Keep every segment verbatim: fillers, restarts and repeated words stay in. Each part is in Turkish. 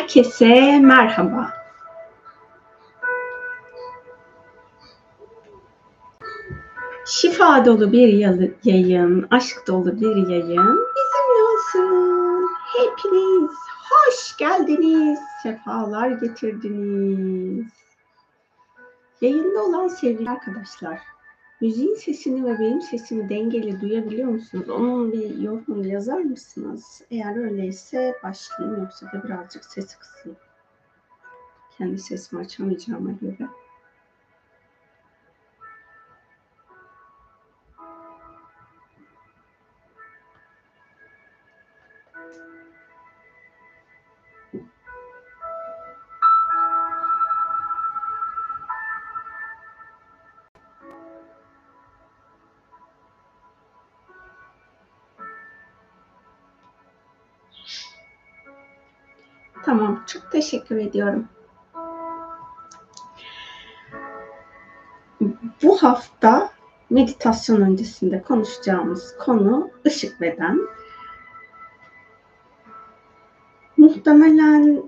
Herkese merhaba. Şifa dolu bir yayın, aşk dolu bir yayın bizimle olsun. Hepiniz hoş geldiniz, sefalar getirdiniz. Yayında olan sevgili arkadaşlar, müziğin sesini ve benim sesimi dengeli duyabiliyor musunuz? Onun bir yorumunu yazar mısınız? Eğer öyleyse başlayayım, yoksa da birazcık sesi kısayım. Kendi sesimi açamayacağıma göre. Tamam, çok teşekkür ediyorum. Bu hafta meditasyon öncesinde konuşacağımız konu ışık beden. Muhtemelen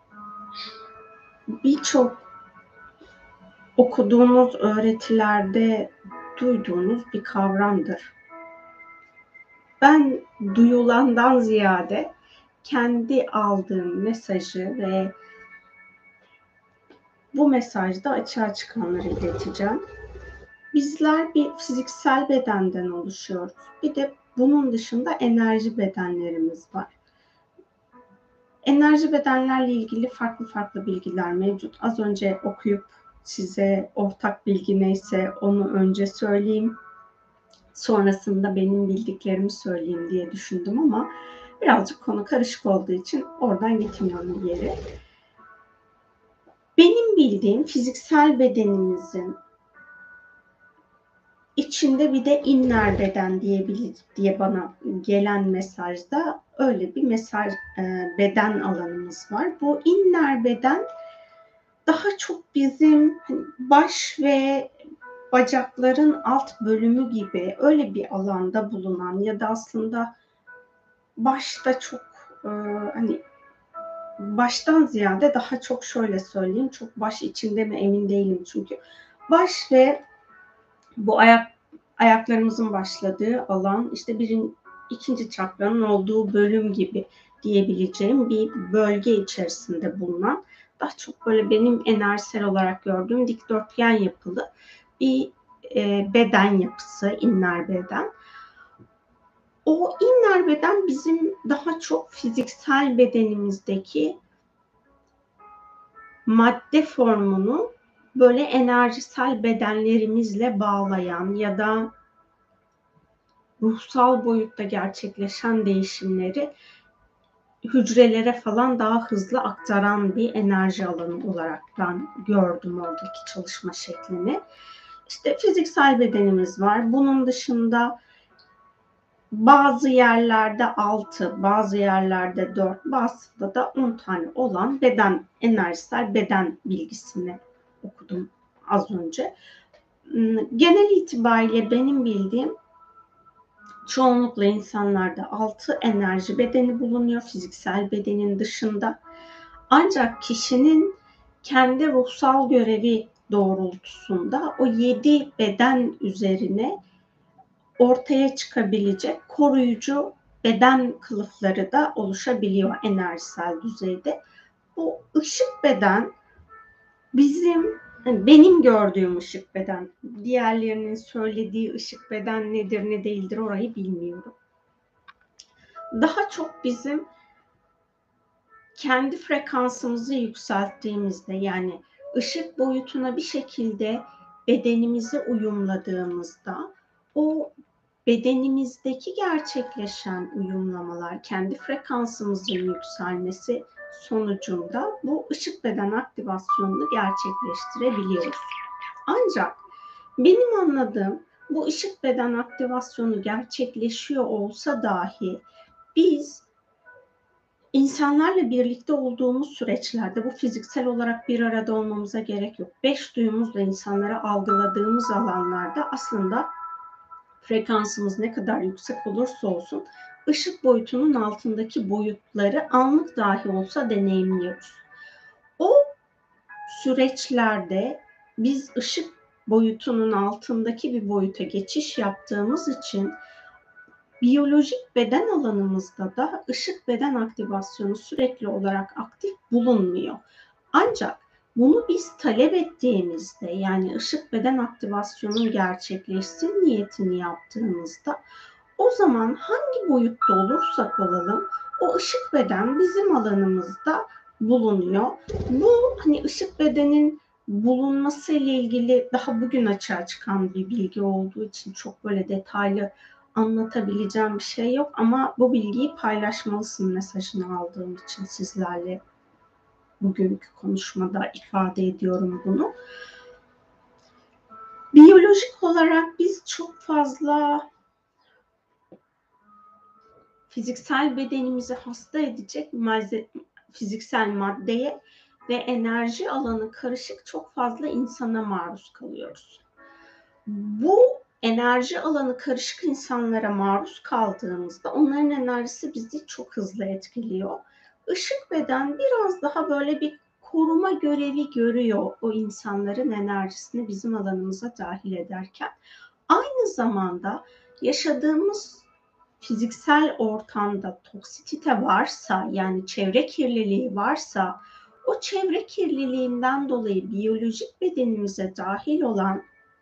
birçok okuduğunuz öğretilerde duyduğunuz bir kavramdır. Ben duyulandan ziyade kendi aldığım mesajı ve bu mesajda açığa çıkanları ileteceğim. Bizler bir fiziksel bedenden oluşuyoruz. Bir de bunun dışında enerji bedenlerimiz var. Enerji bedenlerle ilgili farklı farklı bilgiler mevcut. Az önce okuyup size ortak bilgi neyse onu önce söyleyeyim. Sonrasında benim bildiklerimi söyleyeyim diye düşündüm ama birazcık konu karışık olduğu için oradan gitmiyorum yeri. Benim bildiğim fiziksel bedenimizin İçinde bir de inner beden diyebilir diye bana gelen mesajda öyle bir mesaj e, beden alanımız var. Bu inner beden daha çok bizim baş ve bacakların alt bölümü gibi öyle bir alanda bulunan ya da aslında başta çok e, hani baştan ziyade daha çok şöyle söyleyeyim, çok baş içinde mi emin değilim çünkü baş ve bu ayak ayaklarımızın başladığı alan, işte birin, ikinci çakranın olduğu bölüm gibi diyebileceğim bir bölge içerisinde bulunan, daha çok böyle benim enerjisel olarak gördüğüm dikdörtgen yapılı bir e, beden yapısı, inner beden. O inner beden bizim daha çok fiziksel bedenimizdeki madde formunu böyle enerjisel bedenlerimizle bağlayan ya da ruhsal boyutta gerçekleşen değişimleri hücrelere falan daha hızlı aktaran bir enerji alanı olarak ben gördüm oradaki çalışma şeklini. İşte fiziksel bedenimiz var. Bunun dışında bazı yerlerde altı, bazı yerlerde dört, bazısında da on tane olan beden, enerjisel beden bilgisini okudum az önce. Genel itibariyle benim bildiğim çoğunlukla insanlarda altı enerji bedeni bulunuyor fiziksel bedenin dışında. Ancak kişinin kendi ruhsal görevi doğrultusunda o yedi beden üzerine ortaya çıkabilecek koruyucu beden kılıfları da oluşabiliyor enerjisel düzeyde. Bu ışık beden bizim, benim gördüğüm ışık beden, diğerlerinin söylediği ışık beden nedir ne değildir orayı bilmiyorum. Daha çok bizim kendi frekansımızı yükselttiğimizde, yani ışık boyutuna bir şekilde bedenimizi uyumladığımızda o bedenimizdeki gerçekleşen uyumlamalar, kendi frekansımızın yükselmesi sonucunda bu ışık beden aktivasyonunu gerçekleştirebiliyoruz. Ancak benim anladığım bu ışık beden aktivasyonu gerçekleşiyor olsa dahi biz insanlarla birlikte olduğumuz süreçlerde bu fiziksel olarak bir arada olmamıza gerek yok. Beş duyumuzla insanları algıladığımız alanlarda aslında frekansımız ne kadar yüksek olursa olsun ışık boyutunun altındaki boyutları anlık dahi olsa deneyimliyoruz. O süreçlerde biz ışık boyutunun altındaki bir boyuta geçiş yaptığımız için biyolojik beden alanımızda da ışık beden aktivasyonu sürekli olarak aktif bulunmuyor. Ancak bunu biz talep ettiğimizde, yani ışık beden aktivasyonu gerçekleşsin niyetini yaptığımızda, o zaman hangi boyutta olursak olalım o ışık beden bizim alanımızda bulunuyor. Bu hani ışık bedenin bulunması ile ilgili daha bugün açığa çıkan bir bilgi olduğu için çok böyle detaylı anlatabileceğim bir şey yok ama bu bilgiyi paylaşmalısın mesajını aldığım için sizlerle bugünkü konuşmada ifade ediyorum bunu. Biyolojik olarak biz çok fazla fiziksel bedenimizi hasta edecek fiziksel maddeye ve enerji alanı karışık çok fazla insana maruz kalıyoruz. Bu enerji alanı karışık insanlara maruz kaldığımızda onların enerjisi bizi çok hızlı etkiliyor. Işık beden biraz daha böyle bir koruma görevi görüyor o insanların enerjisini bizim alanımıza dahil ederken. Aynı zamanda yaşadığımız fiziksel ortamda toksitite varsa, yani çevre kirliliği varsa, o çevre kirliliğinden dolayı biyolojik bedenimize dahil olan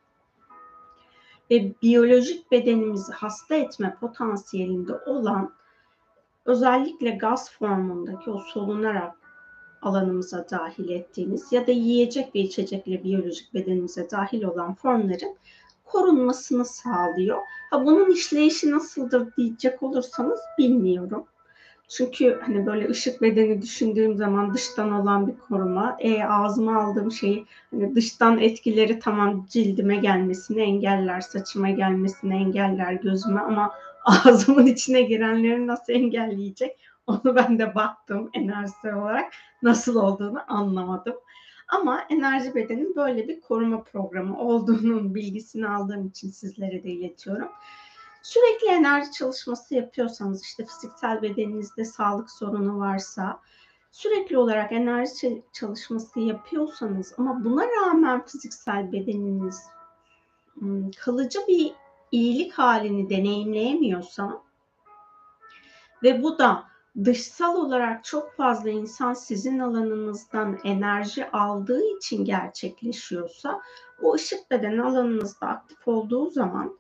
ve biyolojik bedenimizi hasta etme potansiyelinde olan, özellikle gaz formundaki o solunarak alanımıza dahil ettiğimiz ya da yiyecek ve içecekle biyolojik bedenimize dahil olan formların korunmasını sağlıyor. Ha, bunun işleyişi nasıldır diyecek olursanız bilmiyorum. Çünkü hani böyle ışık bedeni düşündüğüm zaman dıştan olan bir koruma. E, ağzıma aldığım şeyi hani dıştan etkileri tamam cildime gelmesini engeller, saçıma gelmesini engeller, gözüme, ama ağzımın içine girenleri nasıl engelleyecek? Onu ben de baktım enerjisel olarak nasıl olduğunu anlamadım. Ama enerji bedenin böyle bir koruma programı olduğunun bilgisini aldığım için sizlere de iletiyorum. Sürekli enerji çalışması yapıyorsanız, işte fiziksel bedeninizde sağlık sorunu varsa, sürekli olarak enerji çalışması yapıyorsanız ama buna rağmen fiziksel bedeniniz kalıcı bir iyilik halini deneyimleyemiyorsa ve bu da dışsal olarak çok fazla insan sizin alanınızdan enerji aldığı için gerçekleşiyorsa, o ışık beden alanınızda aktif olduğu zaman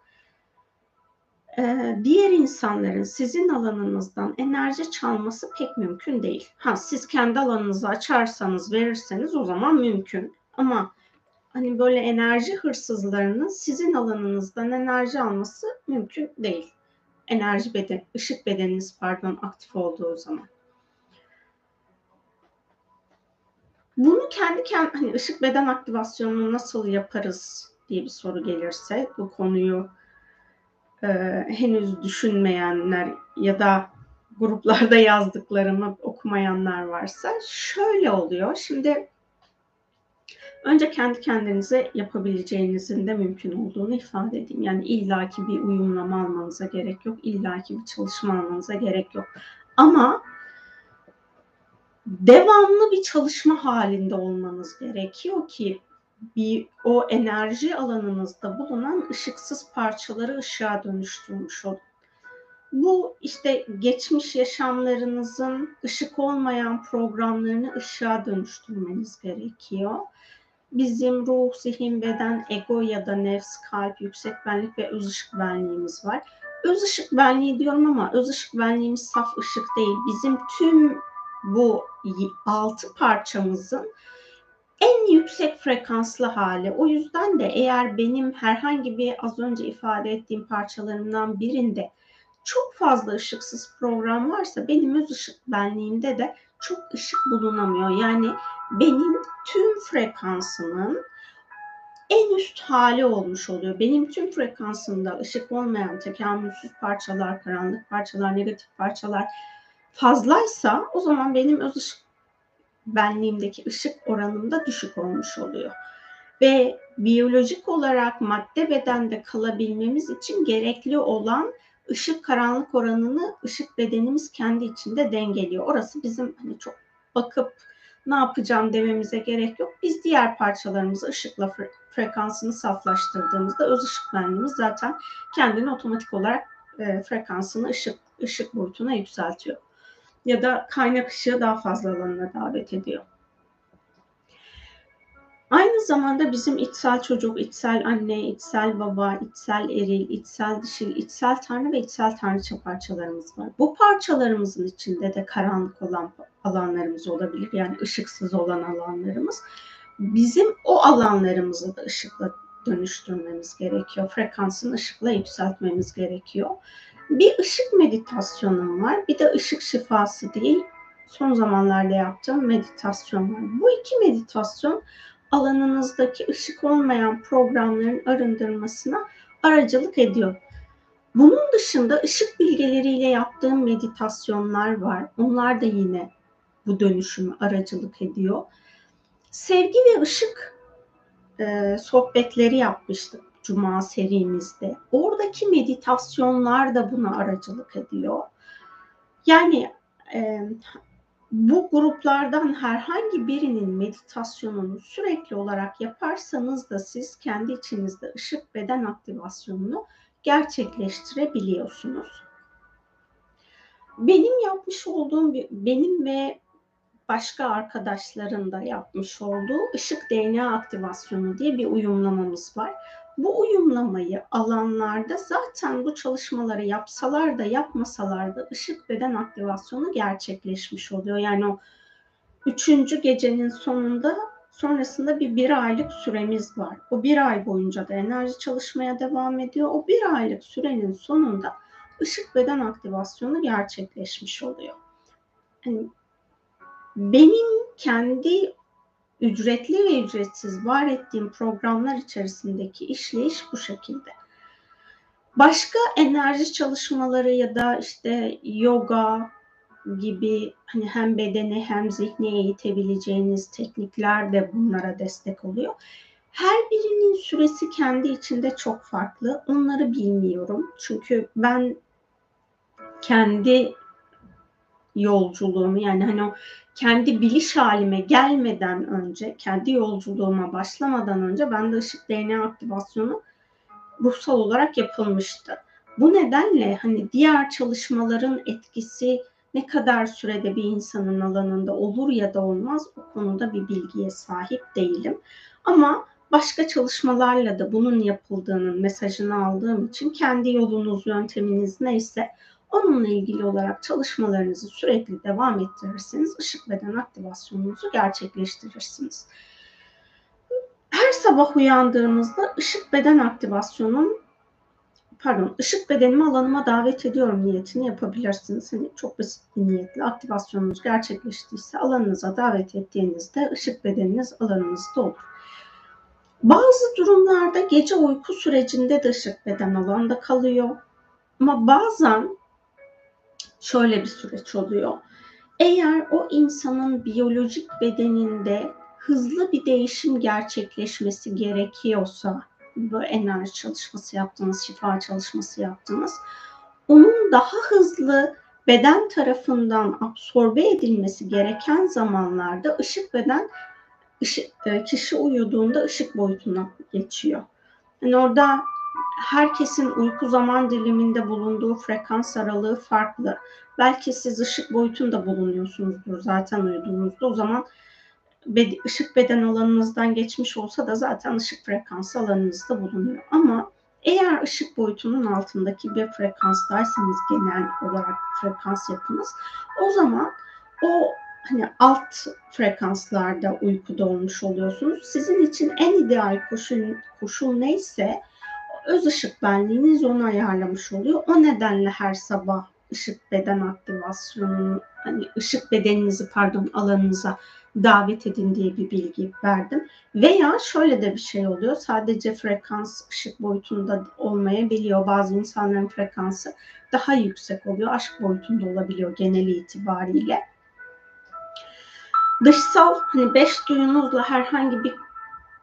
diğer insanların sizin alanınızdan enerji çalması pek mümkün değil. Ha, siz kendi alanınızı açarsanız, verirseniz o zaman mümkün. Ama hani böyle enerji hırsızlarının sizin alanınızdan enerji alması mümkün değil. Enerji beden, ışık bedeniniz pardon aktif olduğu zaman. Bunu kendi kendi hani ışık beden aktivasyonunu nasıl yaparız diye bir soru gelirse, bu konuyu e, henüz düşünmeyenler ya da gruplarda yazdıklarımı okumayanlar varsa şöyle oluyor. Şimdi önce kendi kendinize yapabileceğinizin de mümkün olduğunu ifade edeyim. Yani illaki bir uyumlama almanıza gerek yok. İllaki bir çalışma almanıza gerek yok. Ama devamlı bir çalışma halinde olmanız gerekiyor ki bir o enerji alanınızda bulunan ışıksız parçaları ışığa dönüştürmüş olun. Bu işte geçmiş yaşamlarınızın ışık olmayan programlarını ışığa dönüştürmeniz gerekiyor. Bizim ruh, zihin, beden, ego ya da nefs, kalp, yüksek benlik ve öz ışık benliğimiz var. Öz ışık benliği diyorum ama öz ışık benliğimiz saf ışık değil. Bizim tüm bu altı parçamızın en yüksek frekanslı hali. O yüzden de eğer benim herhangi bir az önce ifade ettiğim parçalarımdan birinde çok fazla ışıksız program varsa, benim öz ışık benliğimde de çok ışık bulunamıyor. Yani benim tüm frekansımın en üst hali olmuş oluyor. Benim tüm frekansımda ışık olmayan tekamülsüz parçalar, karanlık parçalar, negatif parçalar fazlaysa, o zaman benim öz ışık benliğimdeki ışık oranım da düşük olmuş oluyor. Ve biyolojik olarak madde bedende kalabilmemiz için gerekli olan ışık karanlık oranını ışık bedenimiz kendi içinde dengeliyor. Orası bizim hani çok bakıp ne yapacağım dememize gerek yok. Biz diğer parçalarımızı ışıkla fre- frekansını saflaştırdığımızda öz ışık benliğimiz zaten kendini otomatik olarak e, frekansını ışık ışık boyutuna yükseltiyor. Ya da kaynak ışığı daha fazla alanına davet ediyor. Aynı zamanda bizim içsel çocuk, içsel anne, içsel baba, içsel eril, içsel dişil, içsel tanrı ve içsel tanrıça parçalarımız var. Bu parçalarımızın içinde de karanlık olan alanlarımız olabilir. Yani ışıksız olan alanlarımız. Bizim o alanlarımızı da ışıkla dönüştürmemiz gerekiyor. Frekansını ışıkla yükseltmemiz gerekiyor. Bir ışık meditasyonum var. Bir de ışık şifası değil. Son zamanlarda yaptığım meditasyon var. Bu iki meditasyon alanınızdaki ışık olmayan programların arındırmasına aracılık ediyor. Bunun dışında ışık bilgeleriyle yaptığım meditasyonlar var. Onlar da yine bu dönüşümü aracılık ediyor. Sevgi ve ışık e, sohbetleri yapmıştık Cuma serimizde. Oradaki meditasyonlar da buna aracılık ediyor. Yani e, bu gruplardan herhangi birinin meditasyonunu sürekli olarak yaparsanız da siz kendi içinizde ışık beden aktivasyonunu gerçekleştirebiliyorsunuz. Benim yapmış olduğum, benim ve başka arkadaşların da yapmış olduğu ışık D N A aktivasyonu diye bir uyumlamamız var. Bu uyumlamayı alanlarda zaten bu çalışmaları yapsalar da yapmasalar da ışık beden aktivasyonu gerçekleşmiş oluyor. Yani o üçüncü gecenin sonunda sonrasında bir bir aylık süremiz var. O bir ay boyunca da enerji çalışmaya devam ediyor. O bir aylık sürenin sonunda ışık beden aktivasyonu gerçekleşmiş oluyor. Yani benim kendi ücretli ve ücretsiz var ettiğim programlar içerisindeki işleyiş bu şekilde. Başka enerji çalışmaları ya da işte yoga gibi hani hem bedeni hem zihni eğitebileceğiniz teknikler de bunlara destek oluyor. Her birinin süresi kendi içinde çok farklı. Onları bilmiyorum. Çünkü ben kendi yolculuğumu yani hani o kendi biliş halime gelmeden önce, kendi yolculuğuma başlamadan önce bende ışık D N A aktivasyonu ruhsal olarak yapılmıştı. Bu nedenle hani diğer çalışmaların etkisi ne kadar sürede bir insanın alanında olur ya da olmaz o konuda bir bilgiye sahip değilim. Ama başka çalışmalarla da bunun yapıldığının mesajını aldığım için kendi yolunuz, yönteminiz neyse onunla ilgili olarak çalışmalarınızı sürekli devam ettirirseniz ışık beden aktivasyonunuzu gerçekleştirirsiniz. Her sabah uyandığınızda ışık beden aktivasyonun pardon ışık bedenimi alanıma davet ediyorum niyetini yapabilirsiniz. Hani çok basit bir niyetle aktivasyonunuz gerçekleştiyse alanınıza davet ettiğinizde ışık bedeniniz alanınızda olur. Bazı durumlarda gece uyku sürecinde de ışık beden alanda kalıyor. Ama bazen şöyle bir süreç oluyor. Eğer o insanın biyolojik bedeninde hızlı bir değişim gerçekleşmesi gerekiyorsa, böyle enerji çalışması yaptınız, şifa çalışması yaptınız, onun daha hızlı beden tarafından absorbe edilmesi gereken zamanlarda ışık beden ışık, kişi uyuduğunda ışık boyutuna geçiyor. Yani orada herkesin uyku zaman diliminde bulunduğu frekans aralığı farklı. Belki siz ışık boyutunda bulunuyorsunuzdur zaten uyuduğunuzda. O zaman ışık beden alanınızdan geçmiş olsa da zaten ışık frekansı alanınızda bulunuyor. Ama eğer ışık boyutunun altındaki bir frekanstaysanız genel olarak frekans yapınız, o zaman o hani alt frekanslarda uykuda olmuş oluyorsunuz. Sizin için en ideal koşul, koşul neyse öz ışık benliğiniz onu ayarlamış oluyor. O nedenle her sabah ışık beden aktivasyonunu hani ışık bedeninizi pardon alanınıza davet edin diye bir bilgi verdim. Veya şöyle de bir şey oluyor. Sadece frekans ışık boyutunda olmayabiliyor. Bazı insanların frekansı daha yüksek oluyor. Aşk boyutunda olabiliyor geneli itibariyle. Dışsal hani beş duyunuzla herhangi bir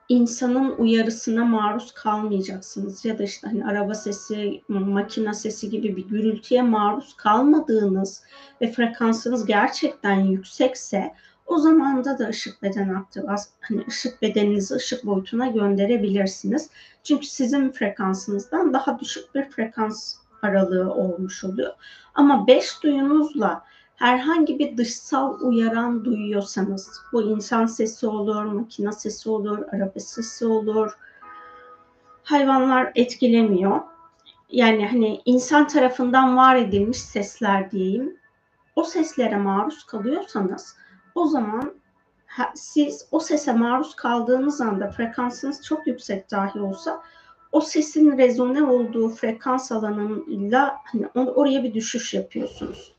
insanın uyarısına maruz kalmayacaksınız ya da işte hani araba sesi, makine sesi gibi bir gürültüye maruz kalmadığınız ve frekansınız gerçekten yüksekse o zamanda da ışık beden aktivasyon, hani ışık bedeninizi ışık boyutuna gönderebilirsiniz. Çünkü sizin frekansınızdan daha düşük bir frekans aralığı olmuş oluyor. Ama beş duyunuzla herhangi bir dışsal uyaran duyuyorsanız, bu insan sesi olur, makine sesi olur, araba sesi olur, hayvanlar etkilemiyor. Yani hani insan tarafından var edilmiş sesler diyeyim. O seslere maruz kalıyorsanız o zaman siz o sese maruz kaldığınız anda frekansınız çok yüksek dahi olsa o sesin rezone olduğu frekans alanıyla hani oraya bir düşüş yapıyorsunuz.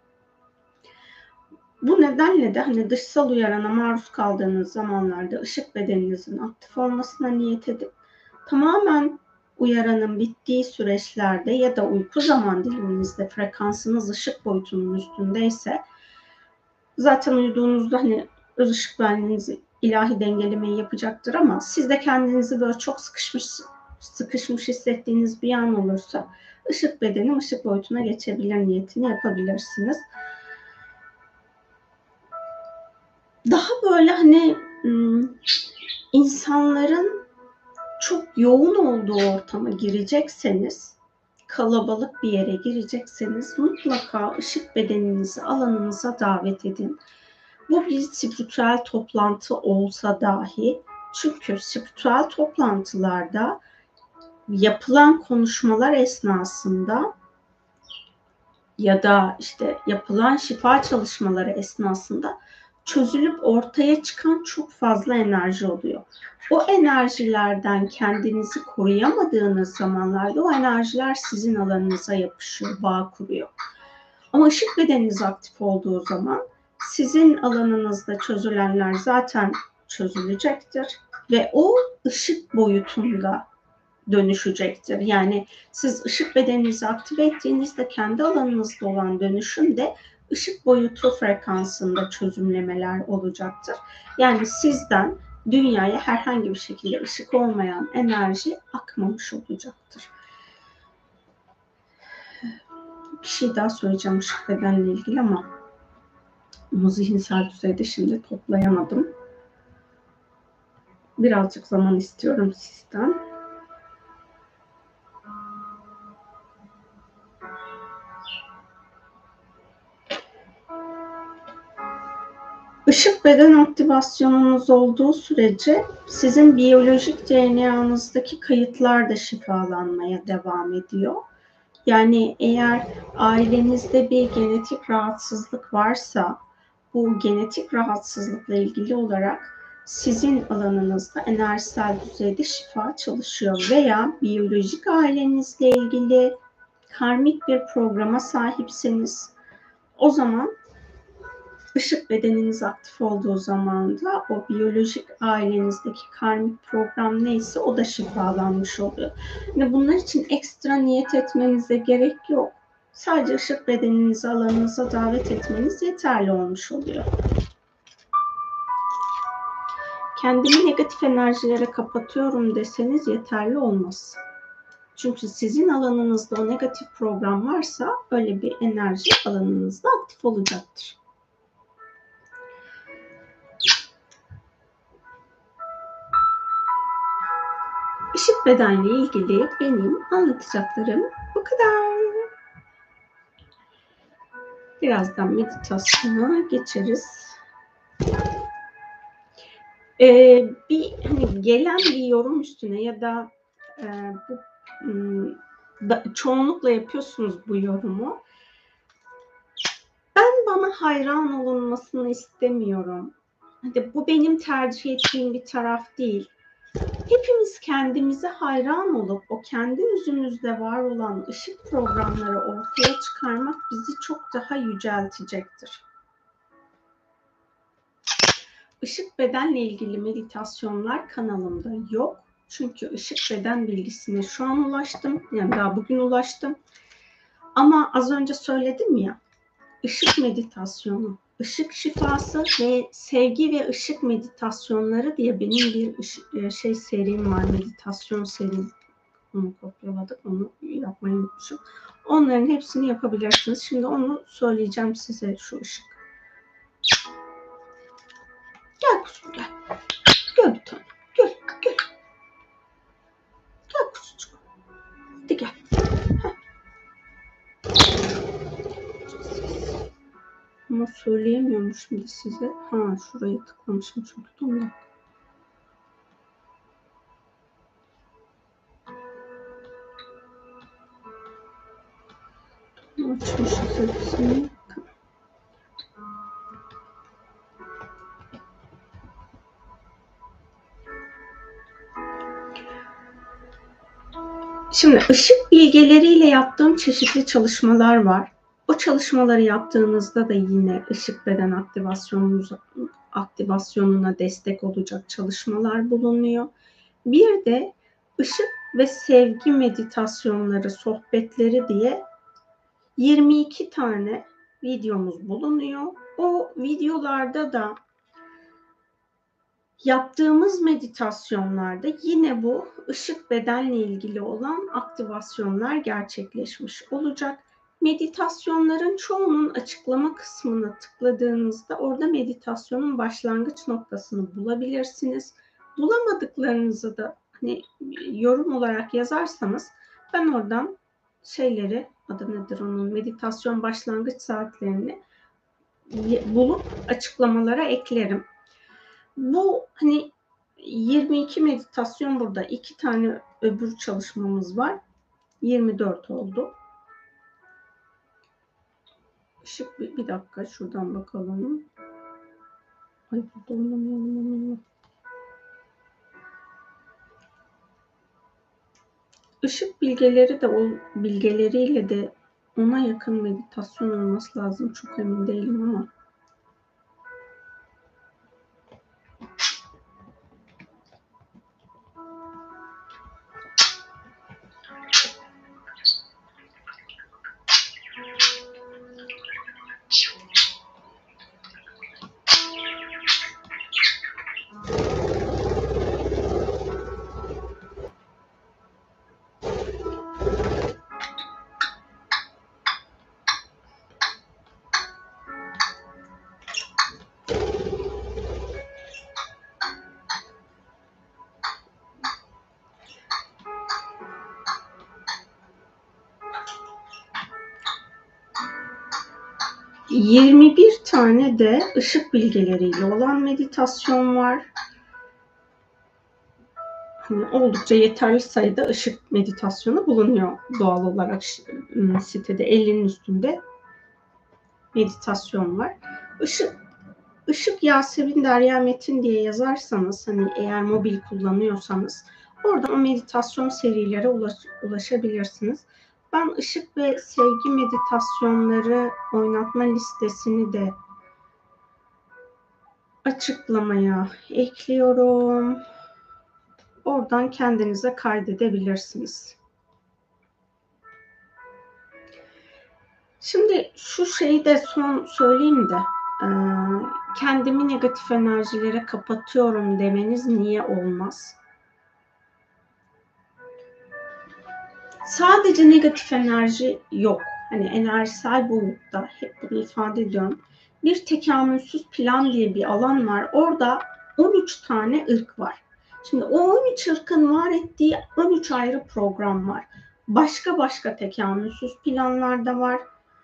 Bu nedenle de hani dışsal uyarana maruz kaldığınız zamanlarda ışık bedeninizin aktif olmasına niyet edip tamamen uyaranın bittiği süreçlerde ya da uyku zaman diliminizde frekansınız ışık boyutunun üstündeyse zaten uyuduğunuzda hani öz ışık benliğiniz ilahi dengelemeyi yapacaktır ama siz de kendinizi böyle çok sıkışmış sıkışmış hissettiğiniz bir an olursa ışık bedeni ışık boyutuna geçebilir niyetini yapabilirsiniz. Daha böyle hani insanların çok yoğun olduğu ortama girecekseniz, kalabalık bir yere girecekseniz mutlaka ışık bedeninizi alanınıza davet edin. Bu bir spiritüel toplantı olsa dahi, çünkü spiritüel toplantılarda yapılan konuşmalar esnasında ya da işte yapılan şifa çalışmaları esnasında çözülüp ortaya çıkan çok fazla enerji oluyor. O enerjilerden kendinizi koruyamadığınız zamanlarda o enerjiler sizin alanınıza yapışıyor, bağ kuruyor. Ama ışık bedeniniz aktif olduğu zaman sizin alanınızda çözülenler zaten çözülecektir ve o ışık boyutunda dönüşecektir. Yani siz ışık bedeninizi aktive ettiğinizde kendi alanınızda olan dönüşüm de ışık boyutu frekansında çözümlemeler olacaktır. Yani sizden dünyaya herhangi bir şekilde ışık olmayan enerji akmamış olacaktır. Bir şey daha söyleyeceğim ışık bedenle ilgili ama bunu zihinsel düzeyde şimdi toplayamadım. Birazcık zaman istiyorum sizden. Işık beden aktivasyonunuz olduğu sürece sizin biyolojik D N A'nızdaki kayıtlar da şifalanmaya devam ediyor. Yani eğer ailenizde bir genetik rahatsızlık varsa bu genetik rahatsızlıkla ilgili olarak sizin alanınızda enerjisel düzeyde şifa çalışıyor veya biyolojik ailenizle ilgili karmik bir programa sahipseniz o zaman ışık bedeniniz aktif olduğu zaman da o biyolojik ailenizdeki karmik program neyse o da şifalanmış oluyor. Yani bunlar için ekstra niyet etmenize gerek yok. Sadece ışık bedeninizi alanınıza davet etmeniz yeterli olmuş oluyor. Kendimi negatif enerjilere kapatıyorum deseniz yeterli olmaz. Çünkü sizin alanınızda o negatif program varsa öyle bir enerji alanınızda aktif olacaktır. Işık bedenle ilgili benim anlatacaklarım bu kadar. Birazdan meditasyona geçeriz. Ee, bir hani gelen bir yorum üstüne ya da e, bu da, çoğunlukla yapıyorsunuz bu yorumu. Ben bana hayran olunmasını istemiyorum. Hadi bu benim tercih ettiğim bir taraf değil. Hepimiz kendimize hayran olup o kendi yüzümüzde var olan ışık programları ortaya çıkarmak bizi çok daha yüceltecektir. Işık bedenle ilgili meditasyonlar kanalımda yok. Çünkü ışık beden bilgisine şu an ulaştım. Yani daha bugün ulaştım. Ama az önce söyledim ya, ışık meditasyonu ışık şifası ve sevgi ve ışık meditasyonları diye benim bir ışık, şey serim var, meditasyon serim. Onu kopyaladık, onu yapmayı unutmuşum. Onların hepsini yapabilirsiniz. Şimdi onu söyleyeceğim size, şu ışık. Gel kuzum gel. Gel bir tane. Gel gel. Gel kuzucuk. Hadi gel. Heh. Ama söyleyemiyorum şimdi size. Ha, şuraya tıklamışım çünkü. Dur. Açmışız hepsini. Şimdi ışık bilgeleriyle yaptığım çeşitli çalışmalar var. O çalışmaları yaptığınızda da yine ışık beden aktivasyonunuz, aktivasyonuna destek olacak çalışmalar bulunuyor. Bir de ışık ve sevgi meditasyonları, sohbetleri diye yirmi iki tane videomuz bulunuyor. O videolarda da yaptığımız meditasyonlarda yine bu ışık bedenle ilgili olan aktivasyonlar gerçekleşmiş olacak. Meditasyonların çoğunun açıklama kısmına tıkladığınızda orada meditasyonun başlangıç noktasını bulabilirsiniz. Bulamadıklarınızı da hani yorum olarak yazarsanız ben oradan şeyleri, adı nedir onun, meditasyon başlangıç saatlerini bulup açıklamalara eklerim. Bu hani yirmi iki meditasyon burada. iki tane öbür çalışmamız var. yirmi dört oldu. Işık bir, bir dakika şuradan bakalım. Ay burada olmamayalım. Işık bilgeleri de o bilgeleriyle de ona yakın meditasyon olması lazım. Çok emin değilim ama. yirmi bir tane de ışık bilgeleriyle olan meditasyon var. Hani oldukça yeterli sayıda ışık meditasyonu bulunuyor doğal olarak sitede. ellinin üstünde meditasyon var. Işık, Işık Yasemin Derya Metin diye yazarsanız, hani eğer mobil kullanıyorsanız oradan o meditasyon serilere ulaş, ulaşabilirsiniz. Ben ışık ve sevgi meditasyonları oynatma listesini de açıklamaya ekliyorum. Oradan kendinize kaydedebilirsiniz. Şimdi şu şeyi de son söyleyeyim de, kendimi negatif enerjilere kapatıyorum demeniz niye olmaz? Sadece negatif enerji yok. Hani enerjisel boyutta, hep bunu ifade ediyorum. Bir tekamülsüz plan diye bir alan var. Orada on üç tane ırk var. Şimdi o on üç ırkın var ettiği on üç ayrı program var. Başka başka tekamülsüz planlar da var.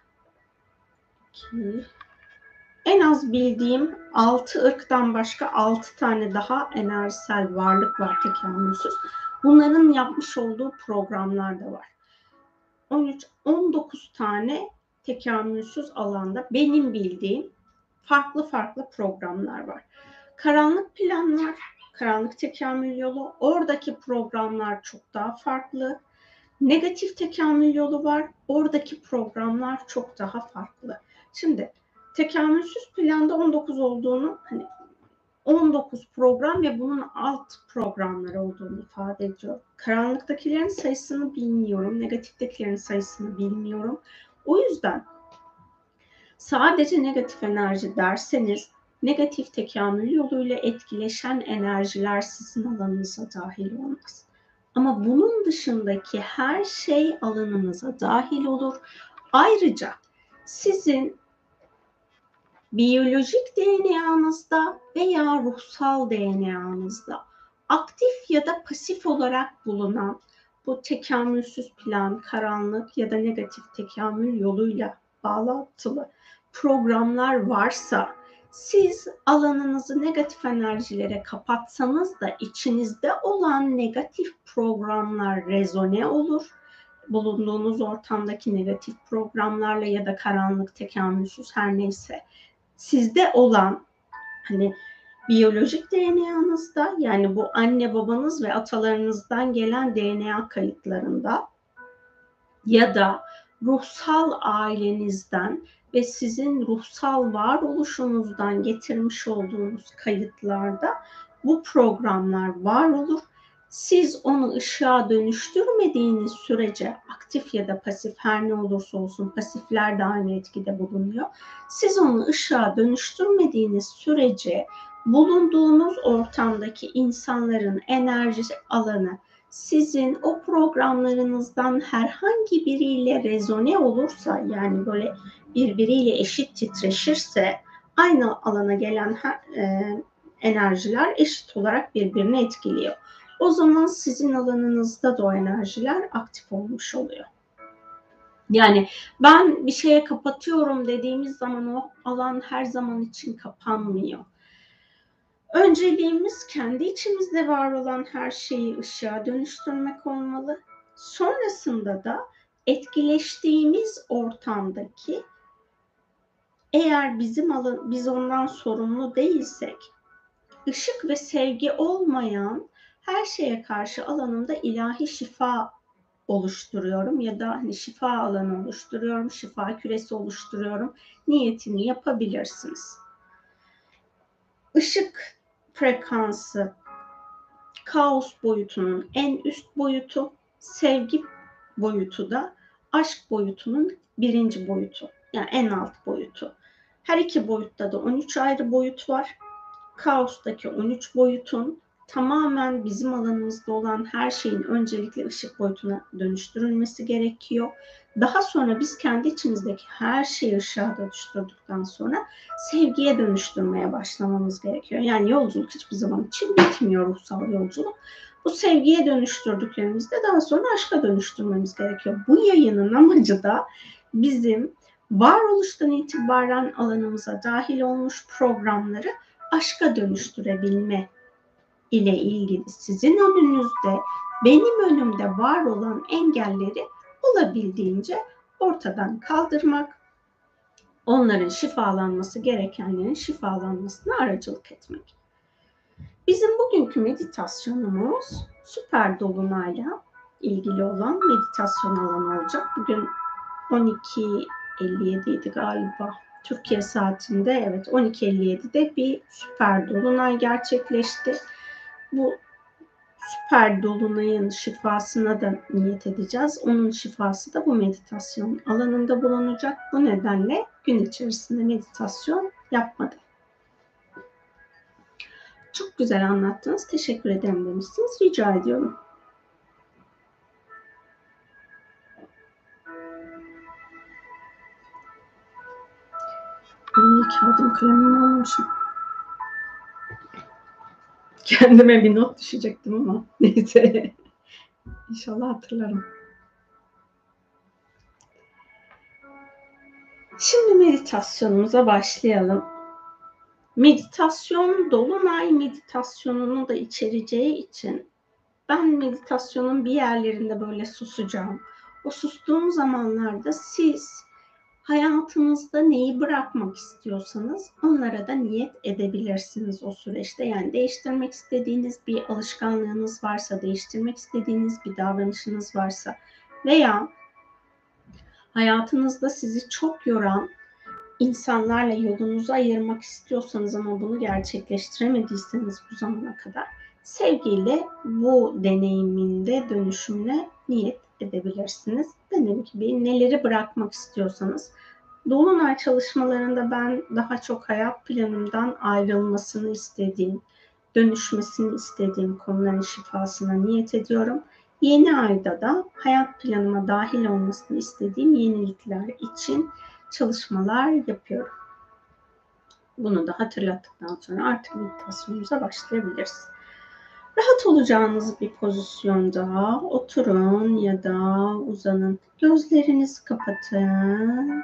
Ki en az bildiğim altı ırktan başka altı tane daha enerjisel varlık var tekamülsüz. Bunların yapmış olduğu programlar da var. on üç on dokuz tane tekamülsüz alanda benim bildiğim farklı farklı programlar var. Karanlık plan var, karanlık tekamül yolu. Oradaki programlar çok daha farklı. Negatif tekamül yolu var. Oradaki programlar çok daha farklı. Şimdi tekamülsüz planda on dokuz olduğunu, hani on dokuz program ve bunun alt programları olduğunu ifade ediyor. Karanlıktakilerin sayısını bilmiyorum, negatiftekilerin sayısını bilmiyorum. O yüzden Sadece negatif enerji derseniz, negatif tekamül yoluyla etkileşen enerjiler sizin alanınıza dahil olmaz. Ama bunun dışındaki her şey alanınıza dahil olur. Ayrıca sizin biyolojik D N A'nızda veya ruhsal D N A'nızda aktif ya da pasif olarak bulunan bu tekamülsüz plan, karanlık ya da negatif tekamül yoluyla bağlantılı programlar varsa, siz alanınızı negatif enerjilere kapatsanız da içinizde olan negatif programlar rezone olur. Bulunduğunuz ortamdaki negatif programlarla ya da karanlık, tekamülsüz her neyse sizde olan, hani biyolojik D N A'nızda, yani bu anne babanız ve atalarınızdan gelen D N A kayıtlarında ya da ruhsal ailenizden ve sizin ruhsal varoluşunuzdan getirmiş olduğunuz kayıtlarda bu programlar var olur. Siz onu ışığa dönüştürmediğiniz sürece, aktif ya da pasif her ne olursa olsun, pasifler de aynı etkide bulunuyor. Siz onu ışığa dönüştürmediğiniz sürece bulunduğunuz ortamdaki insanların enerji alanı sizin o programlarınızdan herhangi biriyle rezone olursa, yani böyle birbiriyle eşit titreşirse, aynı alana gelen her, e, enerjiler eşit olarak birbirini etkiliyor. O zaman sizin alanınızda da o enerjiler aktif olmuş oluyor. Yani ben bir şeye kapatıyorum dediğimiz zaman o alan her zaman için kapanmıyor. Önceliğimiz kendi içimizde var olan her şeyi ışığa dönüştürmek olmalı. Sonrasında da etkileştiğimiz ortamdaki, eğer bizim alan, biz ondan sorumlu değilsek, ışık ve sevgi olmayan her şeye karşı alanımda ilahi şifa oluşturuyorum ya da hani şifa alanı oluşturuyorum, şifa küresi oluşturuyorum. Niyetini yapabilirsiniz. Işık frekansı kaos boyutunun en üst boyutu, sevgi boyutu da aşk boyutunun birinci boyutu. Yani en alt boyutu. Her iki boyutta da on üç ayrı boyut var. Kaostaki on üç boyutun tamamen bizim alanımızda olan her şeyin öncelikle ışık boyutuna dönüştürülmesi gerekiyor. Daha sonra biz kendi içimizdeki her şeyi ışığa dönüştürdükten sonra sevgiye dönüştürmeye başlamamız gerekiyor. Yani yolculuk hiçbir zaman için bitmiyor, ruhsal yolculuk. Bu sevgiye dönüştürdüklerimizde daha sonra aşka dönüştürmemiz gerekiyor. Bu yayının amacı da bizim varoluştan itibaren alanımıza dahil olmuş programları aşka dönüştürebilme ile ilgili, sizin önünüzde, benim önümde var olan engelleri olabildiğince ortadan kaldırmak, onların şifalanması gerekenlerin şifalanmasına aracılık etmek. Bizim bugünkü meditasyonumuz süper dolunayla ilgili olan meditasyon alanı olacak. Bugün on iki elli yedi idi galiba. Türkiye saatinde, evet, on iki elli yedide bir süper dolunay gerçekleşti. Bu süper dolunayın şifasına da niyet edeceğiz. Onun şifası da bu meditasyon alanında bulunacak. Bu nedenle gün içerisinde meditasyon yapmadım. Çok güzel anlattınız. Teşekkür ederim demişsiniz. Rica ediyorum. Benim kağıdım kalemim almışım. Kendime bir not düşecektim ama neyse. İnşallah hatırlarım. Şimdi meditasyonumuza başlayalım. Meditasyon, dolunay meditasyonunu da içereceği için ben meditasyonun bir yerlerinde böyle susacağım. O sustuğum zamanlarda siz hayatınızda neyi bırakmak istiyorsanız onlara da niyet edebilirsiniz o süreçte. Yani değiştirmek istediğiniz bir alışkanlığınız varsa, değiştirmek istediğiniz bir davranışınız varsa veya hayatınızda sizi çok yoran insanlarla yolunuzu ayırmak istiyorsanız ama bunu gerçekleştiremediyseniz bu zamana kadar, sevgiyle bu deneyiminde dönüşümle niyet edebilirsiniz. Dediğim gibi neleri bırakmak istiyorsanız Dolunay çalışmalarında ben daha çok hayat planımdan ayrılmasını istediğim, dönüşmesini istediğim konuların şifasına niyet ediyorum. Yeni ayda da hayat planıma dahil olmasını istediğim yenilikler için çalışmalar yapıyorum. Bunu da hatırlattıktan sonra artık meditasyonumuza başlayabiliriz. Rahat olacağınız bir pozisyonda oturun ya da uzanın. Gözlerinizi kapatın.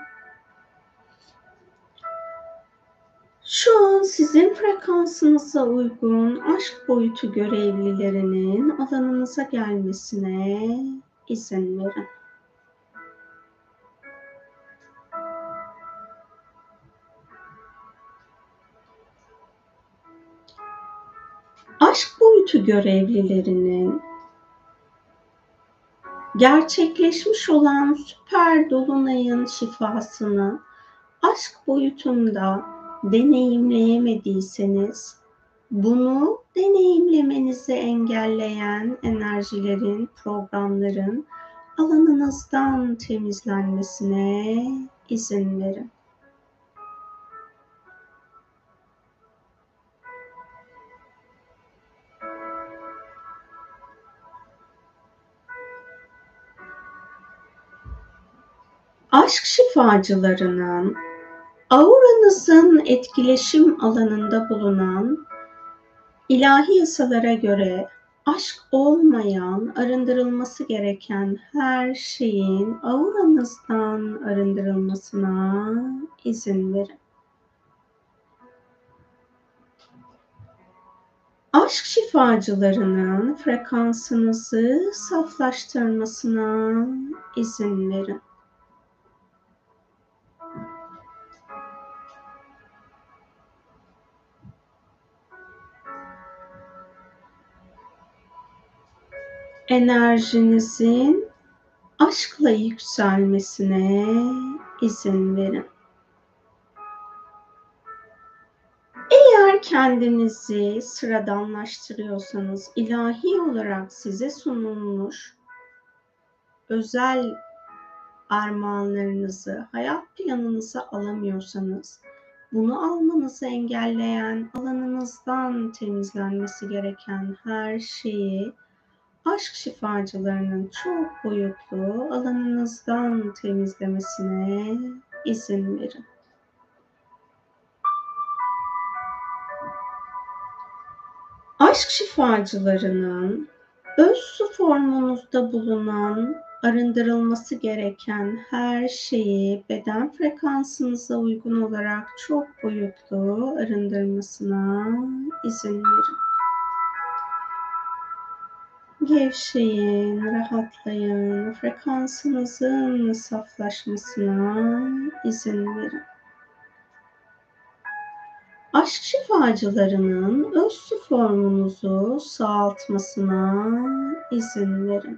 Şu an sizin frekansınıza uygun aşk boyutu görevlilerinin alanınıza gelmesine izin verin. Aşk boyutu görevlilerinin gerçekleşmiş olan süper dolunayın şifasını aşk boyutunda deneyimleyemediyseniz, bunu deneyimlemenizi engelleyen enerjilerin, programların alanınızdan temizlenmesine izin verin. Aşk şifacılarının auranızın etkileşim alanında bulunan ilahi yasalara göre aşk olmayan, arındırılması gereken her şeyin auranızdan arındırılmasına izin verin. Aşk şifacılarının frekansınızı saflaştırmasına izin verin. Enerjinizin aşkla yükselmesine izin verin. Eğer kendinizi sıradanlaştırıyorsanız, ilahi olarak size sunulmuş özel armağanlarınızı, hayat planınızı alamıyorsanız, bunu almanızı engelleyen, alanınızdan temizlenmesi gereken her şeyi aşk şifacılarının çok boyutlu alanınızdan temizlemesine izin verin. Aşk şifacılarının öz su formunuzda bulunan arındırılması gereken her şeyi beden frekansınıza uygun olarak çok boyutlu arındırmasına izin verin. Gevşeyin, rahatlayın, frekansınızın saflaşmasına izin verin. Aşk şifacılarının öz su formunuzu sağaltmasına izin verin.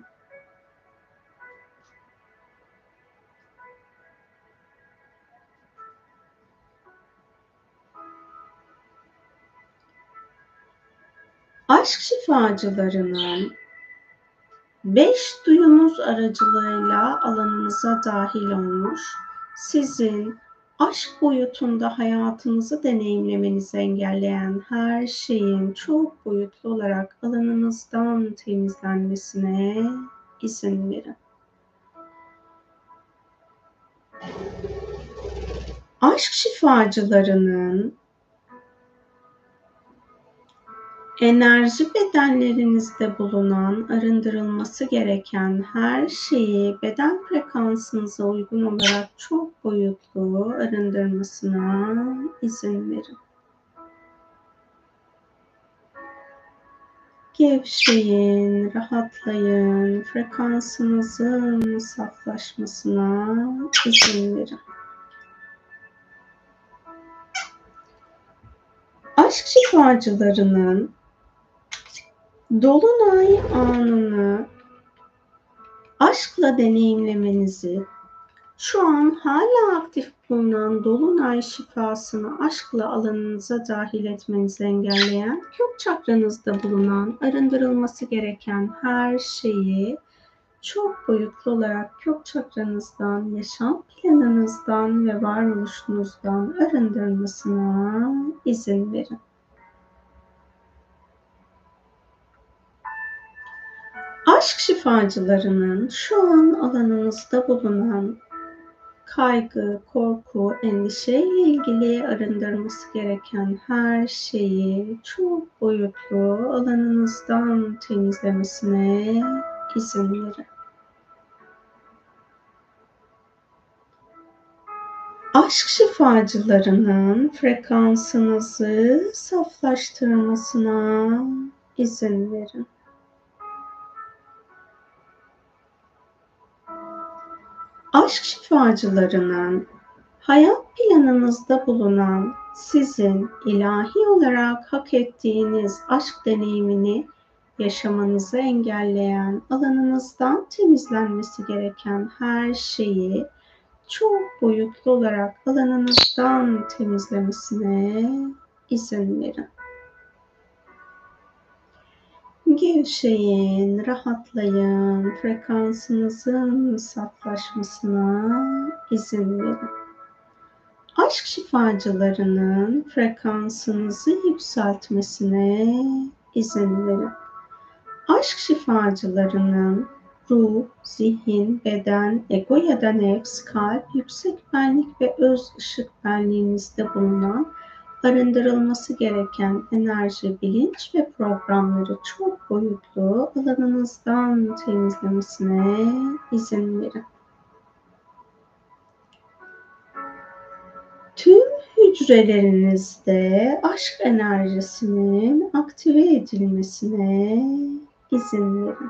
Aşk şifacılarının beş duyunuz aracılığıyla alanınıza dahil olmuş, sizin aşk boyutunda hayatınızı deneyimlemenizi engelleyen her şeyin çok boyutlu olarak alanınızdan temizlenmesine izin verin. Aşk şifacılarının enerji bedenlerinizde bulunan arındırılması gereken her şeyi beden frekansınıza uygun olarak çok boyutlu arındırmasına izin verin. Gevşeyin, rahatlayın, frekansınızın saflaşmasına izin verin. Aşk şifacılarının dolunay anını aşkla deneyimlemenizi, şu an hala aktif bulunan dolunay şifasını aşkla alanınıza dahil etmenizi engelleyen, kök çakranızda bulunan arındırılması gereken her şeyi çok boyutlu olarak kök çakranızdan, yaşam planınızdan ve varoluşunuzdan arındırmasına izin verin. Aşk şifacılarının şu an alanınızda bulunan kaygı, korku, endişeyle ilgili arındırması gereken her şeyi çok boyutlu alanınızdan temizlemesine izin verin. Aşk şifacılarının frekansınızı saflaştırmasına izin verin. Aşk şifacılarının hayat planınızda bulunan sizin ilahi olarak hak ettiğiniz aşk deneyimini yaşamanızı engelleyen alanınızdan temizlenmesi gereken her şeyi çok boyutlu olarak alanınızdan temizlemesine izin verin. Gevşeyin, rahatlayın, frekansınızın saflaşmasına izin verin. Aşk şifacılarının frekansınızı yükseltmesine izin verin. Aşk şifacılarının ruh, zihin, beden, ego ya da nefs, kalp, yüksek benlik ve öz ışık benliğinizde bulunan arındırılması gereken enerji, bilinç ve programları çok boyutlu alanınızdan temizlemesine izin verin. Tüm hücrelerinizde aşk enerjisinin aktive edilmesine izin verin.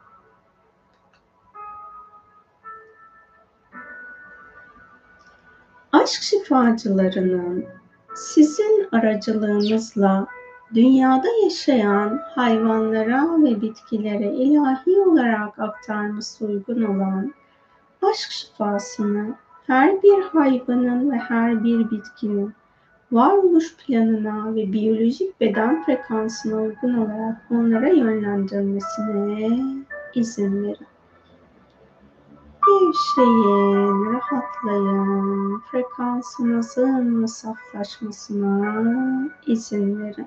Aşk şifacılarının sizin aracılığınızla dünyada yaşayan hayvanlara ve bitkilere ilahi olarak aktarması uygun olan aşk şifasını her bir hayvanın ve her bir bitkinin varoluş planına ve biyolojik beden frekansına uygun olarak onlara yönlendirmesine izin verin. Gevşeyin, rahatlayın, frekansınızın saflaşmasına izin verin.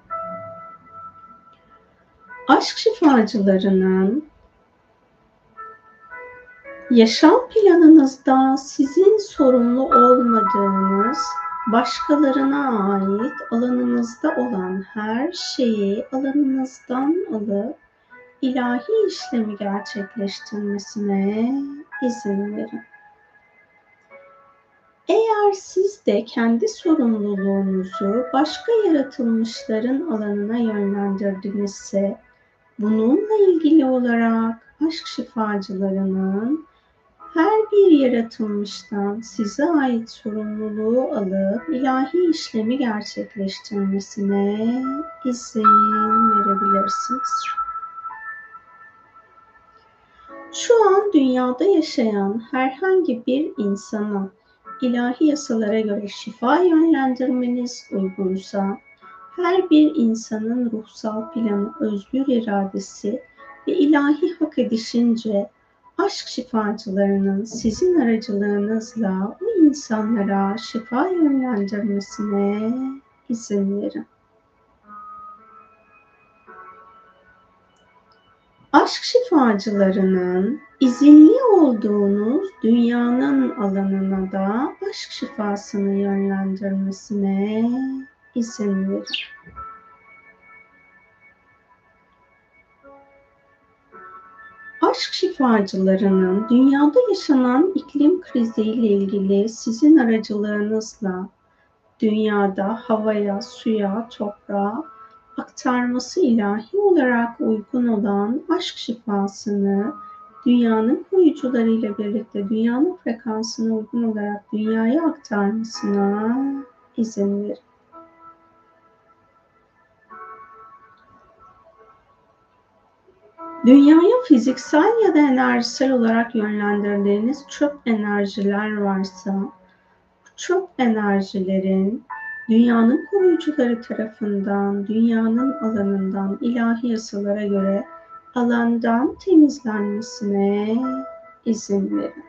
Aşk şifacılarının yaşam planınızda sizin sorumlu olmadığınız, başkalarına ait alanınızda olan her şeyi alanınızdan alıp ilahi işlemi gerçekleştirmesine izin verin. Eğer siz de kendi sorumluluğunuzu başka yaratılmışların alanına yönlendirdinizse, bununla ilgili olarak aşk şifacılarının her bir yaratılmıştan size ait sorumluluğu alıp ilahi işlemi gerçekleştirmesine izin verebilirsiniz. Şu an dünyada yaşayan herhangi bir insana ilahi yasalara göre şifa yönlendirmeniz uygunsa, her bir insanın ruhsal planı, özgür iradesi ve ilahi hak edişince aşk şifacılarının sizin aracılığınızla o insanlara şifa yönlendirmesine izin verin. Aşk şifacılarının izinli olduğunuz dünyanın alanına da aşk şifasını yönlendirmesine izin verin. Aşk şifacılarının dünyada yaşanan iklim kriziyle ilgili sizin aracılığınızla dünyada havaya, suya, toprağa aktarması ilahi olarak uygun olan aşk şifasını dünyanın koruyucularıyla birlikte dünyanın frekansına uygun olarak dünyaya aktarmasına izin verin. Dünyaya fiziksel ya da enerjisel olarak yönlendirdiğiniz çöp enerjiler varsa, bu çöp enerjilerin dünyanın koruyucuları tarafından, dünyanın alanından ilahi yasalara göre alandan temizlenmesine izin verin.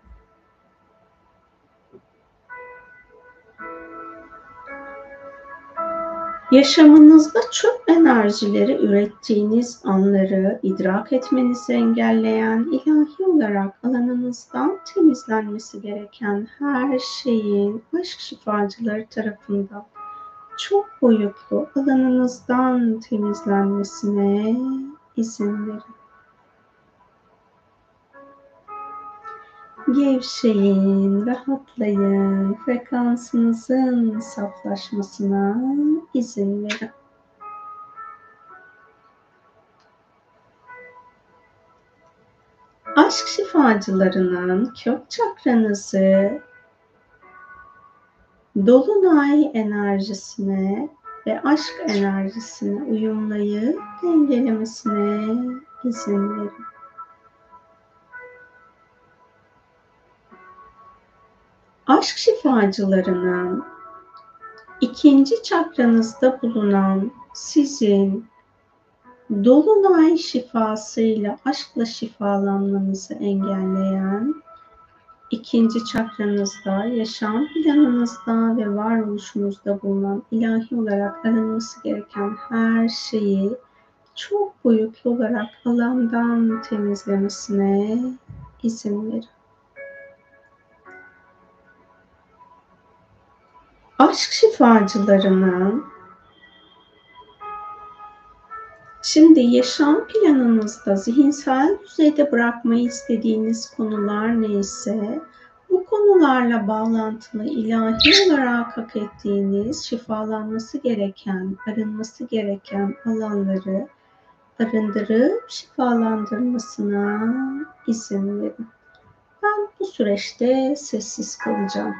Yaşamınızda çöp enerjileri ürettiğiniz anları idrak etmenizi engelleyen, ilahi olarak alanınızdan temizlenmesi gereken her şeyin aşk şifacıları tarafından çok boyutlu alanınızdan temizlenmesine izin verin. Gevşeyin, rahatlayın, frekansınızın saflaşmasına izin verin. Aşk şifacılarının kök çakranızı dolunay enerjisine ve aşk enerjisine uyumlayıp dengelemesine izin verin. Aşk şifacılarının ikinci çakranızda bulunan sizin dolunay şifasıyla aşkla şifalanmanızı engelleyen, ikinci çakranızda, yaşam planınızda ve varoluşunuzda bulunan ilahi olarak arınması gereken her şeyi çok boyutlu olarak alandan temizlemesine izin verin. Aşk şifacılarının şimdi yaşam planınızda zihinsel düzeyde bırakmayı istediğiniz konular neyse, bu konularla bağlantılı ilahi olarak hak ettiğiniz, şifalanması gereken, arınması gereken alanları arındırıp şifalandırmasına izin verin. Ben bu süreçte sessiz kalacağım.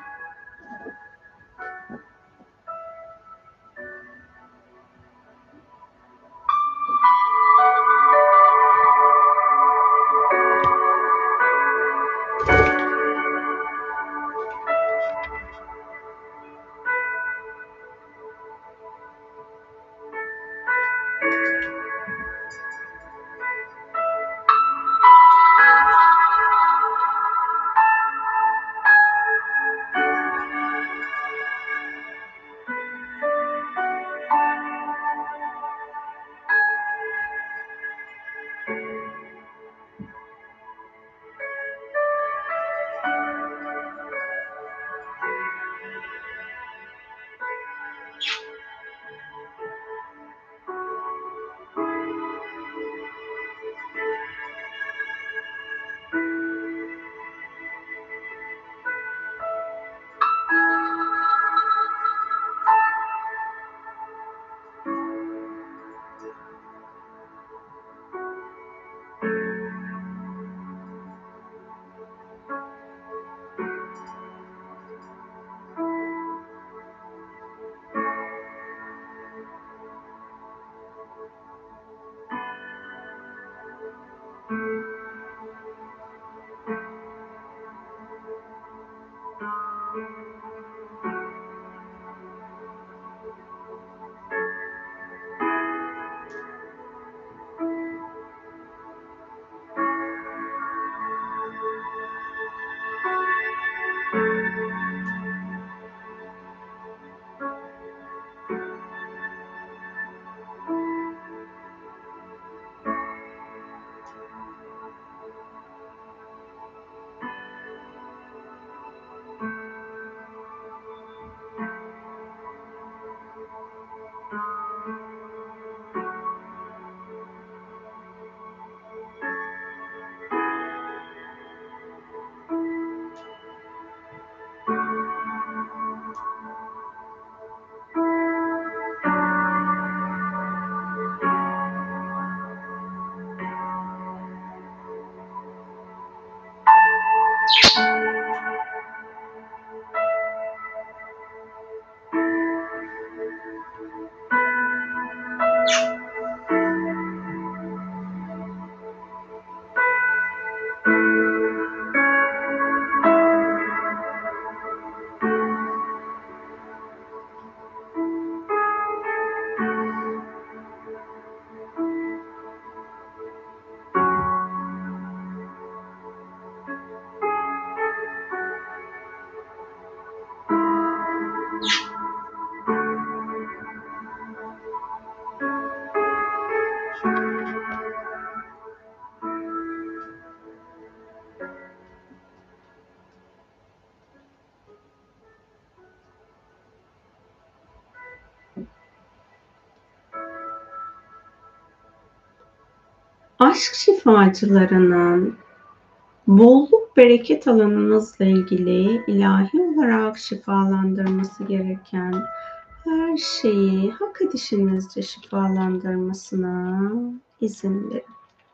Aşk şifacılarının bolluk bereket alanınızla ilgili ilahi olarak şifalandırması gereken her şeyi hak edişinizce şifalandırmasına izin verin.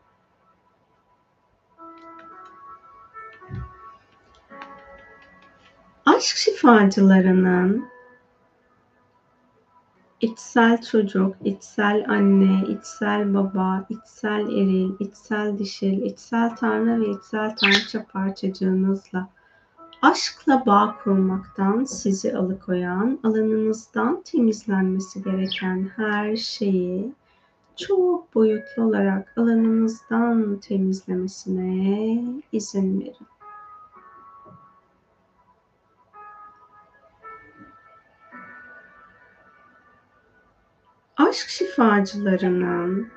Aşk şifacılarının içsel çocuk, içsel anne, içsel baba, içsel eril, içsel dişil, içsel tanrı ve içsel tanrıça parçacığınızla aşkla bağ kurmaktan sizi alıkoyan, alanınızdan temizlenmesi gereken her şeyi çok boyutlu olarak alanınızdan temizlemesine izin verin. Aşk şifacılarının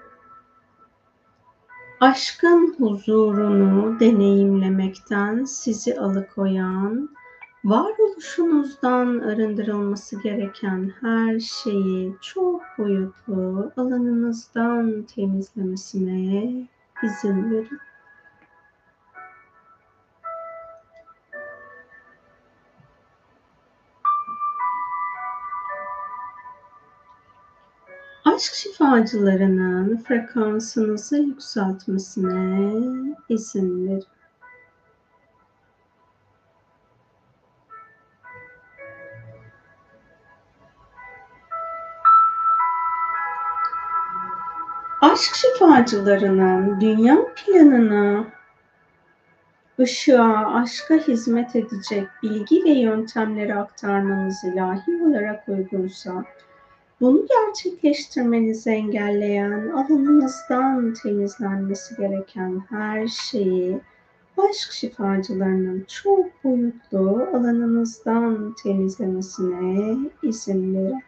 aşkın huzurunu deneyimlemekten sizi alıkoyan, varoluşunuzdan arındırılması gereken her şeyi çok boyutlu alanınızdan temizlemesine izin verin. Aşk şifacılarının frekansınızı yükseltmesine izin verin. Aşk şifacılarının dünya planına, ışığa, aşka hizmet edecek bilgi ve yöntemleri aktarmanız ilahi olarak uygunsa, bunu gerçekleştirmenizi engelleyen, alanınızdan temizlenmesi gereken her şeyi aşk şifacılarının çok boyutlu alanınızdan temizlemesine izin verin.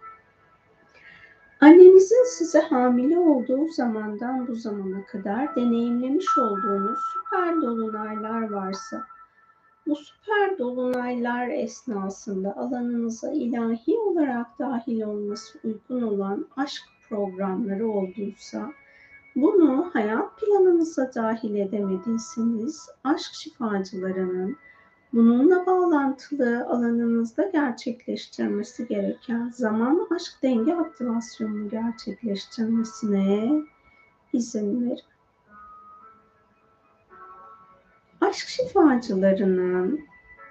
Annenizin size hamile olduğu zamandan bu zamana kadar deneyimlemiş olduğunuz süper dolunaylar varsa, bu süper dolunaylar esnasında alanınıza ilahi olarak dahil olması uygun olan aşk programları olduysa, bunu hayat planınıza dahil edemediyseniz, aşk şifacılarının bununla bağlantılı alanınızda gerçekleştirmesi gereken zaman aşk denge aktivasyonunu gerçekleştirmesine izin verin. Aşk şifacılarının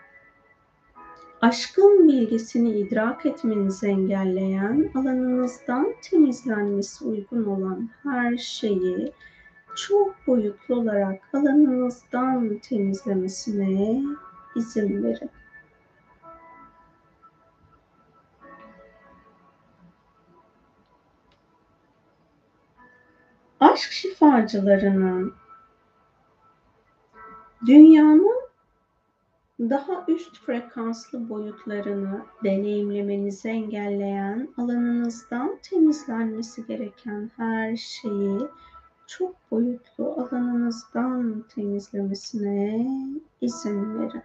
aşkın bilgisini idrak etmenizi engelleyen, alanınızdan temizlenmesi uygun olan her şeyi çok boyutlu olarak alanınızdan temizlemesine izin verin. Aşk şifacılarının dünyanın daha üst frekanslı boyutlarını deneyimlemenizi engelleyen, alanınızdan temizlenmesi gereken her şeyi çok boyutlu alanınızdan temizlemesine izin verin.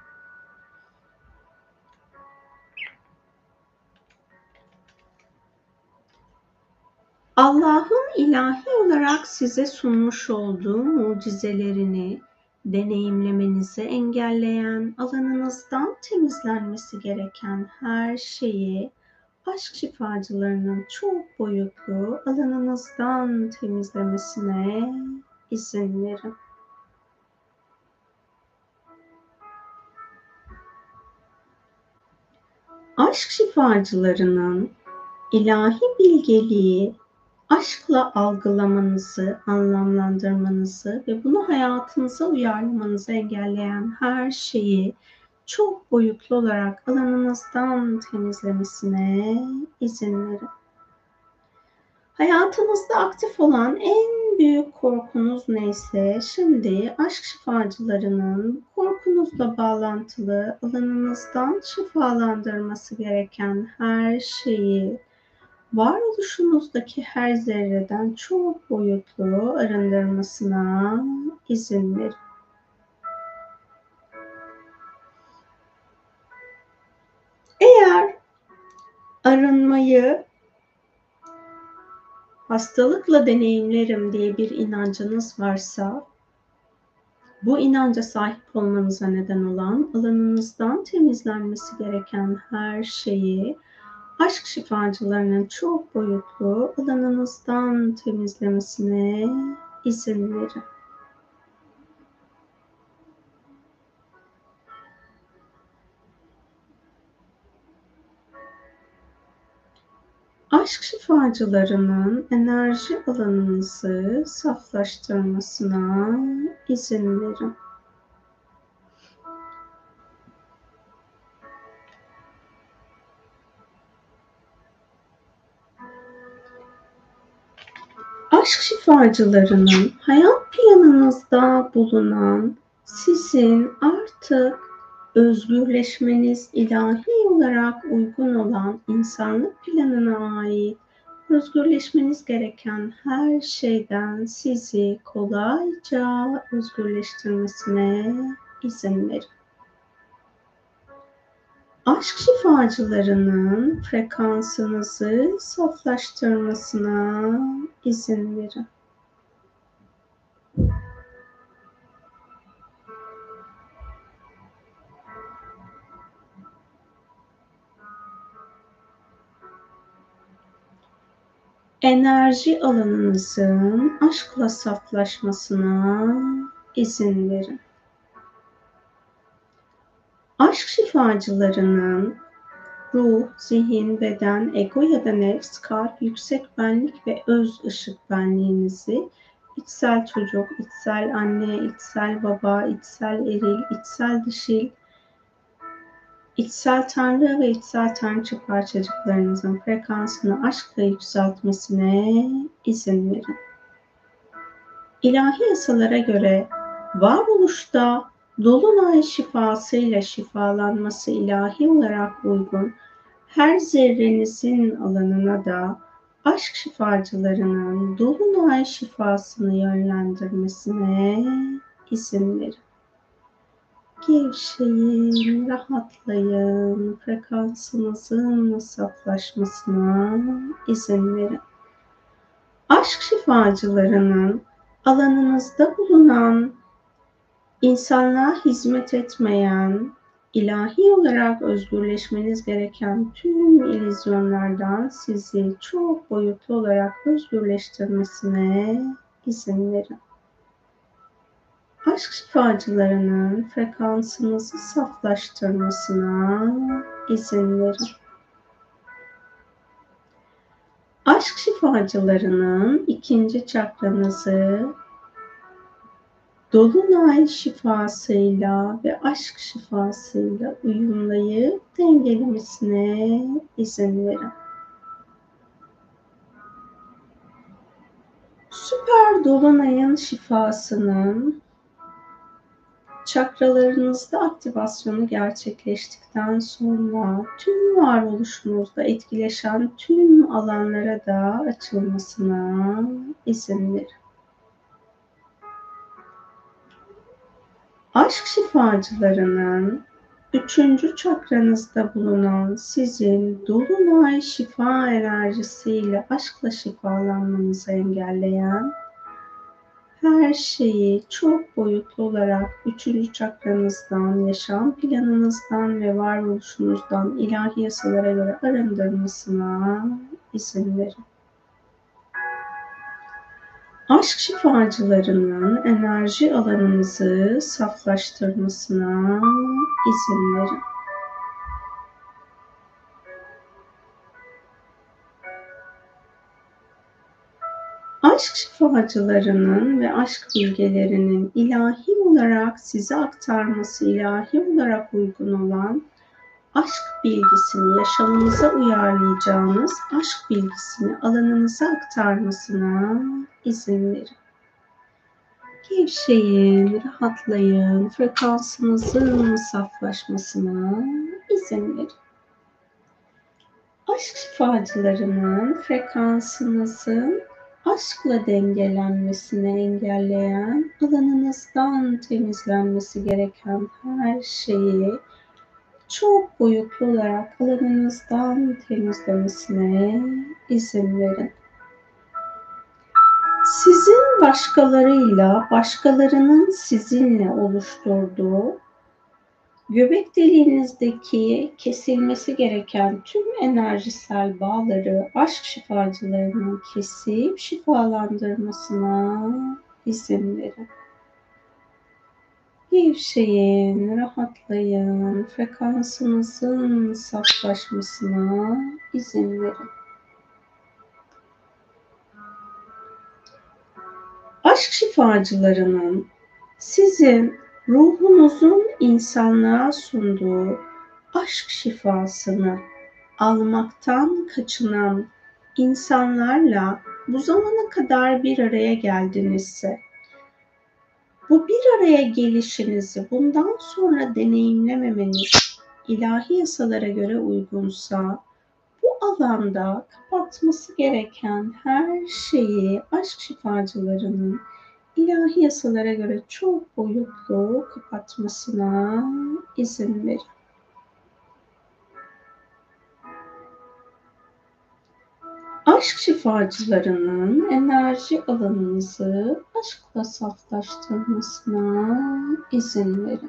Allah'ın ilahi olarak size sunmuş olduğu mucizelerini deneyimlemenizi engelleyen, alanınızdan temizlenmesi gereken her şeyi aşk şifacılarının çok boyutlu alanınızdan temizlemesine izin verin. Aşk şifacılarının ilahi bilgeliği aşkla algılamanızı, anlamlandırmanızı ve bunu hayatınıza uyarlamanızı engelleyen her şeyi çok boyutlu olarak alanınızdan temizlemesine izin verin. Hayatınızda aktif olan en büyük korkunuz neyse, şimdi aşk şifacılarının korkunuzla bağlantılı alanınızdan şifalandırması gereken her şeyi varoluşunuzdaki her zerreden çok boyutlu arındırmasına izin verin. Eğer arınmayı hastalıkla deneyimlerim diye bir inancınız varsa, bu inanca sahip olmanıza neden olan, alanınızdan temizlenmesi gereken her şeyi aşk şifacılarının çok boyutlu alanınızdan temizlemesine izin verin. Aşk şifacılarının enerji alanınızı saflaştırmasına izin verin. Aşk şifacılarının hayat planınızda bulunan, sizin artık özgürleşmeniz ilahi olarak uygun olan insanlık planına ait özgürleşmeniz gereken her şeyden sizi kolayca özgürleştirmesine izin verin. Aşk şifacılarının frekansınızı saflaştırmasına izin verin. Enerji alanınızın aşkla saflaşmasına izin verin. Aşk şifacılarının ruh, zihin, beden, ego ya da nefs, kalp, yüksek benlik ve öz ışık benliğinizi içsel çocuk, içsel anne, içsel baba, içsel eril, içsel dişil, içsel tanrı ve içsel tanrıçı parçacıklarınızın frekansını aşkla yükseltmesine izin verin. İlahi yasalara göre varoluşta dolunay şifasıyla şifalanması ilahi olarak uygun her zerrenizin alanına da aşk şifacılarının dolunay şifasını yönlendirmesine izin verin. Gevşeyin, rahatlayın, frekansınızın saflaşmasına izin verin. Aşk şifacılarının alanınızda bulunan, insanlığa hizmet etmeyen, ilahi olarak özgürleşmeniz gereken tüm illüzyonlardan sizi çok boyutlu olarak özgürleştirmesine izin verin. Aşk şifacılarının frekansınızı saflaştırmasına izin verin. Aşk şifacılarının ikinci çakranızı dolunay şifasıyla ve aşk şifasıyla uyumlayıp dengelemesine izin verin. Süper dolunayın şifasının çakralarınızda aktivasyonu gerçekleştikten sonra tüm varoluşunuzda etkileşen tüm alanlara da açılmasına izin verin. Aşk şifacılarının üçüncü çakranızda bulunan sizin dolunay şifa enerjisiyle aşkla şifalanmanızı engelleyen her şeyi çok boyutlu olarak üçüncü çakranızdan, yaşam planınızdan ve varoluşunuzdan ilahi yasalara göre arındırmasına izin verin. Aşk şifacılarının enerji alanınızı saflaştırmasına izin verin. Aşk şifacılarının ve aşk bilgelerinin ilahi olarak size aktarması ilahi olarak uygun olan aşk bilgisini yaşamınıza uyarlayacağınız aşk bilgisini alanınıza aktarmasına izin verin. Gevşeyin, rahatlayın, frekansınızın saflaşmasına izin verin. Aşk şifacılarının frekansınızın aşkla dengelenmesini engelleyen, alanınızdan temizlenmesi gereken her şeyi çok boyutlu olarak alanınızdan temizlemesine izin verin. Sizin başkalarıyla, başkalarının sizinle oluşturduğu, göbek deliğinizdeki kesilmesi gereken tüm enerjisel bağları aşk şifacılarının kesip şifalandırmasına izin verin. Gevşeyin, rahatlayın, frekansınızın saflaşmasına izin verin. Aşk şifacılarının sizin ruhunuzun insanlığa sunduğu aşk şifasını almaktan kaçınan insanlarla bu zamana kadar bir araya geldinizse, bu bir araya gelişinizi bundan sonra deneyimlememeniz ilahi yasalara göre uygunsa, bu alanda kapatması gereken her şeyi aşk şifacılarının ilahi yasalara göre çok boyutlu kapatmasına izin verin. Aşk şifacılarının enerji alanınızı aşkla saflaştırmasına izin verin.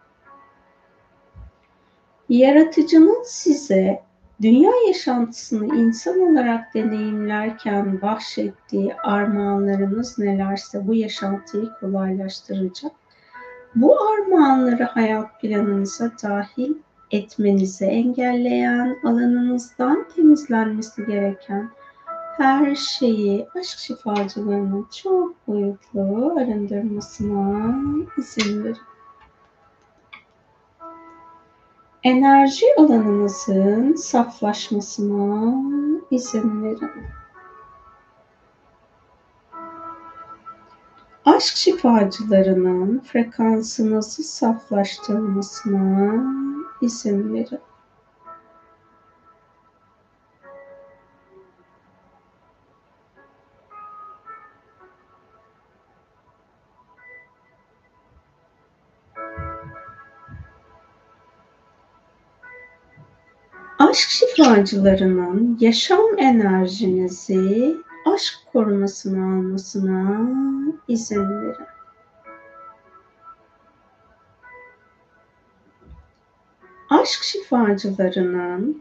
Yaratıcının size dünya yaşantısını insan olarak deneyimlerken bahşettiği armağanlarınız nelerse bu yaşantıyı kolaylaştıracak. Bu armağanları hayat planınıza dahil etmenizi engelleyen, alanınızdan temizlenmesi gereken her şeyi aşk şifacılarının çok boyutlu arındırmasına izin verin. Enerji alanınızın saflaşmasına izin verin. Aşk şifacılarının frekansınızı saflaştırmasına izin verin. Aşk şifacılarının yaşam enerjinizi aşk korumasına almasına izin verin. Aşk şifacılarının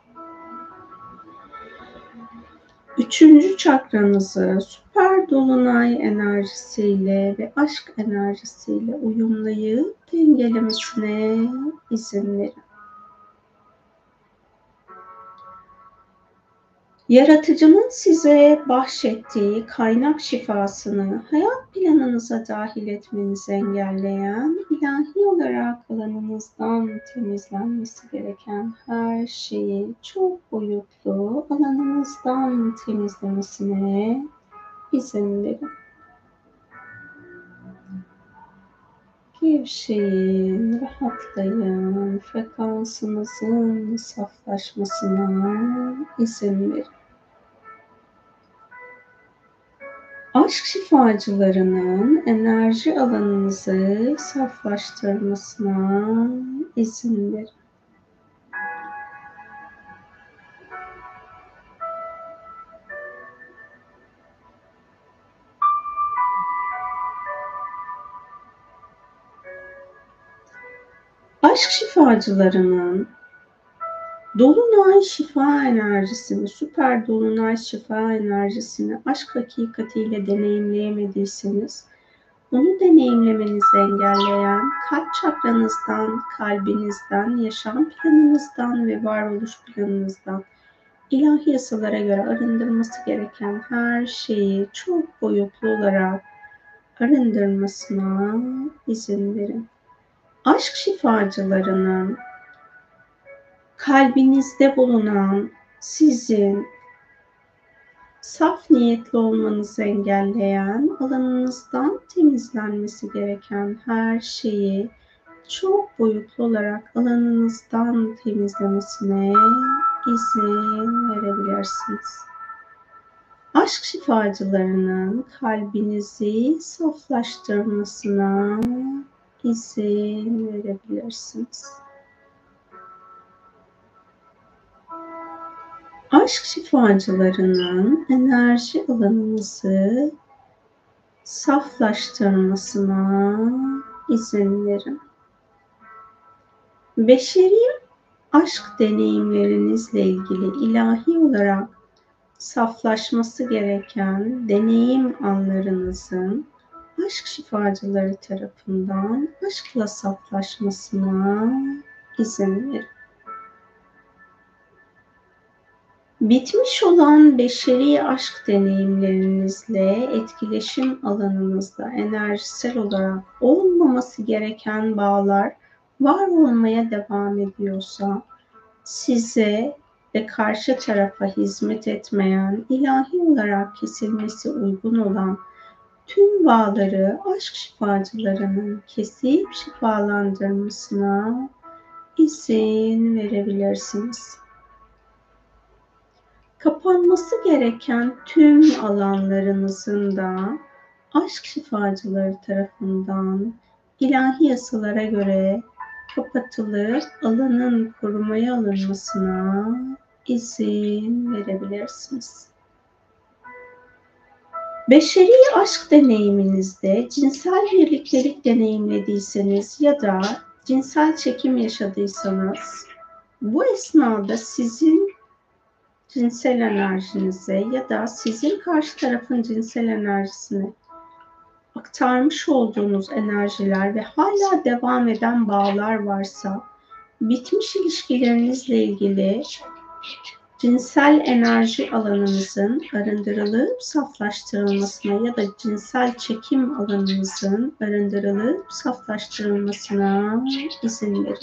üçüncü çakranızı süper dolunay enerjisiyle ve aşk enerjisiyle uyumlayıp dengelemesine izin verin. Yaratıcının size bahşettiği kaynak şifasını hayat planınıza dahil etmenizi engelleyen, ilahi olarak alanınızdan temizlenmesi gereken her şeyi çok boyutlu alanınızdan temizlemesine izin verin. Gevşeyin, rahatlayın, frekansınızın saflaşmasına izin verin. Aşk şifacılarının enerji alanınızı saflaştırmasına izin verin. Aşk şifacılarının dolunay şifa enerjisini, süper dolunay şifa enerjisini aşk hakikatiyle deneyimleyemediyseniz, bunu deneyimlemenizi engelleyen kalp çakranızdan, kalbinizden, yaşam planınızdan ve varoluş planınızdan ilahi yasalara göre arındırması gereken her şeyi çok boyutlu olarak arındırmasına izin verin. Aşk şifacılarının kalbinizde bulunan sizin saf niyetli olmanızı engelleyen, alanınızdan temizlenmesi gereken her şeyi çok boyutlu olarak alanınızdan temizlemesine izin verebilirsiniz. Aşk şifacılarının kalbinizi saflaştırmasına izin verebilirsiniz. Aşk şifacılarının enerji alanınızı saflaştırmasına izin verin. Beşeri aşk deneyimlerinizle ilgili ilahi olarak saflaşması gereken deneyim anlarınızın aşk şifacıları tarafından aşkla saflaşmasına izin verin. Bitmiş olan beşeri aşk deneyimlerinizle etkileşim alanınızda enerjisel olarak olmaması gereken bağlar var olmaya devam ediyorsa, size ve karşı tarafa hizmet etmeyen, ilahi olarak kesilmesi uygun olan tüm bağları aşk şifacılarının kesip şifalandırmasına izin verebilirsiniz. Kapanması gereken tüm alanlarınızın da aşk şifacıları tarafından ilahi yasalara göre kapatılıp alanın korumaya alınmasına izin verebilirsiniz. Beşeri aşk deneyiminizde cinsel birliktelik deneyimlediyseniz ya da cinsel çekim yaşadıysanız, bu esnada sizin cinsel enerjinize ya da sizin karşı tarafın cinsel enerjisine aktarmış olduğunuz enerjiler ve hala devam eden bağlar varsa, bitmiş ilişkilerinizle ilgili cinsel enerji alanınızın arındırılıp saflaştırılmasına ya da cinsel çekim alanınızın arındırılıp saflaştırılmasına izin verin.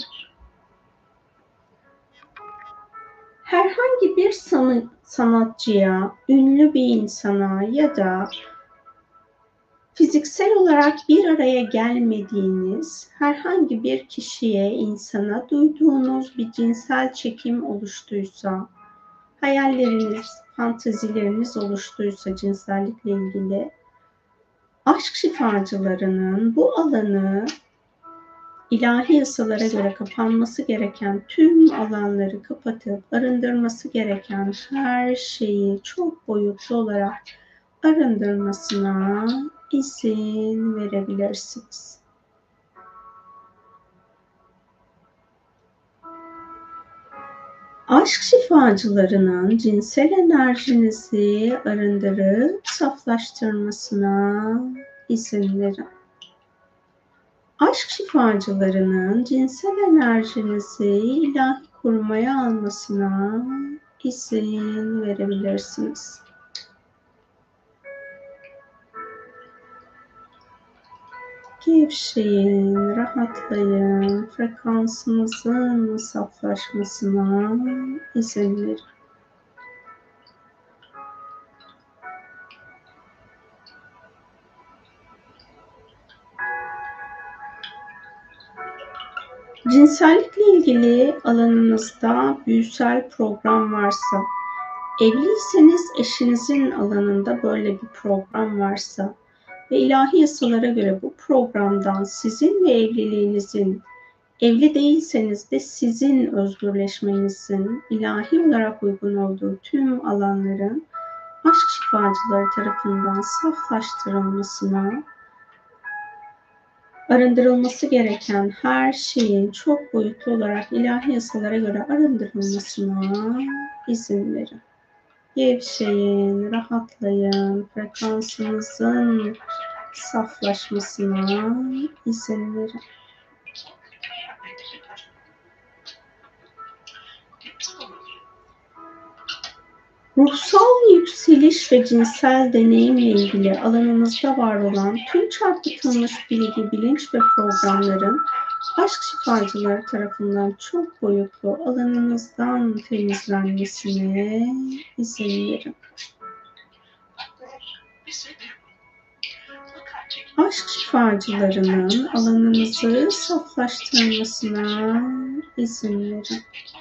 Herhangi bir sanatçıya, ünlü bir insana ya da fiziksel olarak bir araya gelmediğiniz herhangi bir kişiye, insana duyduğunuz bir cinsel çekim oluştuysa, hayalleriniz, fantezileriniz oluştuysa cinsellikle ilgili, aşk şifacılarının bu alanı ilahi yasalara göre kapanması gereken tüm alanları kapatıp arındırması gereken her şeyi çok boyutlu olarak arındırmasına izin verebilirsiniz. Aşk şifacılarının cinsel enerjinizi arındırıp saflaştırmasına izin verin. Aşk şifacılarının cinsel enerjinizi ilahi korumaya almasına izin verebilirsiniz. Gevşeyin, rahatlayın, frekansınızın saflaşmasına izin verin. Cinsellikle ilgili alanınızda büyüsel program varsa, evliyseniz eşinizin alanında böyle bir program varsa ve ilahi yasalara göre bu programdan sizin ve evliliğinizin, evli değilseniz de sizin özgürleşmenizin ilahi olarak uygun olduğu tüm alanların aşk şifacıları tarafından saflaştırılmasına, arındırılması gereken her şeyin çok boyutlu olarak ilahi yasalara göre arındırılmasına izin verin. Gevşeyin, rahatlayın, frekansınızın saflaşmasına izin verin. Ruhsal yükseliş ve cinsel deneyimle ilgili alanınızda var olan tüm çarpıtılmış bilgi, bilinç ve programların aşk şifacıları tarafından çok boyutlu alanınızdan temizlenmesine izin verin. Aşk şifacılarının alanınızı saflaştırmasına izin verin.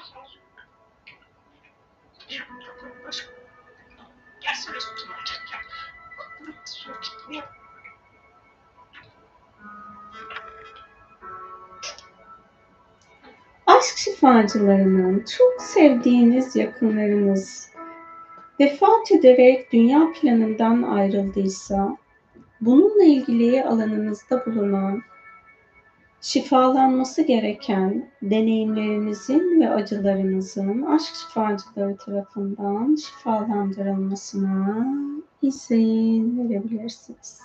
Aşk şifacılarının çok sevdiğiniz yakınlarınız vefat ederek dünya planından ayrıldıysa Bununla ilgili alanınızda bulunan, şifalanması gereken deneyimlerinizin ve acılarınızın aşk şifacıları tarafından şifalandırılmasına izin verebilirsiniz.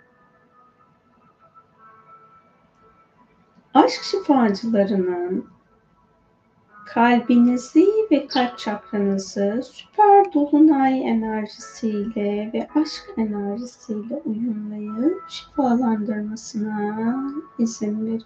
Aşk şifacılarının kalbinizi ve kalp çakranızı süper dolunay enerjisiyle ve aşk enerjisiyle uyumlayıp şifalandırmasına izin verin.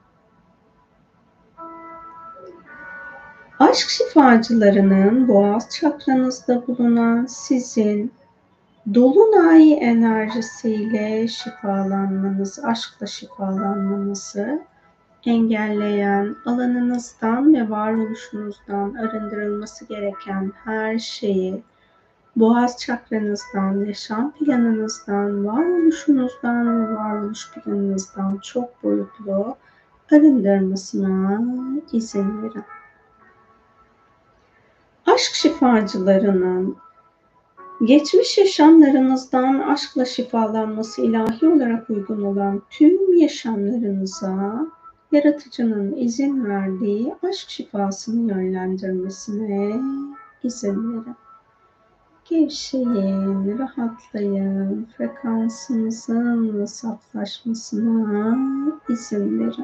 Aşk şifacılarının boğaz çakranızda bulunan sizin dolunay enerjisiyle şifalanmanız, aşkla şifalanmanızı engelleyen, alanınızdan ve varoluşunuzdan arındırılması gereken her şeyi boğaz çakranızdan, yaşam planınızdan, varoluşunuzdan ve varoluş planınızdan çok boyutlu arındırmasına izin verin. Aşk şifacılarının geçmiş yaşamlarınızdan aşkla şifalanması ilahi olarak uygun olan tüm yaşamlarınıza yaratıcının izin verdiği aşk şifasını yönlendirmesine izin verin. Gevşeyin, rahatlayın, frekansınızın saflaşmasına izin verin.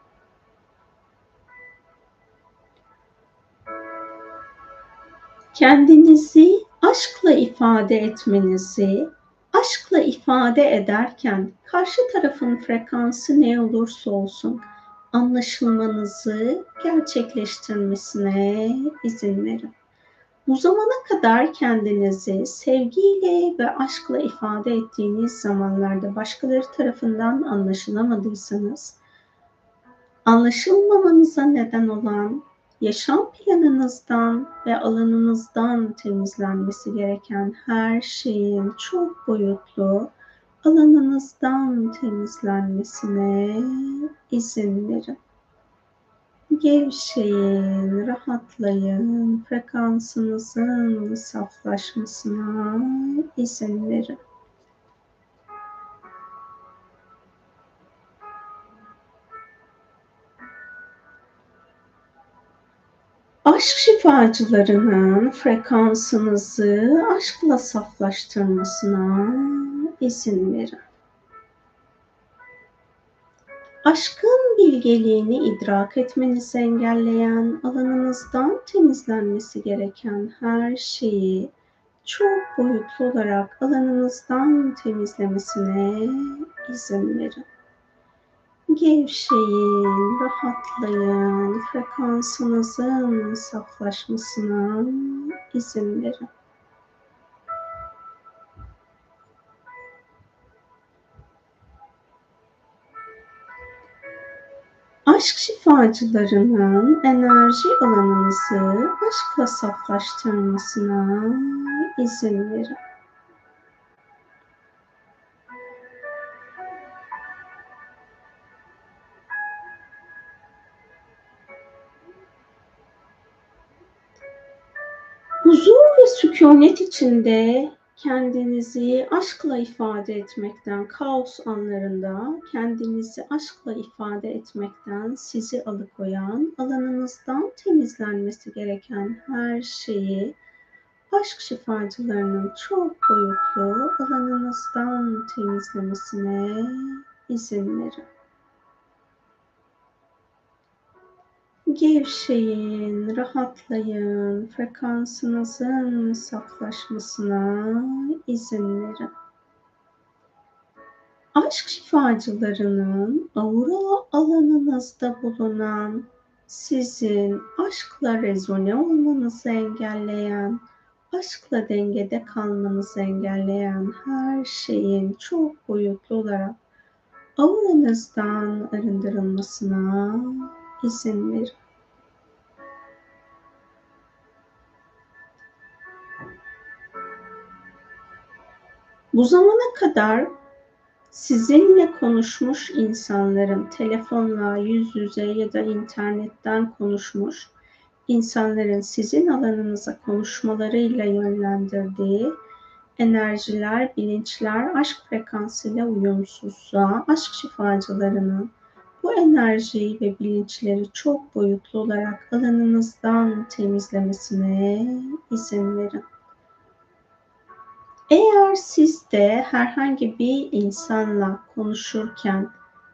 Kendinizi aşkla ifade etmenizi, aşkla ifade ederken karşı tarafın frekansı ne olursa olsun anlaşılmanızı gerçekleştirmesine izin verin. Bu zamana kadar kendinizi sevgiyle ve aşkla ifade ettiğiniz zamanlarda başkaları tarafından anlaşılamadıysanız, anlaşılmamanıza neden olan yaşam planınızdan ve alanınızdan temizlenmesi gereken her şeyin çok boyutlu alanınızdan temizlenmesine izin verin. Gevşeyin, rahatlayın, frekansınızın saflaşmasına izin verin. Aşk şifacılarının frekansınızı aşkla saflaştırmasına izin verin. Aşkın bilgeliğini idrak etmenizi engelleyen, alanınızdan temizlenmesi gereken her şeyi çok boyutlu olarak alanınızdan temizlemesine izin verin. Gevşeyin, rahatlayın, frekansınızın saflaşmasına izin verin. Aşk şifacılarının enerji alanınızı aşkla saflaştırmasına izin verin. Huzur ve sükunet içinde kendinizi aşkla ifade etmekten, kaos anlarında kendinizi aşkla ifade etmekten sizi alıkoyan, alanınızdan temizlenmesi gereken her şeyi aşk şifacılarının çok boyutlu alanınızdan temizlemesine izin verin. Gevşeyin, rahatlayın, frekansınızın saflaşmasına izin verin. Aşk şifacılarının aura alanınızda bulunan, sizin aşkla rezone olmanızı engelleyen, aşkla dengede kalmanızı engelleyen her şeyin çok boyutlu olarak auranızdan arındırılmasına izin verin. Bu zamana kadar sizinle konuşmuş insanların telefonla, yüz yüze ya da internetten konuşmuş insanların sizin alanınıza konuşmalarıyla yönlendirdiği enerjiler, bilinçler aşk frekansıyla uyumsuzsa aşk şifacılarının bu enerjiyi ve bilinçleri çok boyutlu olarak alanınızdan temizlemesine izin verin. Eğer siz de herhangi bir insanla konuşurken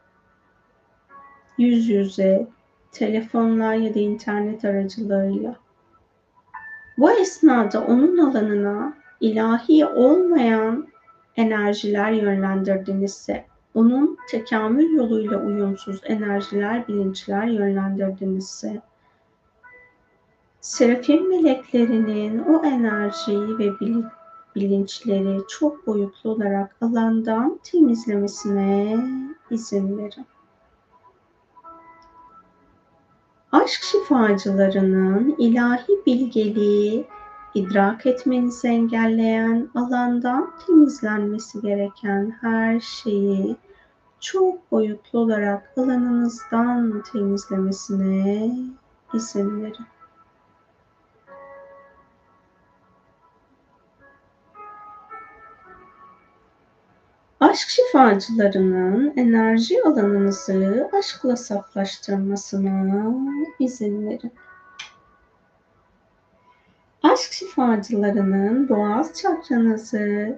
yüz yüze, telefonla ya da internet aracılığıyla bu esnada onun alanına ilahi olmayan enerjiler yönlendirdinizse, onun tekamül yoluyla uyumsuz enerjiler, bilinçler yönlendirdinizse, serafim meleklerinin o enerjiyi ve bilinçleri çok boyutlu olarak alandan temizlemesine izin verin. Aşk şifacılarının ilahi bilgeliği idrak etmenizi engelleyen, alandan temizlenmesi gereken her şeyi çok boyutlu olarak alanınızdan temizlemesine izin verin. Aşk şifacılarının enerji alanınızı aşkla saflaştırmasına izin verin. Aşk şifacılarının boğaz çakranızı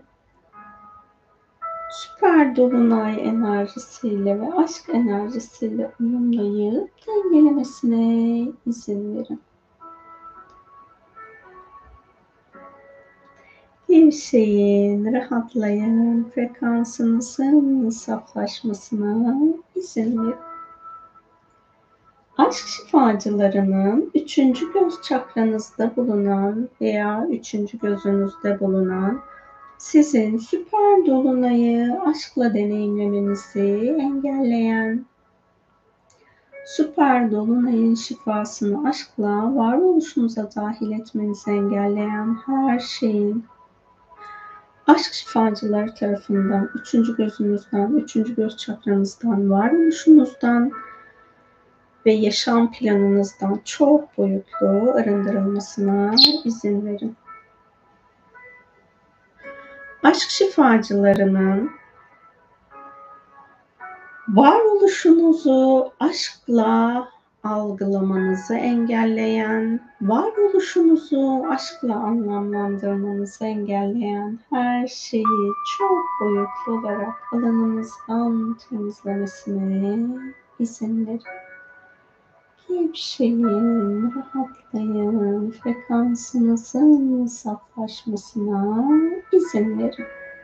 süper dolunay enerjisiyle ve aşk enerjisiyle uyumlayıp dengelemesine izin verin. Gevşeyin, rahatlayın, frekansınızın saflaşmasına izin verin. Aşk şifacılarının üçüncü göz çakranızda bulunan veya üçüncü gözünüzde bulunan sizin süper dolunayı aşkla deneyimlemenizi engelleyen, süper dolunayın şifasını aşkla varoluşunuza dahil etmenizi engelleyen her şeyin aşk şifacıları tarafından üçüncü gözünüzden, üçüncü göz çakranızdan, varoluşunuzdan ve yaşam planınızdan çok boyutlu arındırılmasına izin verin. Aşk şifacılarının varoluşunuzu aşkla algılamanızı engelleyen, varoluşunuzu aşkla anlamlandırmanızı engelleyen her şeyi çok boyutlu olarak alanınızdan temizlemesine izin verin. Gevşeyin, rahatlayın, frekansınızın saflaşmasına izin verin.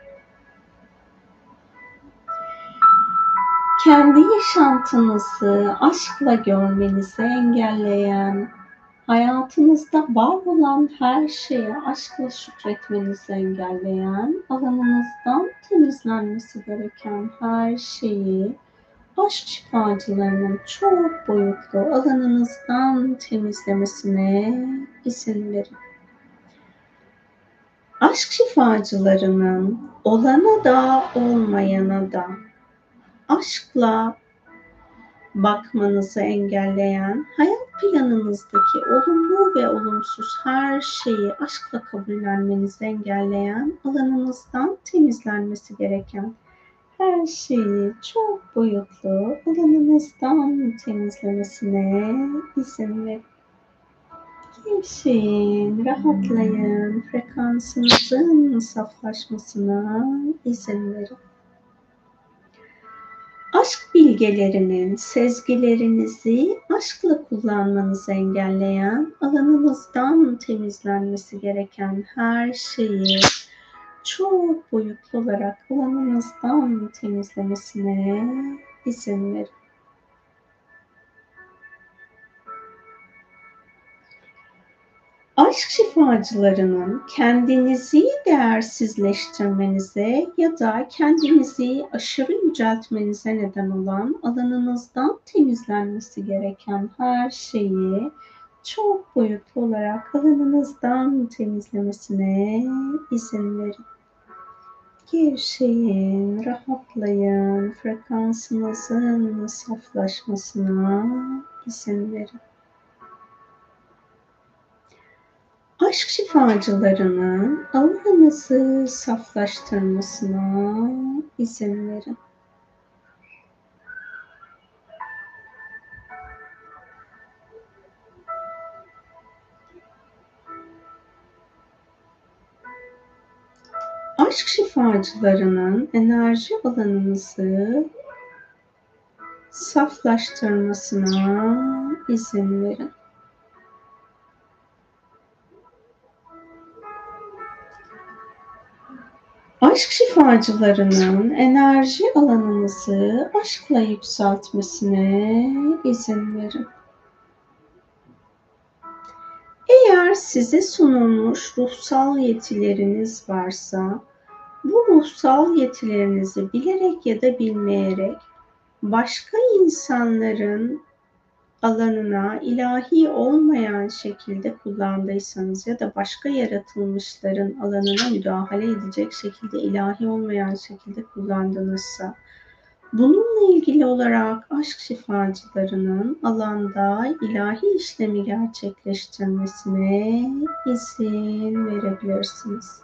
Kendi yaşantınızı aşkla görmenizi engelleyen, hayatınızda var olan her şeye aşkla şükretmenizi engelleyen, alanınızdan temizlenmesi gereken her şeyi aşk şifacılarının çok boyutlu alanınızdan temizlemesine izin verin. Aşk şifacılarının olana da olmayana da aşkla bakmanızı engelleyen, hayat planınızdaki olumlu ve olumsuz her şeyi aşkla kabullenmenizi engelleyen, alanınızdan temizlenmesi gereken her şeyi çok boyutlu alanınızdan temizlemesine izin verin. Gevşeyin, rahatlayın, frekansınızın saflaşmasına izin verin. Aşk bilgelerinin sezgilerinizi aşkla kullanmanızı engelleyen, alanınızdan temizlenmesi gereken her şeyi çok boyutlu olarak alanınızdan temizlemesine izin verin. Aşk şifacılarının kendinizi değersizleştirmenize ya da kendinizi aşırı yüceltmenize neden olan, alanınızdan temizlenmesi gereken her şeyi çok boyutlu olarak alanınızdan temizlemesine izin verin. Gevşeyin, rahatlayın, frekansınızın saflaşmasına izin verin. Aşk şifacılarının auranızı saflaştırmasına izin verin. Aşk şifacılarının enerji alanınızı saflaştırmasına izin verin. Aşk şifacılarının enerji alanınızı aşkla yükseltmesine izin verin. Eğer size sunulmuş ruhsal yetileriniz varsa, bu ruhsal yetilerinizi bilerek ya da bilmeyerek başka insanların alanına ilahi olmayan şekilde kullandıysanız ya da başka yaratılmışların alanına müdahale edecek şekilde ilahi olmayan şekilde kullandınızsa, bununla ilgili olarak aşk şifacılarının alanda ilahi işlemi gerçekleştirmesine izin verebilirsiniz.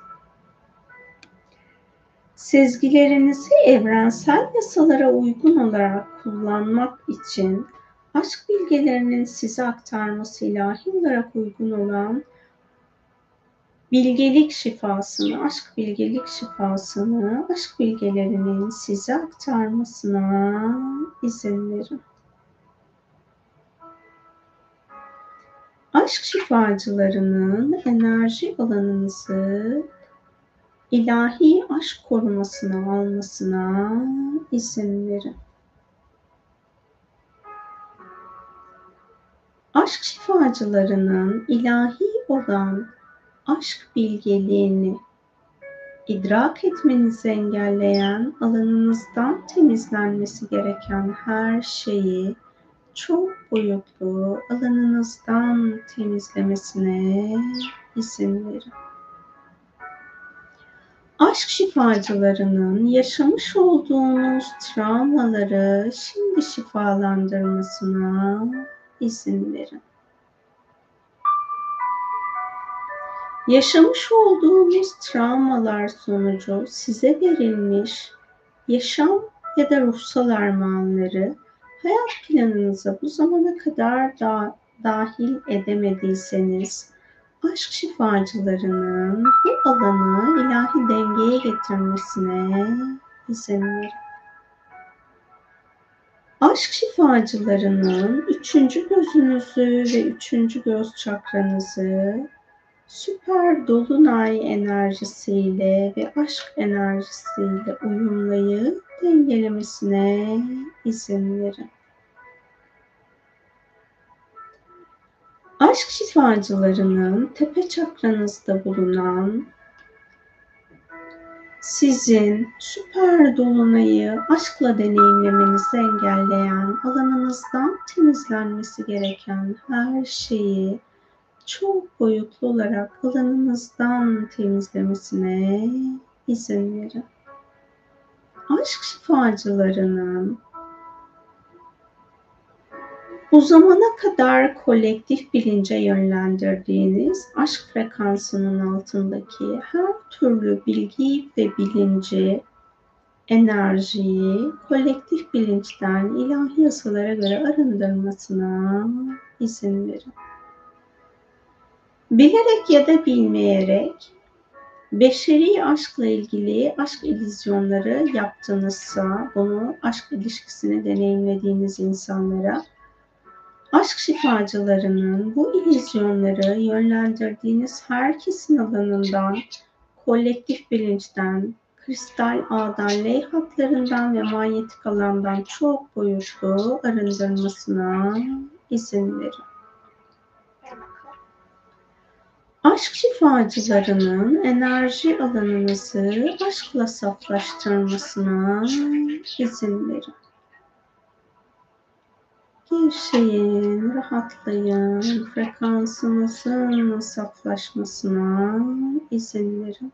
Sezgilerinizi evrensel yasalara uygun olarak kullanmak için aşk bilgelerinin size aktarması ilahi olarak uygun olan bilgelik şifasını, aşk bilgelik şifasını, aşk bilgelerinin size aktarmasına izin verin. Aşk şifacılarının enerji alanınızı ilahi aşk korumasına almasına izin verin. Aşk şifacılarının ilahi olan aşk bilgeliğini idrak etmenizi engelleyen, alanınızdan temizlenmesi gereken her şeyi çok boyutlu alanınızdan temizlemesine izin verin. Aşk şifacılarının yaşamış olduğunuz travmaları şimdi şifalandırmasına izin verin. Yaşamış olduğunuz travmalar sonucu size verilmiş yaşam ya da ruhsal armağanları hayat planınıza bu zamana kadar da dahil edemediyseniz, aşk şifacılarının bu alanı ilahi dengeye getirmesine izin verin. Aşk şifacılarının üçüncü gözünüzü ve üçüncü göz çakranızı süper dolunay enerjisiyle ve aşk enerjisiyle uyumlayıp dengelemesine izin verin. Aşk şifacılarının tepe çakranızda bulunan, sizin süper dolunayı aşkla deneyimlemenizi engelleyen, alanınızdan temizlenmesi gereken her şeyi çok boyutlu olarak alanınızdan temizlemesine izin verin. Aşk şifacılarının bu zamana kadar kolektif bilince yönlendirdiğiniz aşk frekansının altındaki her türlü bilgi ve bilinci, enerjiyi kolektif bilinçten ilahi yasalara göre arındırmasına izin verin. Bilerek ya da bilmeyerek beşeri aşkla ilgili aşk illüzyonları yaptığınızsa, bunu aşk ilişkisini deneyimlediğiniz insanlara, aşk şifacılarının bu illüzyonları yönlendirdiğiniz herkesin alanından, kolektif bilinçten, kristal ağdan, ley hatlarından ve manyetik alandan çok boyutlu arındırmasına izin verin. Aşk şifacılarının enerji alanınızı aşkla saflaştırmasına izin verin. Gevşeyin, rahatlayın, frekansınızın saflaşmasına izin verin.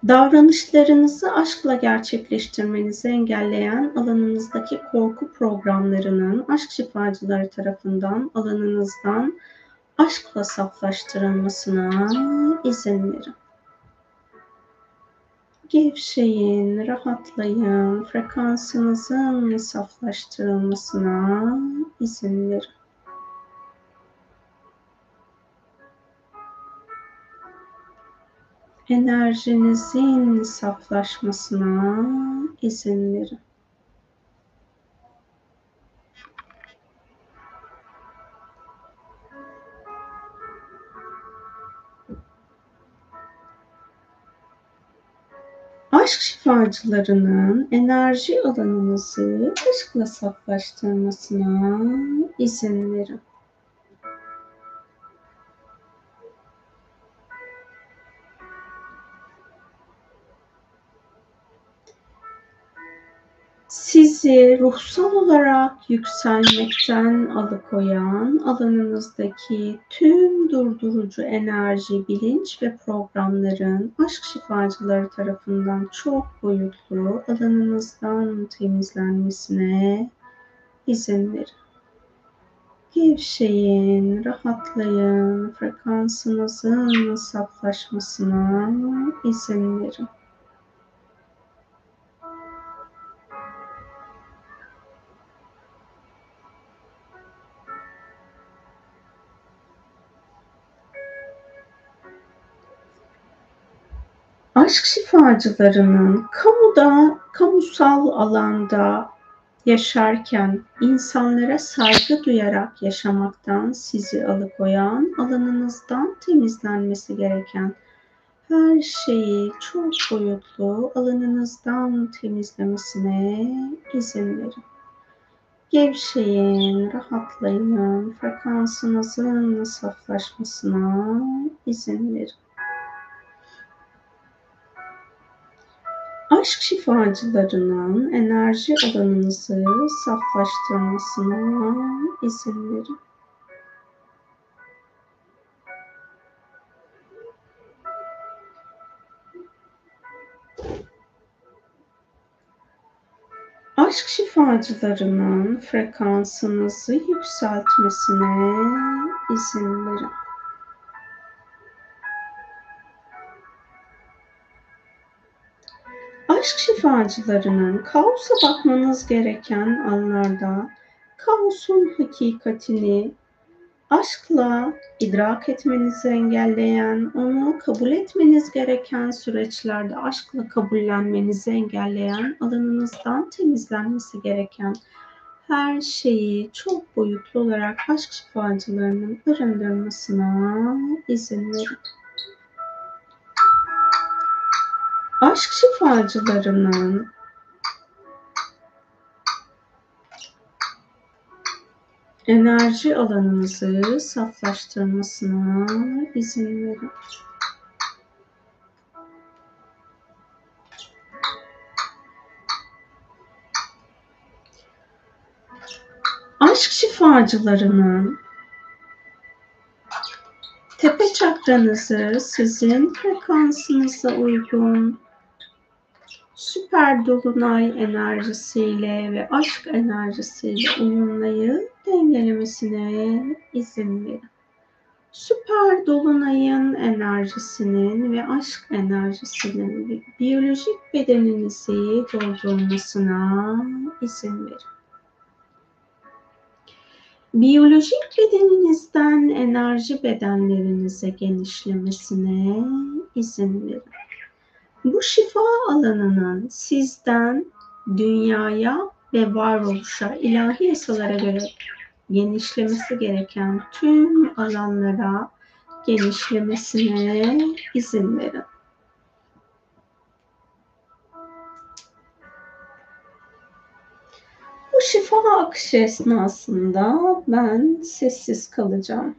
Davranışlarınızı aşkla gerçekleştirmenizi engelleyen alanınızdaki korku programlarının aşk şifacıları tarafından alanınızdan aşkla saflaştırılmasına izin verin. Gevşeyin, rahatlayın, frekansınızın saflaştırılmasına izin verin. Enerjinizin saflaşmasına izin verin. Aşk şifacılarının enerji alanınızı aşkla saflaştırmasına izin verin. Sizi ruhsal olarak yükselmekten alıkoyan alanınızdaki tüm durdurucu enerji, bilinç ve programların aşk şifacıları tarafından çok boyutlu alanınızdan temizlenmesine izin verin. Gevşeyin, rahatlayın, frekansınızın saflaşmasına izin verin. Aşk şifacılarının kamuda, kamusal alanda yaşarken insanlara saygı duyarak yaşamaktan sizi alıkoyan, alanınızdan temizlenmesi gereken her şeyi çok boyutlu alanınızdan temizlemesine izin verin. Gevşeyin, rahatlayın, frekansınızın saflaşmasına izin verin. Aşk şifacılarının enerji alanınızı saflaştırmasına izin verin. Aşk şifacılarının frekansınızı yükseltmesine izin verin. Aşk şifacılarının kaosa bakmanız gereken anlarda kaosun hakikatini aşkla idrak etmenizi engelleyen, onu kabul etmeniz gereken süreçlerde aşkla kabullenmenizi engelleyen, alanınızdan temizlenmesi gereken her şeyi çok boyutlu olarak aşk şifacılarının arındırmasına izin verin. Aşk şifacılarının enerji alanınızı saflaştırmasına izin verin. Aşk şifacılarının tepe çakranızı sizin frekansınıza uygun süper dolunay enerjisiyle ve aşk enerjisiyle uyumlayıp dengelemesine izin verin. Süper dolunayın enerjisinin ve aşk enerjisinin biyolojik bedeninizi doldurmasına izin verin. Biyolojik bedeninizden enerji bedenlerinize genişlemesine izin verin. Bu şifa alanının sizden dünyaya ve varoluşa, ilahi yasalara göre genişlemesi gereken tüm alanlara genişlemesine izin verin. Bu şifa akışı esnasında ben sessiz kalacağım.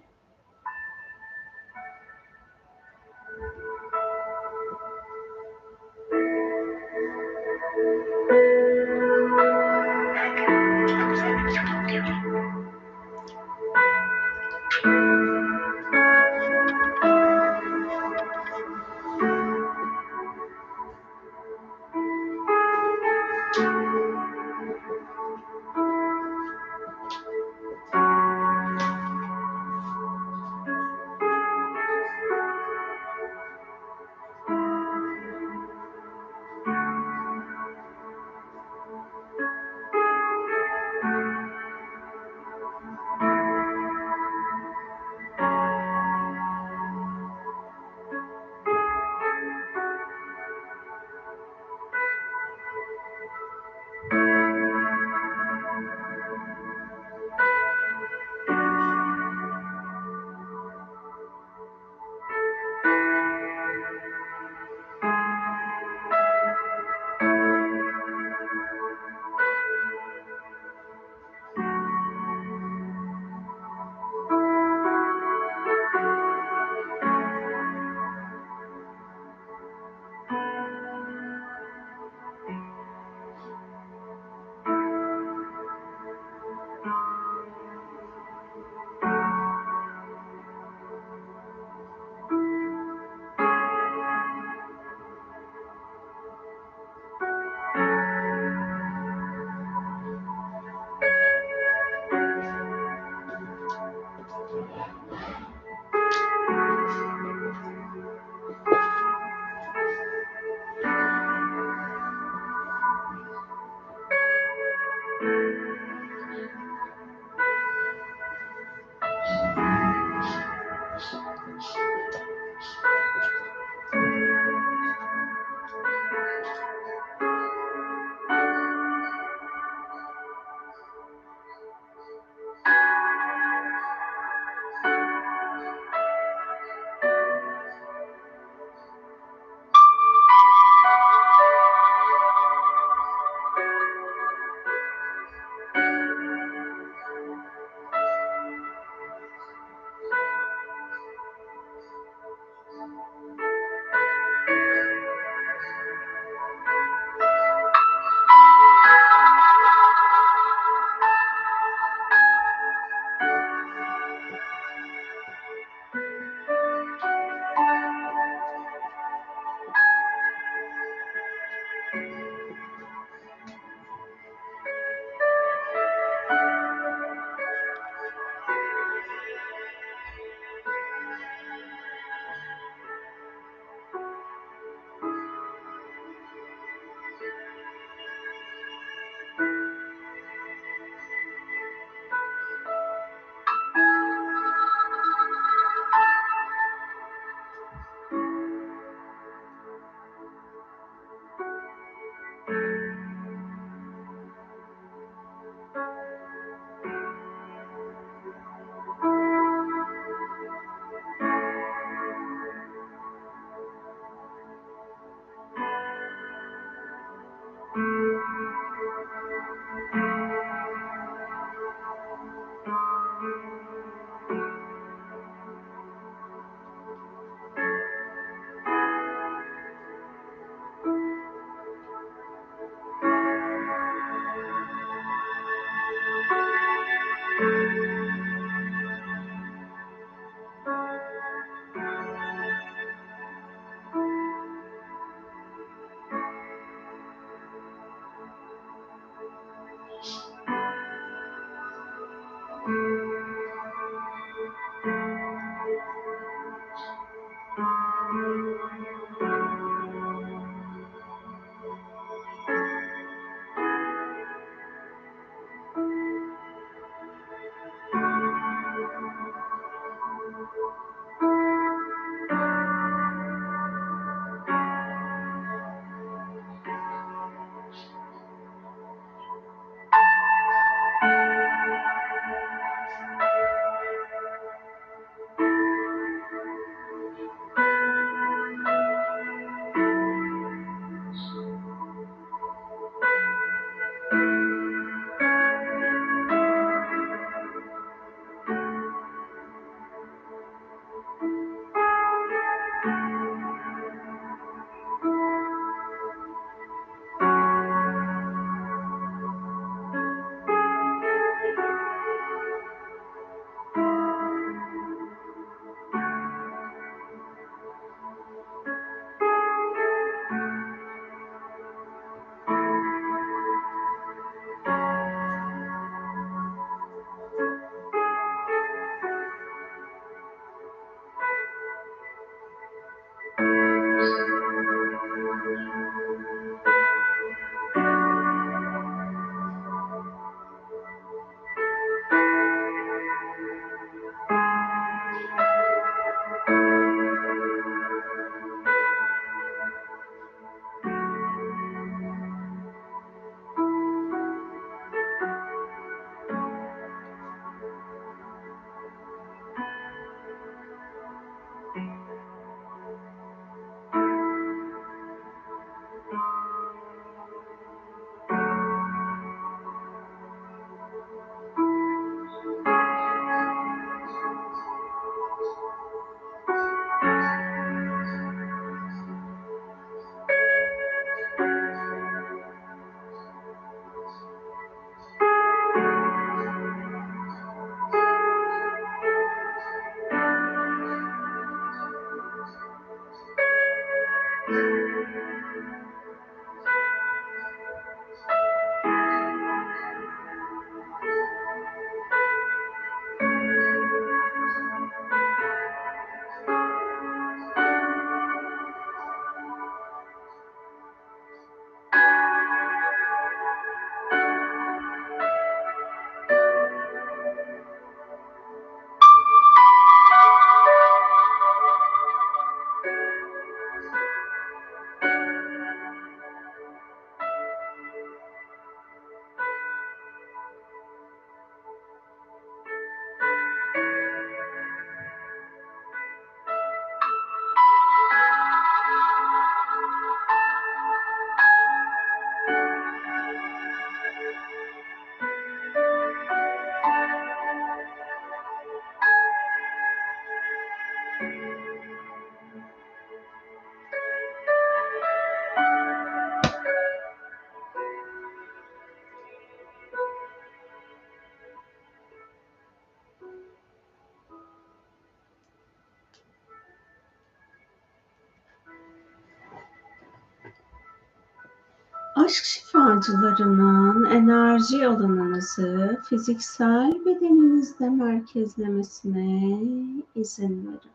Aşk şifacılarının enerji alanınızı fiziksel bedeninizde merkezlemesine izin verin.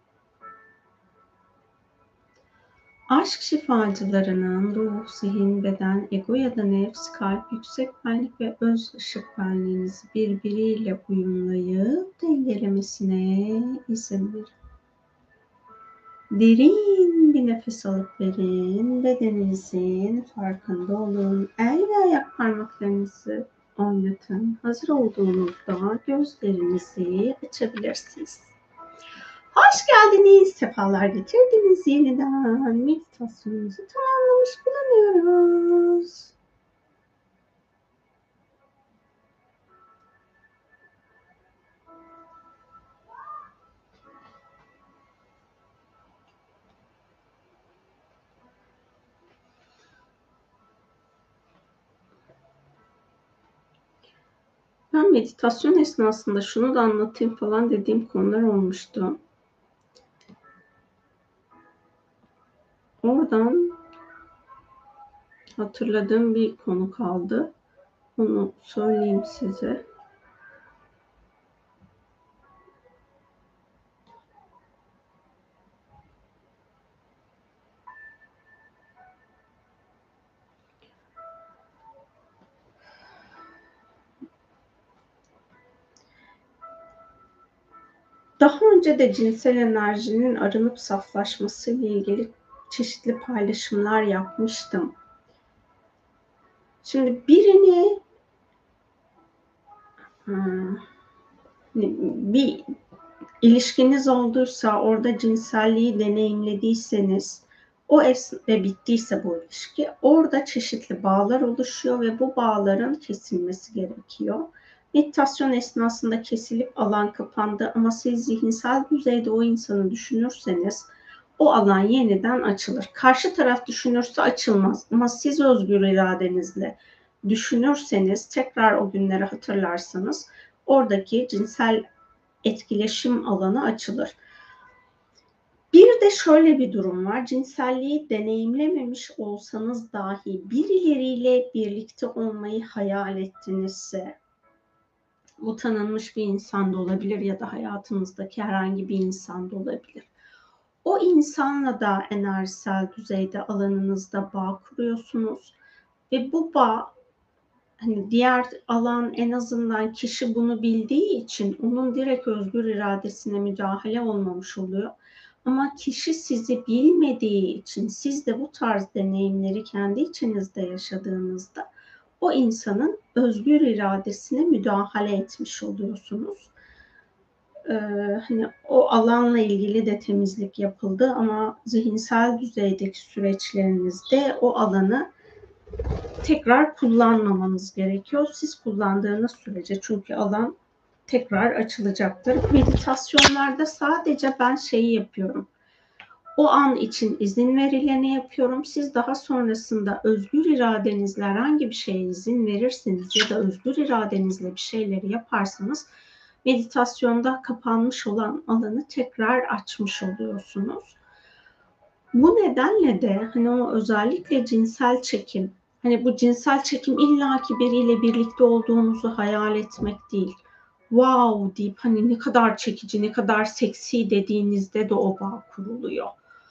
Aşk şifacılarının ruh, zihin, beden, ego ya da nefs, kalp, yüksek benlik ve öz ışık benliğinizi birbiriyle uyumlayıp dengelemesine izin verin. Derin bir nefes alıp verin. Bedeninizin farkında olun. El ve ayak parmaklarınızı oynatın. Hazır olduğunuzda gözlerinizi açabilirsiniz. Hoş geldiniz. Sefalar getirdiniz yeniden. Meditasyonumuzu tamamlamış bulunuyoruz. Ben meditasyon esnasında şunu da anlatayım falan dediğim konular olmuştu. Oradan hatırladığım bir konu kaldı. Onu söyleyeyim size. Daha önce de cinsel enerjinin arınıp saflaşması ile ilgili çeşitli paylaşımlar yapmıştım. Şimdi birini bir ilişkiniz olduysa, orada cinselliği deneyimlediyseniz, o esnada bittiyse bu ilişki, orada çeşitli bağlar oluşuyor ve bu bağların kesilmesi gerekiyor. Meditasyon esnasında kesilip alan kapandı ama siz zihinsel düzeyde o insanı düşünürseniz o alan yeniden açılır. Karşı taraf düşünürse açılmaz ama siz özgür iradenizle düşünürseniz, tekrar o günleri hatırlarsanız oradaki cinsel etkileşim alanı açılır. Bir de şöyle bir durum var. Cinselliği deneyimlememiş olsanız dahi birileriyle birlikte olmayı hayal ettinizse, bu tanınmış bir insan da olabilir ya da hayatınızdaki herhangi bir insan da olabilir. O insanla da enerjisel düzeyde alanınızda bağ kuruyorsunuz ve bu bağ, hani diğer alan, en azından kişi bunu bildiği için onun direkt özgür iradesine müdahale olmamış oluyor. Ama kişi sizi bilmediği için siz de bu tarz deneyimleri kendi içinizde yaşadığınızda o insanın özgür iradesine müdahale etmiş oluyorsunuz. Ee, hani o alanla ilgili de temizlik yapıldı ama zihinsel düzeydeki süreçlerinizde o alanı tekrar kullanmamanız gerekiyor. Siz kullandığınız sürece, çünkü alan tekrar açılacaktır. Meditasyonlarda sadece ben şeyi yapıyorum. O an için izin verileni yapıyorum. Siz daha sonrasında özgür iradenizle herhangi bir şeye izin verirseniz ya da özgür iradenizle bir şeyleri yaparsanız meditasyonda kapanmış olan alanı tekrar açmış oluyorsunuz. Bu nedenle de hani o özellikle cinsel çekim, hani bu cinsel çekim illaki biriyle birlikte olduğunuzu hayal etmek değil. Wow deyip hani ne kadar çekici, ne kadar seksi dediğinizde de o bağ kuruluyor.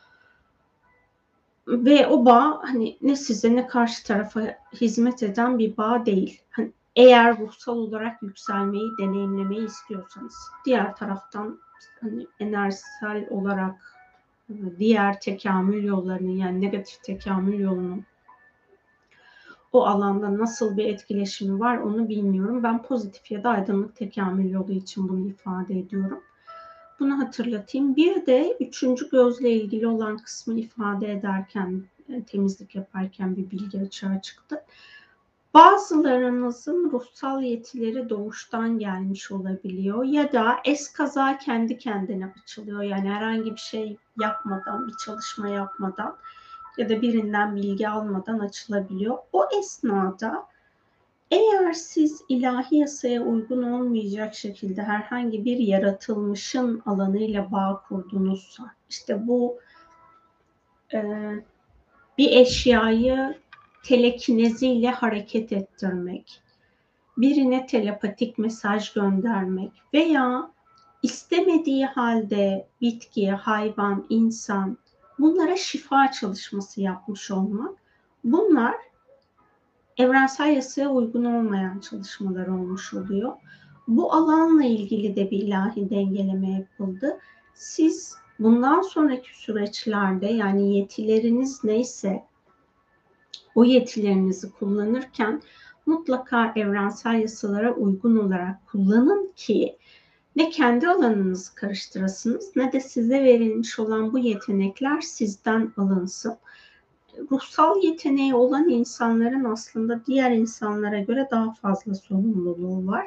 Ve o bağ hani ne size ne karşı tarafa hizmet eden bir bağ değil. Hani eğer ruhsal olarak yükselmeyi, deneyimlemeyi istiyorsanız. Diğer taraftan hani enerjisel olarak diğer tekamül yollarının, yani negatif tekamül yolunun o alanda nasıl bir etkileşimi var onu bilmiyorum. Ben pozitif ya da aydınlık tekamül yolu için bunu ifade ediyorum. Bunu hatırlatayım. Bir de üçüncü gözle ilgili olan kısmı ifade ederken, temizlik yaparken bir bilgi açığa çıktı. Bazılarınızın ruhsal yetileri doğuştan gelmiş olabiliyor ya da eskaza kendi kendine açılıyor. Yani herhangi bir şey yapmadan, bir çalışma yapmadan ya da birinden bilgi almadan açılabiliyor. O esnada eğer siz ilahi yasaya uygun olmayacak şekilde herhangi bir yaratılmışın alanıyla bağ kurdunuzsa, işte bu e, bir eşyayı telekineziyle hareket ettirmek, birine telepatik mesaj göndermek veya istemediği halde bitki, hayvan, insan bunlara şifa çalışması yapmış olmak, bunlar evrensel yasaya uygun olmayan çalışmalar olmuş oluyor. Bu alanla ilgili de bir ilahi dengeleme yapıldı. Siz bundan sonraki süreçlerde, yani yetileriniz neyse o yetilerinizi kullanırken mutlaka evrensel yasalara uygun olarak kullanın ki ne kendi alanınızı karıştırasınız ne de size verilmiş olan bu yetenekler sizden alınsın. Ruhsal yeteneği olan insanların aslında diğer insanlara göre daha fazla sorumluluğu var.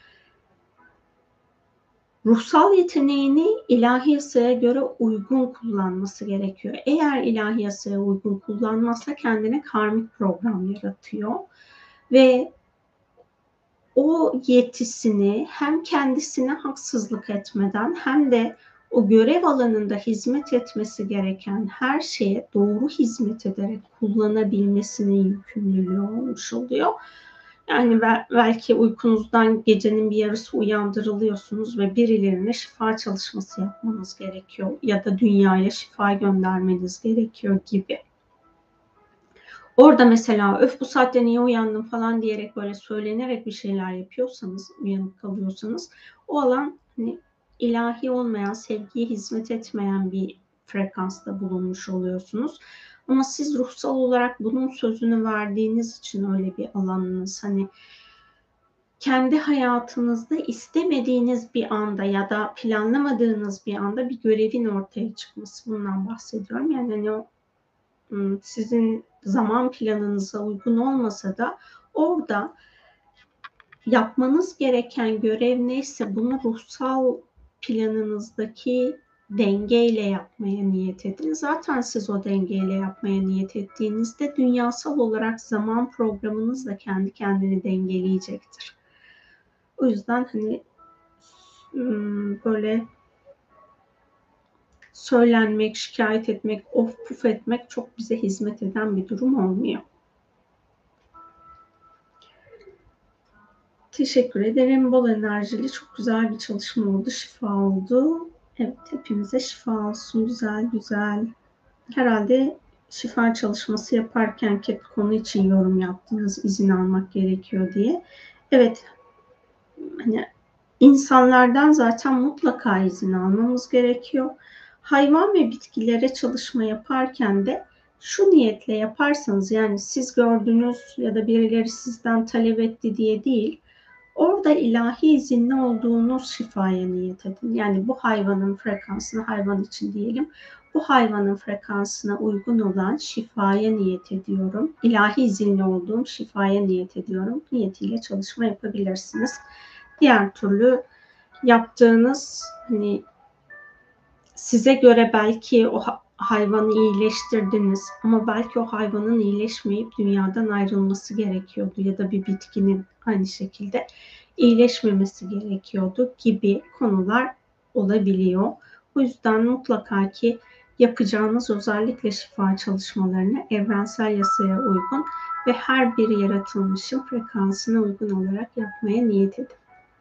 Ruhsal yeteneğini ilahi yasaya göre uygun kullanması gerekiyor. Eğer ilahi yasaya uygun kullanmazsa kendine karmik program yaratıyor ve o yetisini hem kendisine haksızlık etmeden hem de o görev alanında hizmet etmesi gereken her şeye doğru hizmet ederek kullanabilmesinin yükümlülüğü olmuş oluyor. Yani belki uykunuzdan gecenin bir yarısı uyandırılıyorsunuz ve birilerine şifa çalışması yapmanız gerekiyor ya da dünyaya şifa göndermeniz gerekiyor gibi. Orada mesela öf bu saatte niye uyandım falan diyerek böyle söylenerek bir şeyler yapıyorsanız, uyanık kalıyorsanız o alan hani ilahi olmayan, sevgiye hizmet etmeyen bir frekansta bulunmuş oluyorsunuz. Ama siz ruhsal olarak bunun sözünü verdiğiniz için öyle bir alanınız, hani kendi hayatınızda istemediğiniz bir anda ya da planlamadığınız bir anda bir görevin ortaya çıkması, bundan bahsediyorum. Yani hani o sizin zaman planınıza uygun olmasa da orada yapmanız gereken görev neyse bunu ruhsal planınızdaki dengeyle yapmaya niyet edin. Zaten siz o dengeyle yapmaya niyet ettiğinizde dünyasal olarak zaman programınız da kendi kendini dengeleyecektir. O yüzden hani böyle söylenmek, şikayet etmek, of puf etmek çok bize hizmet eden bir durum olmuyor. Teşekkür ederim. Bol enerjili, çok güzel bir çalışma oldu. Şifa oldu. Evet, hepimize şifa olsun. Güzel, güzel. Herhalde şifa çalışması yaparken ki konu için yorum yaptınız, izin almak gerekiyor diye. Evet, hani insanlardan zaten mutlaka izin almamız gerekiyor. Hayvan ve bitkilere çalışma yaparken de şu niyetle yaparsanız, yani siz gördünüz ya da birileri sizden talep etti diye değil, orada ilahi izinli olduğunuz şifaya niyet edin. Yani bu hayvanın frekansına, hayvan için diyelim, bu hayvanın frekansına uygun olan şifaya niyet ediyorum. İlahi izinli olduğum şifaya niyet ediyorum. Niyetiyle çalışma yapabilirsiniz. Diğer türlü yaptığınız, hani size göre belki o hayvanı iyileştirdiniz ama belki o hayvanın iyileşmeyip dünyadan ayrılması gerekiyordu ya da bir bitkinin aynı şekilde iyileşmemesi gerekiyordu gibi konular olabiliyor. O yüzden mutlaka ki yapacağınız özellikle şifa çalışmalarını evrensel yasaya uygun ve her bir yaratılmışın frekansına uygun olarak yapmaya niyet edin.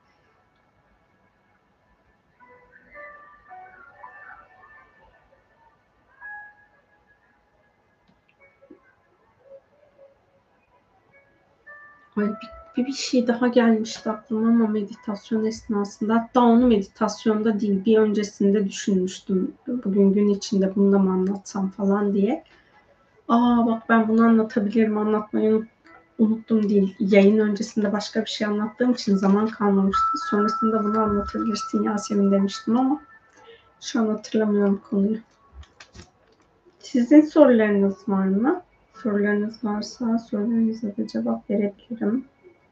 Ay, bir, bir şey daha gelmişti aklıma ama meditasyon esnasında, hatta onu meditasyonda değil bir öncesinde düşünmüştüm. Bugün gün içinde bunu da mı anlatsam falan diye. Aa bak ben bunu anlatabilirim, anlatmayı unuttum değil. Yayın öncesinde başka bir şey anlattığım için zaman kalmamıştı. Sonrasında bunu anlatabilirsin Yasemin demiştim ama şu an hatırlamıyorum konuyu. Sizin sorularınız var mı? Sorularınız varsa sorularınıza da cevap verebilirim.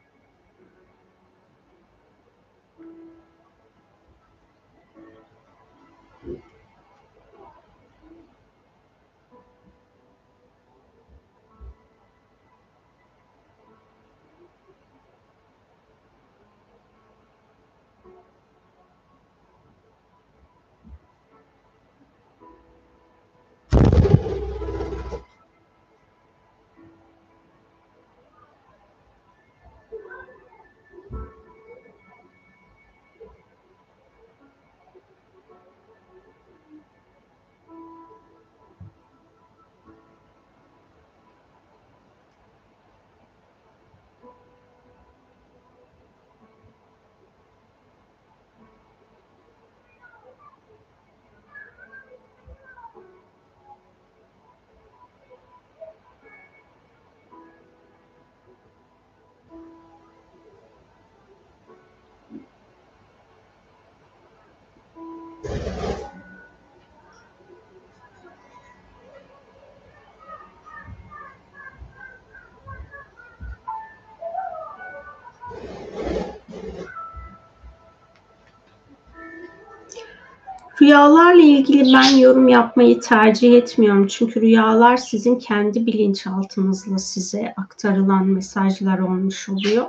Rüyalarla ilgili ben yorum yapmayı tercih etmiyorum. Çünkü rüyalar sizin kendi bilinçaltınızla size aktarılan mesajlar olmuş oluyor.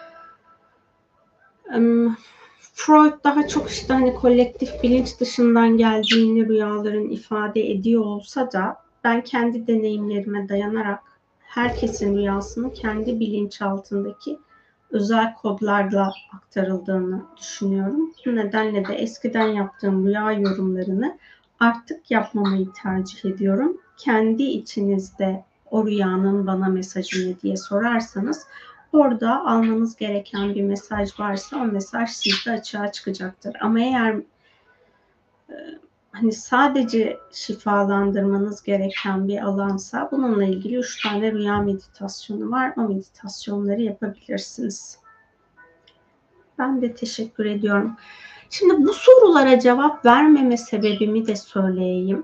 Freud daha çok işte hani kolektif bilinç dışından geldiğini rüyaların ifade ediyor olsa da ben kendi deneyimlerime dayanarak herkesin rüyasını kendi bilinçaltındaki özel kodlarla aktarıldığını düşünüyorum. Bu nedenle de eskiden yaptığım rüya yorumlarını artık yapmamayı tercih ediyorum. Kendi içinizde o rüyanın bana mesajı ne diye sorarsanız orada almanız gereken bir mesaj varsa o mesaj sizde açığa çıkacaktır. Ama eğer e, hani sadece şifalandırmanız gereken bir alansa bununla ilgili üç tane rüya meditasyonu var. O meditasyonları yapabilirsiniz. Ben de teşekkür ediyorum. Şimdi bu sorulara cevap vermeme sebebimi de söyleyeyim.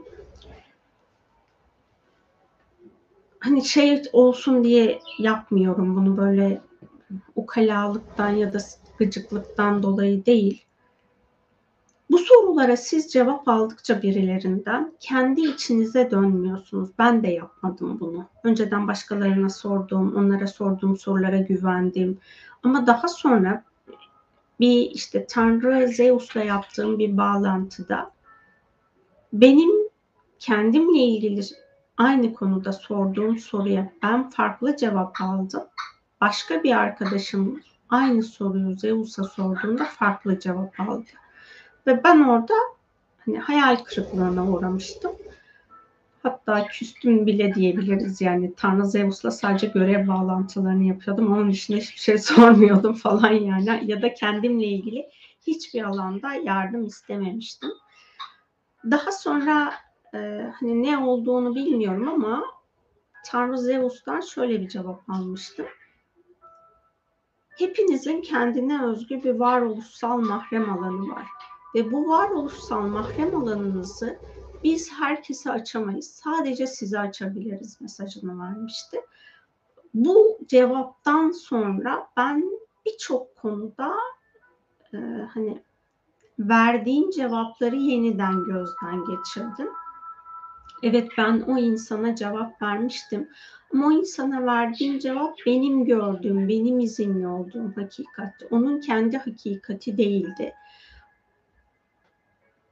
Hani şey olsun diye yapmıyorum bunu, böyle ukalalıktan ya da gıcıklıktan dolayı değil. Bu sorulara siz cevap aldıkça birilerinden kendi içinize dönmüyorsunuz. Ben de yapmadım bunu. Önceden başkalarına sorduğum, onlara sorduğum sorulara güvendim. Ama daha sonra bir işte Tanrı Zeus'la yaptığım bir bağlantıda benim kendimle ilgili aynı konuda sorduğum soruya ben farklı cevap aldım. Başka bir arkadaşım aynı soruyu Zeus'a sorduğunda farklı cevap aldı. Ve ben orada hani hayal kırıklığına uğramıştım. Hatta küstüm bile diyebiliriz yani. Tanrı Zeus'la sadece görev bağlantılarını yapıyordum. Onun dışında hiçbir şey sormuyordum falan yani. Ya da kendimle ilgili hiçbir alanda yardım istememiştim. Daha sonra e, hani ne olduğunu bilmiyorum ama Tanrı Zeus'tan şöyle bir cevap almıştım. Hepinizin kendine özgü bir varoluşsal mahrem alanı var. Ve bu varoluşsal mahrem alanınızı biz herkese açamayız. Sadece size açabiliriz mesajını vermişti. Bu cevaptan sonra ben birçok konuda e, hani verdiğim cevapları yeniden gözden geçirdim. Evet ben o insana cevap vermiştim. Ama o insana verdiğim cevap benim gördüğüm, benim izinli olduğum hakikat. Onun kendi hakikati değildi.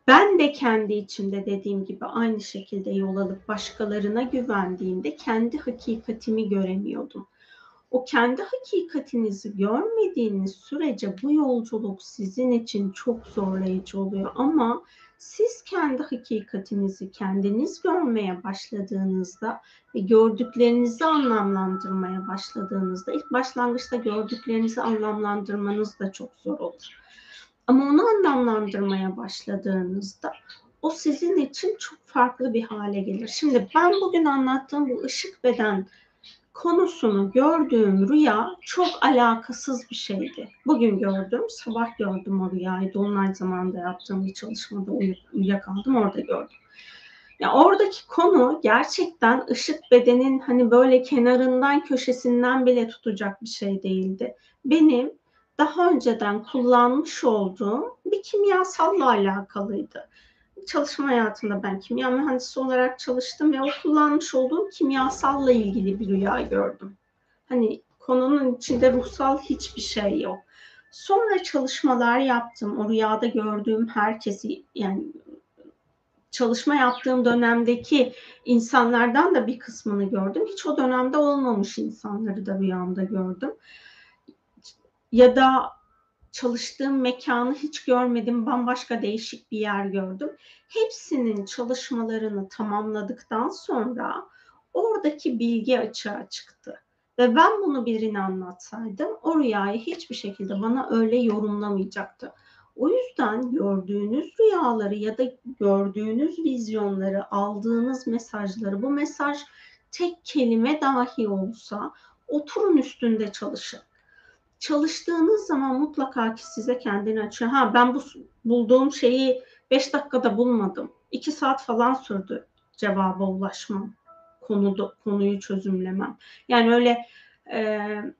Ben de kendi içimde dediğim gibi aynı şekilde yol alıp başkalarına güvendiğimde kendi hakikatimi göremiyordum. O kendi hakikatinizi görmediğiniz sürece bu yolculuk sizin için çok zorlayıcı oluyor. Ama siz kendi hakikatinizi kendiniz görmeye başladığınızda ve gördüklerinizi anlamlandırmaya başladığınızda, ilk başlangıçta gördüklerinizi anlamlandırmanız da çok zor olur. Ama onu anlamlandırmaya başladığınızda o sizin için çok farklı bir hale gelir. Şimdi ben bugün anlattığım bu ışık beden konusunu gördüğüm rüya çok alakasız bir şeydi. Bugün gördüm, sabah gördüm o rüyayı. Dolunay zamanında yaptığım bir çalışmada uyuyakaldım, orada gördüm. Ya oradaki konu gerçekten ışık bedenin hani böyle kenarından köşesinden bile tutacak bir şey değildi. Benim daha önceden kullanmış olduğum bir kimyasalla alakalıydı. Çalışma hayatımda ben kimya mühendisi olarak çalıştım ve o kullanmış olduğum kimyasalla ilgili bir rüya gördüm. Hani konunun içinde ruhsal hiçbir şey yok. Sonra çalışmalar yaptım. O rüyada gördüğüm herkesi, yani çalışma yaptığım dönemdeki insanlardan da bir kısmını gördüm. Hiç o dönemde olmamış insanları da rüyamda gördüm. Ya da çalıştığım mekanı hiç görmedim, bambaşka değişik bir yer gördüm. Hepsinin çalışmalarını tamamladıktan sonra oradaki bilgi açığa çıktı. Ve ben bunu birine anlatsaydım o rüyayı hiçbir şekilde bana öyle yorumlamayacaktı. O yüzden gördüğünüz rüyaları ya da gördüğünüz vizyonları, aldığınız mesajları, bu mesaj tek kelime dahi olsa oturun üstünde çalışın. Çalıştığınız zaman mutlaka ki size kendini açıyor. Ha ben bu bulduğum şeyi beş dakikada bulmadım. iki saat falan sürdü cevaba ulaşmam. Konuda, konuyu çözümlemem. Yani öyle e,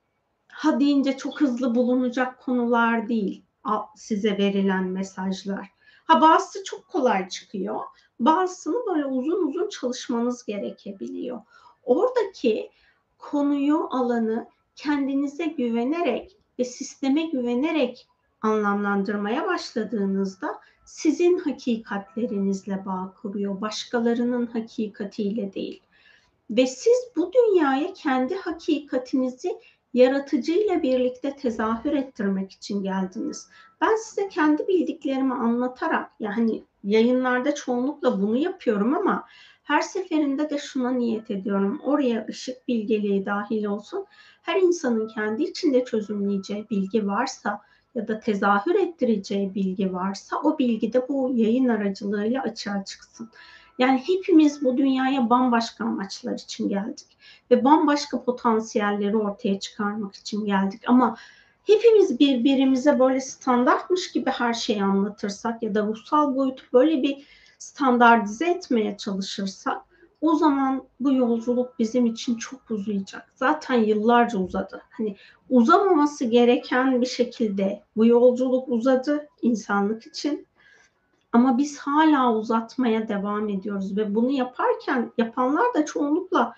ha deyince çok hızlı bulunacak konular değil size verilen mesajlar. Ha bazısı çok kolay çıkıyor. Bazısını böyle uzun uzun çalışmanız gerekebiliyor. Oradaki konuyu, alanı kendinize güvenerek ve sisteme güvenerek anlamlandırmaya başladığınızda sizin hakikatlerinizle bağ kuruyor. Başkalarının hakikatiyle değil. Ve siz bu dünyaya kendi hakikatinizi yaratıcıyla birlikte tezahür ettirmek için geldiniz. Ben size kendi bildiklerimi anlatarak, yani yayınlarda çoğunlukla bunu yapıyorum ama her seferinde de şuna niyet ediyorum. Oraya ışık bilgeliği dahil olsun. Her insanın kendi içinde çözümleyeceği bilgi varsa ya da tezahür ettireceği bilgi varsa o bilgi de bu yayın aracılığıyla açığa çıksın. Yani hepimiz bu dünyaya bambaşka amaçlar için geldik ve bambaşka potansiyelleri ortaya çıkarmak için geldik. Ama hepimiz birbirimize böyle standartmış gibi her şeyi anlatırsak ya da ruhsal boyutu böyle bir standartize etmeye çalışırsak o zaman bu yolculuk bizim için çok uzayacak. Zaten yıllarca uzadı. Hani uzamaması gereken bir şekilde bu yolculuk uzadı insanlık için. Ama biz hala uzatmaya devam ediyoruz ve bunu yaparken yapanlar da çoğunlukla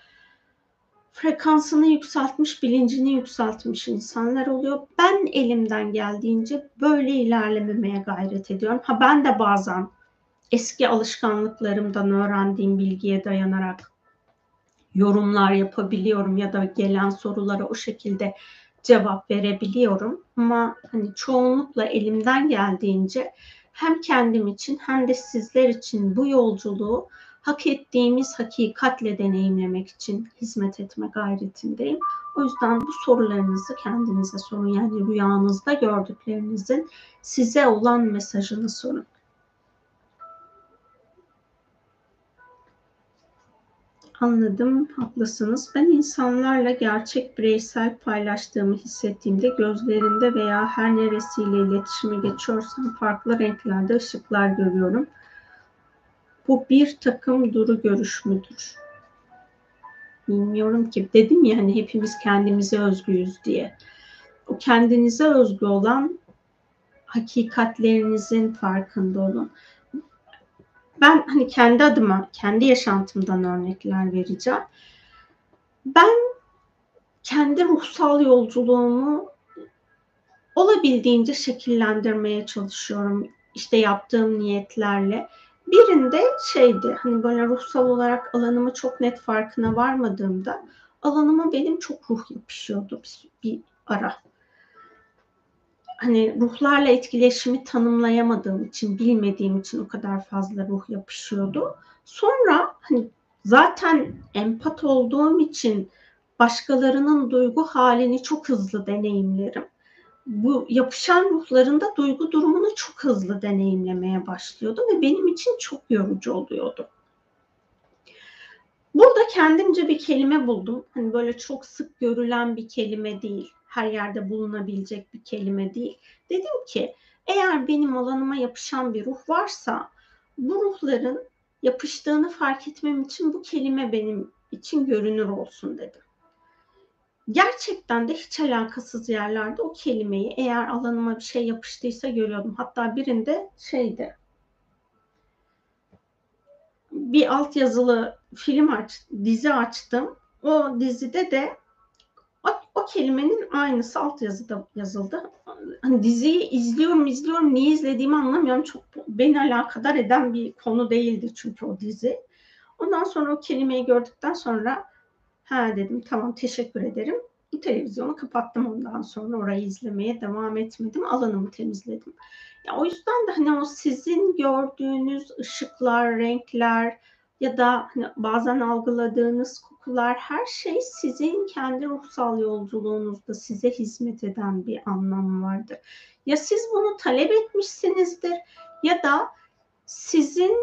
frekansını yükseltmiş, bilincini yükseltmiş insanlar oluyor. Ben elimden geldiğince böyle ilerlememeye gayret ediyorum. Ha ben de bazen eski alışkanlıklarımdan öğrendiğim bilgiye dayanarak yorumlar yapabiliyorum ya da gelen sorulara o şekilde cevap verebiliyorum. Ama hani çoğunlukla elimden geldiğince hem kendim için hem de sizler için bu yolculuğu hak ettiğimiz hakikatle deneyimlemek için hizmet etme gayretindeyim. O yüzden bu sorularınızı kendinize sorun. Yani rüyanızda gördüklerinizin size olan mesajını sorun. Anladım, haklısınız. Ben insanlarla gerçek bireysel paylaştığımı hissettiğimde gözlerinde veya her neresiyle iletişime geçiyorsam farklı renklerde ışıklar görüyorum. Bu bir takım duru görüş müdür? Bilmiyorum ki. Dedim ya hani hepimiz kendimize özgüyüz diye. O kendinize özgü olan hakikatlerinizin farkında olun. Ben hani kendi adıma, kendi yaşantımdan örnekler vereceğim. Ben kendi ruhsal yolculuğumu olabildiğince şekillendirmeye çalışıyorum. işte yaptığım niyetlerle. Birinde şeydi, hani böyle ruhsal olarak alanımı çok net farkına varmadığımda alanıma benim çok ruh yapışıyordu bir, bir ara. Hani ruhlarla etkileşimi tanımlayamadığım için, bilmediğim için o kadar fazla ruh yapışıyordu. Sonra hani zaten empat olduğum için başkalarının duygu halini çok hızlı deneyimlerim. Bu yapışan ruhların da duygu durumunu çok hızlı deneyimlemeye başlıyordu ve benim için çok yorucu oluyordu. Burada kendimce bir kelime buldum. Hani böyle çok sık görülen bir kelime değil. Her yerde bulunabilecek bir kelime değil. Dedim ki eğer benim alanıma yapışan bir ruh varsa bu ruhların yapıştığını fark etmem için bu kelime benim için görünür olsun dedim. Gerçekten de hiç alakasız yerlerde o kelimeyi eğer alanıma bir şey yapıştıysa görüyordum. Hatta birinde şeydi, bir altyazılı film aç, dizi açtım. O dizide de o, o kelimenin aynısı altyazıda yazıldı. Hani diziyi izliyorum izliyorum niye izlediğimi anlamıyorum. Çok beni alakadar eden bir konu değildi çünkü o dizi. Ondan sonra o kelimeyi gördükten sonra ha dedim tamam teşekkür ederim. Televizyonu kapattım ondan sonra orayı izlemeye devam etmedim. Alanımı temizledim. Ya o yüzden de hani o sizin gördüğünüz ışıklar, renkler ya da hani bazen algıladığınız kokular her şey sizin kendi ruhsal yolculuğunuzda size hizmet eden bir anlam vardır. Ya siz bunu talep etmişsinizdir ya da sizin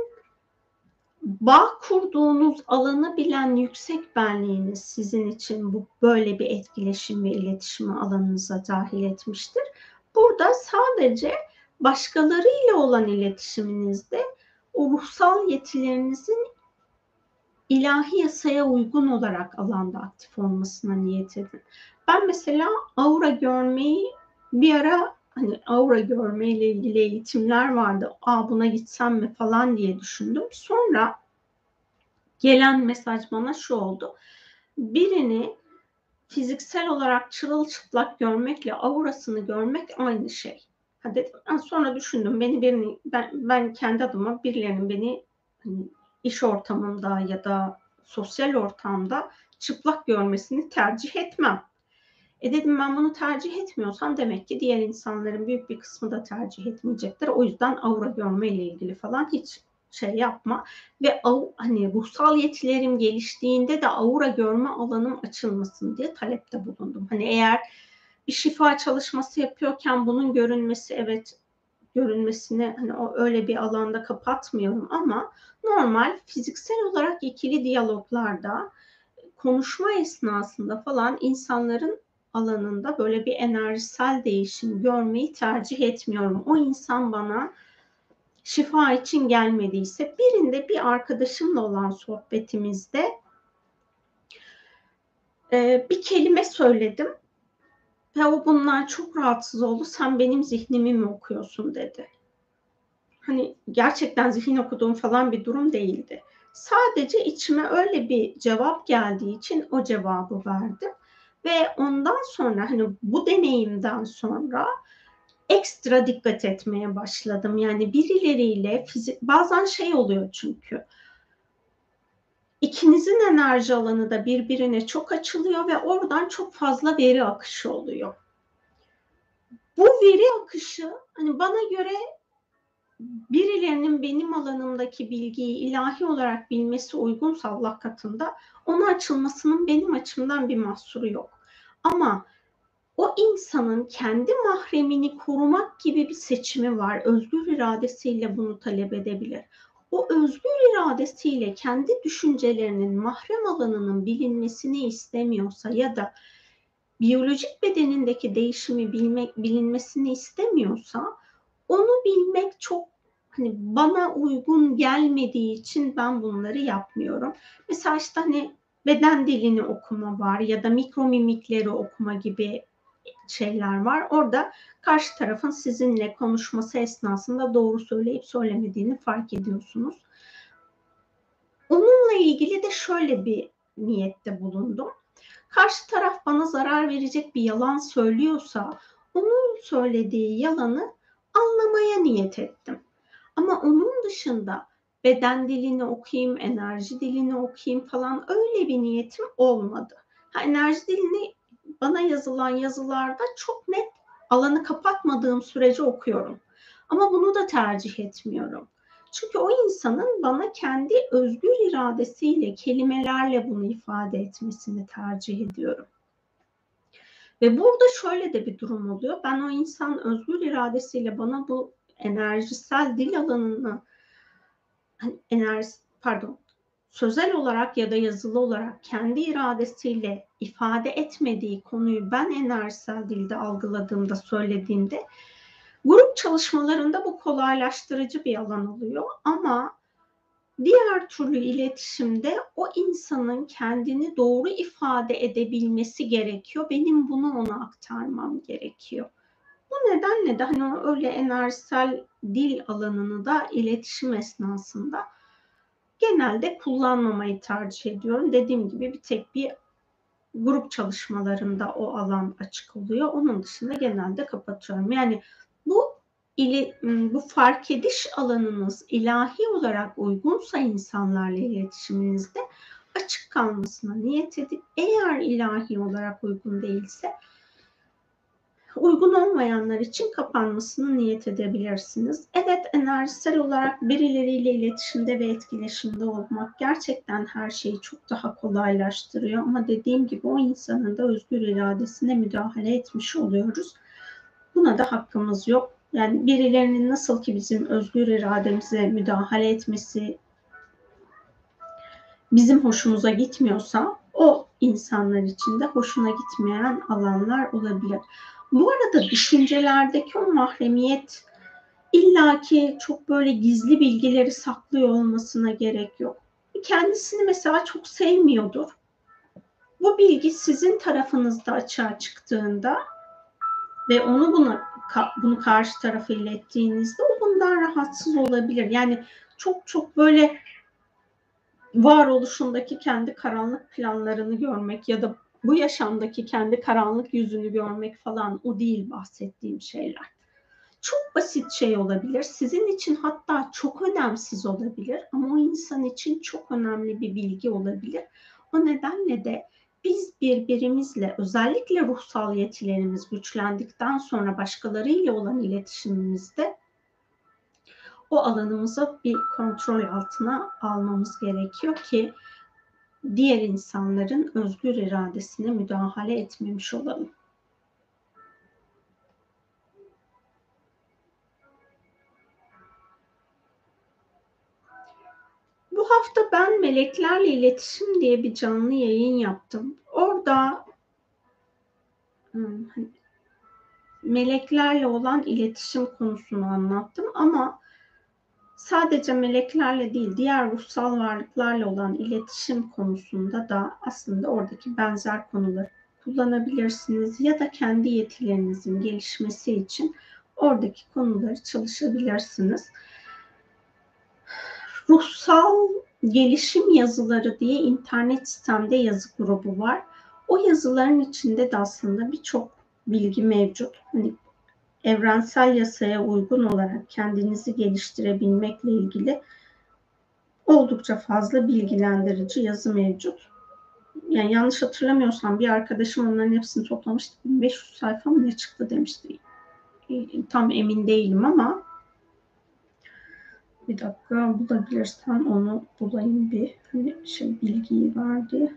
bağ kurduğunuz alanı bilen yüksek benliğiniz sizin için bu böyle bir etkileşim ve iletişimi alanınıza dahil etmiştir. Burada sadece başkalarıyla olan iletişiminizde o ruhsal yetilerinizin ilahi yasaya uygun olarak alanda aktif olmasına niyet edin. Ben mesela aura görmeyi bir ara hani aura görmeyle ilgili eğitimler vardı. Aa buna gitsem mi falan diye düşündüm. Sonra gelen mesaj bana şu oldu. Birini fiziksel olarak çırılçıplak görmekle aurasını görmek aynı şey. Ha dedim, sonra düşündüm beni birini ben, ben kendi adıma birilerinin beni hani, iş ortamında ya da sosyal ortamda çıplak görmesini tercih etmem. E dedim ben bunu tercih etmiyorsam demek ki diğer insanların büyük bir kısmı da tercih etmeyecektir. O yüzden aura görme ile ilgili falan hiç şey yapma ve hani ruhsal yetilerim geliştiğinde de aura görme alanım açılmasın diye talepte bulundum. Hani eğer bir şifa çalışması yapıyorken bunun görünmesi evet görünmesini hani o öyle bir alanda kapatmıyorum ama normal fiziksel olarak ikili diyaloglarda konuşma esnasında falan insanların alanında böyle bir enerjisel değişim görmeyi tercih etmiyorum. O insan bana şifa için gelmediyse birinde bir arkadaşımla olan sohbetimizde e, bir kelime söyledim ve o bundan çok rahatsız oldu. Sen benim zihnimi mi okuyorsun dedi. Hani gerçekten zihin okuduğum falan bir durum değildi. Sadece içime öyle bir cevap geldiği için o cevabı verdim. Ve ondan sonra hani bu deneyimden sonra ekstra dikkat etmeye başladım. Yani birileriyle fizik, bazen şey oluyor çünkü. İkinizin enerji alanı da birbirine çok açılıyor ve oradan çok fazla veri akışı oluyor. Bu veri akışı hani bana göre birilerinin benim alanımdaki bilgiyi ilahi olarak bilmesi uygunsa Allah katında ona açılmasının benim açımdan bir mahsuru yok. Ama o insanın kendi mahremini korumak gibi bir seçimi var. Özgür iradesiyle bunu talep edebilir. O özgür iradesiyle kendi düşüncelerinin mahrem alanının bilinmesini istemiyorsa ya da biyolojik bedenindeki değişimi bilmek, bilinmesini istemiyorsa onu bilmek çok hani bana uygun gelmediği için ben bunları yapmıyorum. Mesela işte hani beden dilini okuma var ya da mikro mimikleri okuma gibi şeyler var. Orada karşı tarafın sizinle konuşması esnasında doğru söyleyip söylemediğini fark ediyorsunuz. Onunla ilgili de şöyle bir niyette bulundum. Karşı taraf bana zarar verecek bir yalan söylüyorsa onun söylediği yalanı anlamaya niyet ettim. Ama onun dışında beden dilini okuyayım, enerji dilini okuyayım falan öyle bir niyetim olmadı. Ha, enerji dilini bana yazılan yazılarda çok net alanı kapatmadığım sürece okuyorum. Ama bunu da tercih etmiyorum. Çünkü o insanın bana kendi özgür iradesiyle, kelimelerle bunu ifade etmesini tercih ediyorum. Ve burada şöyle de bir durum oluyor. Ben o insan özgür iradesiyle bana bu enerjisel dil alanını hani enerji pardon sözel olarak ya da yazılı olarak kendi iradesiyle ifade etmediği konuyu ben enerjisel dilde algıladığımda, söylediğimde grup çalışmalarında bu kolaylaştırıcı bir alan oluyor ama diğer türlü iletişimde o insanın kendini doğru ifade edebilmesi gerekiyor. Benim bunu ona aktarmam gerekiyor. Bu nedenle de hani öyle enerjisel dil alanını da iletişim esnasında genelde kullanmamayı tercih ediyorum. Dediğim gibi bir tek bir grup çalışmalarında o alan açık oluyor. Onun dışında genelde kapatıyorum. Yani bu ili, bu fark ediş alanınız ilahi olarak uygunsa insanlarla iletişiminizde açık kalmasına niyet edip eğer ilahi olarak uygun değilse uygun olmayanlar için kapanmasını niyet edebilirsiniz. Evet, enerjisel olarak birileriyle iletişimde ve etkileşimde olmak gerçekten her şeyi çok daha kolaylaştırıyor. Ama dediğim gibi o insanın da özgür iradesine müdahale etmiş oluyoruz. Buna da hakkımız yok. Yani birilerinin nasıl ki bizim özgür irademize müdahale etmesi bizim hoşumuza gitmiyorsa o insanlar için de hoşuna gitmeyen alanlar olabilir. Bu arada düşüncelerdeki o mahremiyet illaki çok böyle gizli bilgileri saklıyor olmasına gerek yok. Kendisini mesela çok sevmiyordur. Bu bilgi sizin tarafınızda açığa çıktığında ve onu bunu bunu karşı tarafa ilettiğinizde o bundan rahatsız olabilir. Yani çok çok böyle varoluşundaki kendi karanlık planlarını görmek ya da bu yaşamdaki kendi karanlık yüzünü görmek falan o değil bahsettiğim şeyler. Çok basit şey olabilir. Sizin için hatta çok önemsiz olabilir ama o insan için çok önemli bir bilgi olabilir. O nedenle de biz birbirimizle özellikle ruhsal yetilerimiz güçlendikten sonra başkalarıyla olan iletişimimizde o alanımıza bir kontrol altına almamız gerekiyor ki diğer insanların özgür iradesine müdahale etmemiş olalım. Bu hafta ben Meleklerle İletişim diye bir canlı yayın yaptım. Orada meleklerle olan iletişim konusunu anlattım ama sadece meleklerle değil, diğer ruhsal varlıklarla olan iletişim konusunda da aslında oradaki benzer konuları kullanabilirsiniz ya da kendi yetilerinizin gelişmesi için oradaki konuları çalışabilirsiniz. Ruhsal gelişim yazıları diye internet sitemde yazı grubu var. O yazıların içinde de aslında birçok bilgi mevcut. Hani evrensel yasaya uygun olarak kendinizi geliştirebilmekle ilgili oldukça fazla bilgilendirici yazı mevcut. Yani yanlış hatırlamıyorsam bir arkadaşım onların hepsini toplamıştı. bin beş yüz sayfa mı ne çıktı demişti. Tam emin değilim ama bir dakika bulabilirsem onu bulayım bir. Hani şey bilgiyi verdi.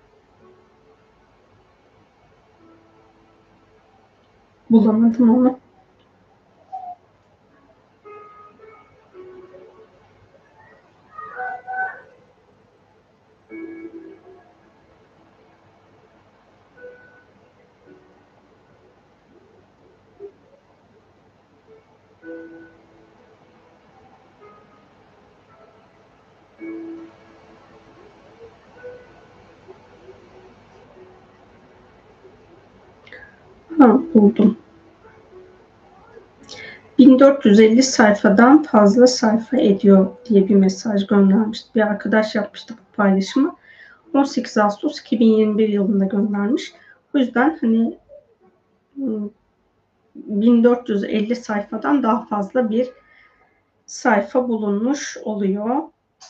Bulamadım onu. Ha, buldum. bin dört yüz elli sayfadan fazla sayfa ediyor diye bir mesaj göndermişti. Bir arkadaş yapmıştı bu paylaşımı. on sekiz Ağustos iki bin yirmi bir yılında göndermiş. O yüzden hani bin dört yüz elli sayfadan daha fazla bir sayfa bulunmuş oluyor.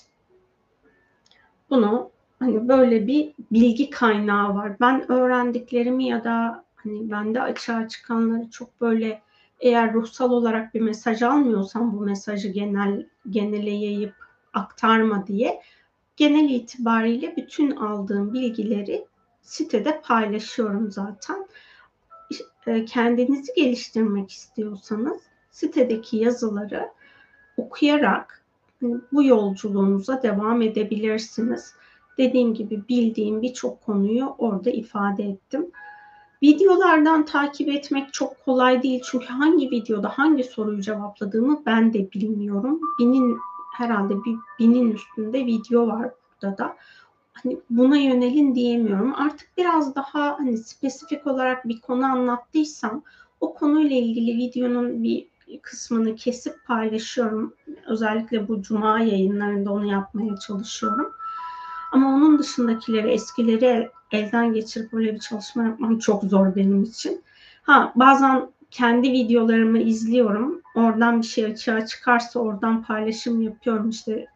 Bunu hani böyle bir bilgi kaynağı var. Ben öğrendiklerimi ya da hani bende açığa çıkanları çok böyle, eğer ruhsal olarak bir mesaj almıyorsam bu mesajı genel genele yayıp aktarma diye, genel itibariyle bütün aldığım bilgileri sitede paylaşıyorum zaten. Kendinizi geliştirmek istiyorsanız sitedeki yazıları okuyarak bu yolculuğunuza devam edebilirsiniz. Dediğim gibi bildiğim birçok konuyu orada ifade ettim. Videolardan takip etmek çok kolay değil. Çünkü hangi videoda hangi soruyu cevapladığımı ben de bilmiyorum. Binin, herhalde bir binin üstünde video var burada da. Hani buna yönelin diyemiyorum. Artık biraz daha hani spesifik olarak bir konu anlattıysam o konuyla ilgili videonun bir kısmını kesip paylaşıyorum. Özellikle bu cuma yayınlarında onu yapmaya çalışıyorum. Ama onun dışındakileri, eskileri elden geçirip öyle bir çalışma yapmam çok zor benim için. Ha, bazen kendi videolarımı izliyorum. Oradan bir şey açığa çıkarsa oradan paylaşım yapıyorum. İşte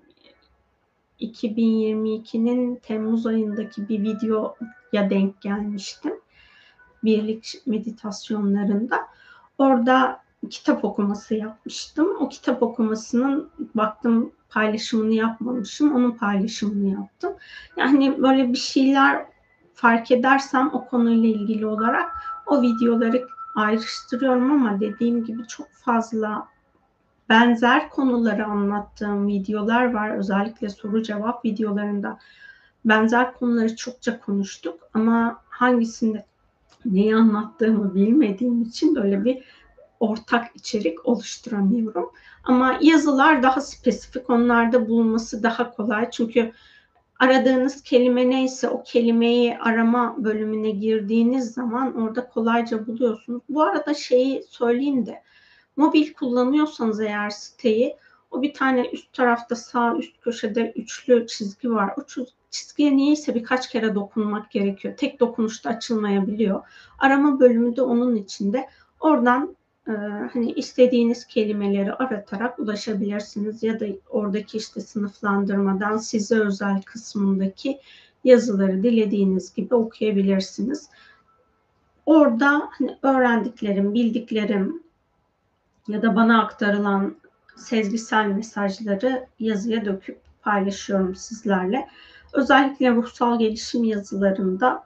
iki bin yirmi ikinin Temmuz ayındaki bir videoya denk gelmiştim. Birlik meditasyonlarında. Orada kitap okuması yapmıştım. O kitap okumasının baktım paylaşımını yapmamışım. Onun paylaşımını yaptım. Yani böyle bir şeyler fark edersem o konuyla ilgili olarak o videoları ayrıştırıyorum ama dediğim gibi çok fazla benzer konuları anlattığım videolar var. Özellikle soru cevap videolarında benzer konuları çokça konuştuk ama hangisinde neyi anlattığımı bilmediğim için böyle bir ortak içerik oluşturamıyorum. Ama yazılar daha spesifik, onlarda bulunması daha kolay. Çünkü aradığınız kelime neyse o kelimeyi arama bölümüne girdiğiniz zaman orada kolayca buluyorsunuz. Bu arada şeyi söyleyeyim de, mobil kullanıyorsanız eğer siteyi, o bir tane üst tarafta sağ üst köşede üçlü çizgi var. O çizgiye niyeyse birkaç kere dokunmak gerekiyor. Tek dokunuşta açılmayabiliyor. Arama bölümü de onun içinde. Oradan e, hani istediğiniz kelimeleri aratarak ulaşabilirsiniz ya da oradaki işte sınıflandırmadan size özel kısmındaki yazıları dilediğiniz gibi okuyabilirsiniz. Orada hani öğrendiklerim, bildiklerim ya da bana aktarılan sezgisel mesajları yazıya döküp paylaşıyorum sizlerle. Özellikle ruhsal gelişim yazılarında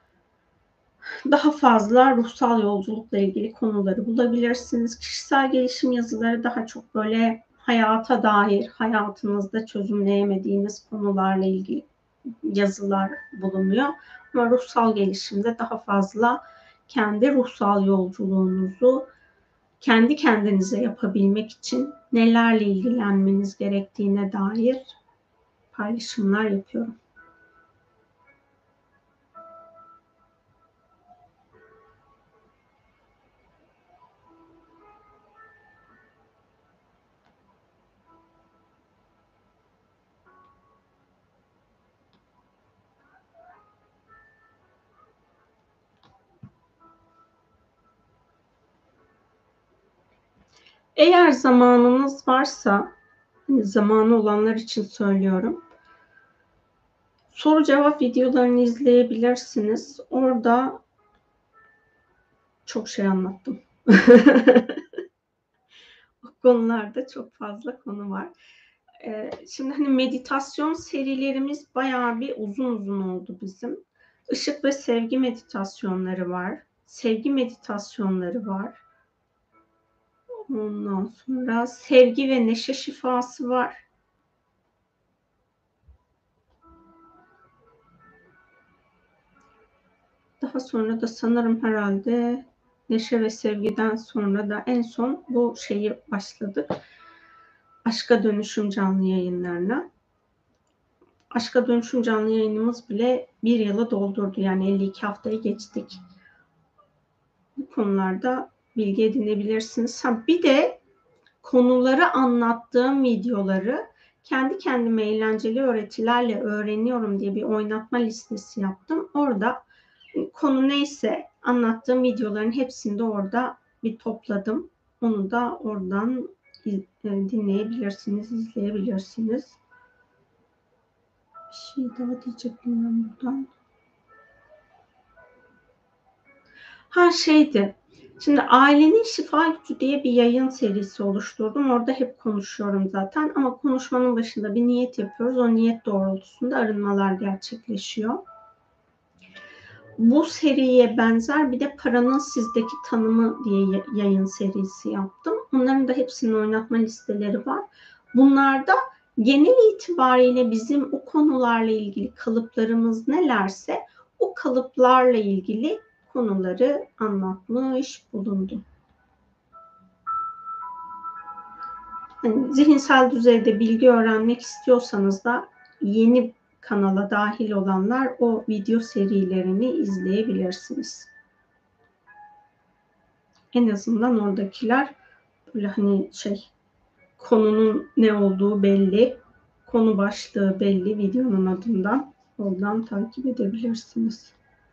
daha fazla ruhsal yolculukla ilgili konuları bulabilirsiniz. Kişisel gelişim yazıları daha çok böyle hayata dair, hayatınızda çözümleyemediğiniz konularla ilgili yazılar bulunuyor. Ama ruhsal gelişimde daha fazla kendi ruhsal yolculuğunuzu kendi kendinize yapabilmek için nelerle ilgilenmeniz gerektiğine dair paylaşımlar yapıyorum. Eğer zamanınız varsa, zamanı olanlar için söylüyorum, soru cevap videolarını izleyebilirsiniz. Orada çok şey anlattım. O konularda çok fazla konu var. Ee, şimdi hani meditasyon serilerimiz bayağı bir uzun uzun oldu bizim. Işık ve sevgi meditasyonları var. Sevgi meditasyonları var. Ondan sonra sevgi ve neşe şifası var. Daha sonra da sanırım herhalde neşe ve sevgiden sonra da en son bu şeyi başladık. Aşka Dönüşüm canlı yayınlarına. Aşka Dönüşüm canlı yayınımız bile bir yılı doldurdu. Yani elli iki haftayı geçtik. bu konularda bilgi edinebilirsiniz. Ha, bir de konuları anlattığım videoları kendi kendime eğlenceli öğretilerle öğreniyorum diye bir oynatma listesi yaptım. Orada konu neyse anlattığım videoların hepsini de orada bir topladım. Onu da oradan dinleyebilirsiniz, izleyebilirsiniz. Bir şey daha diyecektim ben buradan. Ha şeydi. Şimdi Ailenin Şifa Gücü diye bir yayın serisi oluşturdum. Orada hep konuşuyorum zaten ama konuşmanın başında bir niyet yapıyoruz. O niyet doğrultusunda arınmalar gerçekleşiyor. Bu seriye benzer bir de Paranın Sizdeki Tanımı diye yayın serisi yaptım. Onların da hepsinin oynatma listeleri var. Bunlarda genel itibariyle bizim o konularla ilgili kalıplarımız nelerse o kalıplarla ilgili konuları anlatmış bulundum. Yani zihinsel düzeyde bilgi öğrenmek istiyorsanız da yeni kanala dahil olanlar o video serilerini izleyebilirsiniz. En azından oradakiler böyle hani şey konunun ne olduğu belli, konu başlığı belli videonun adından. Oradan takip edebilirsiniz.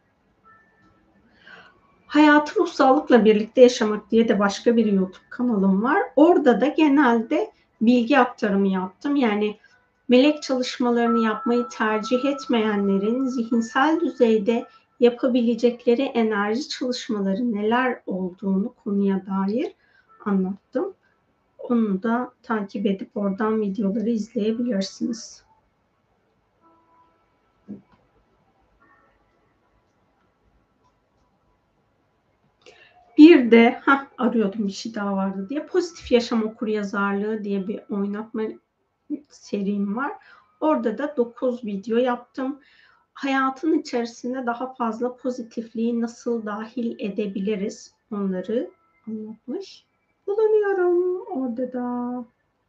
Hayatı Ruhsallıkla Birlikte Yaşamak diye de başka bir YouTube kanalım var. Orada da genelde bilgi aktarımı yaptım. Yani melek çalışmalarını yapmayı tercih etmeyenlerin zihinsel düzeyde yapabilecekleri enerji çalışmaları neler olduğunu konuya dair anlattım. Onu da takip edip oradan videoları izleyebilirsiniz. Bir de heh, arıyordum bir şey daha vardı diye Pozitif Yaşam Okuryazarlığı diye bir oynatma serim var. Orada da dokuz video yaptım. Hayatın içerisinde daha fazla pozitifliği nasıl dahil edebiliriz onları anlatmış bulunuyorum orada da.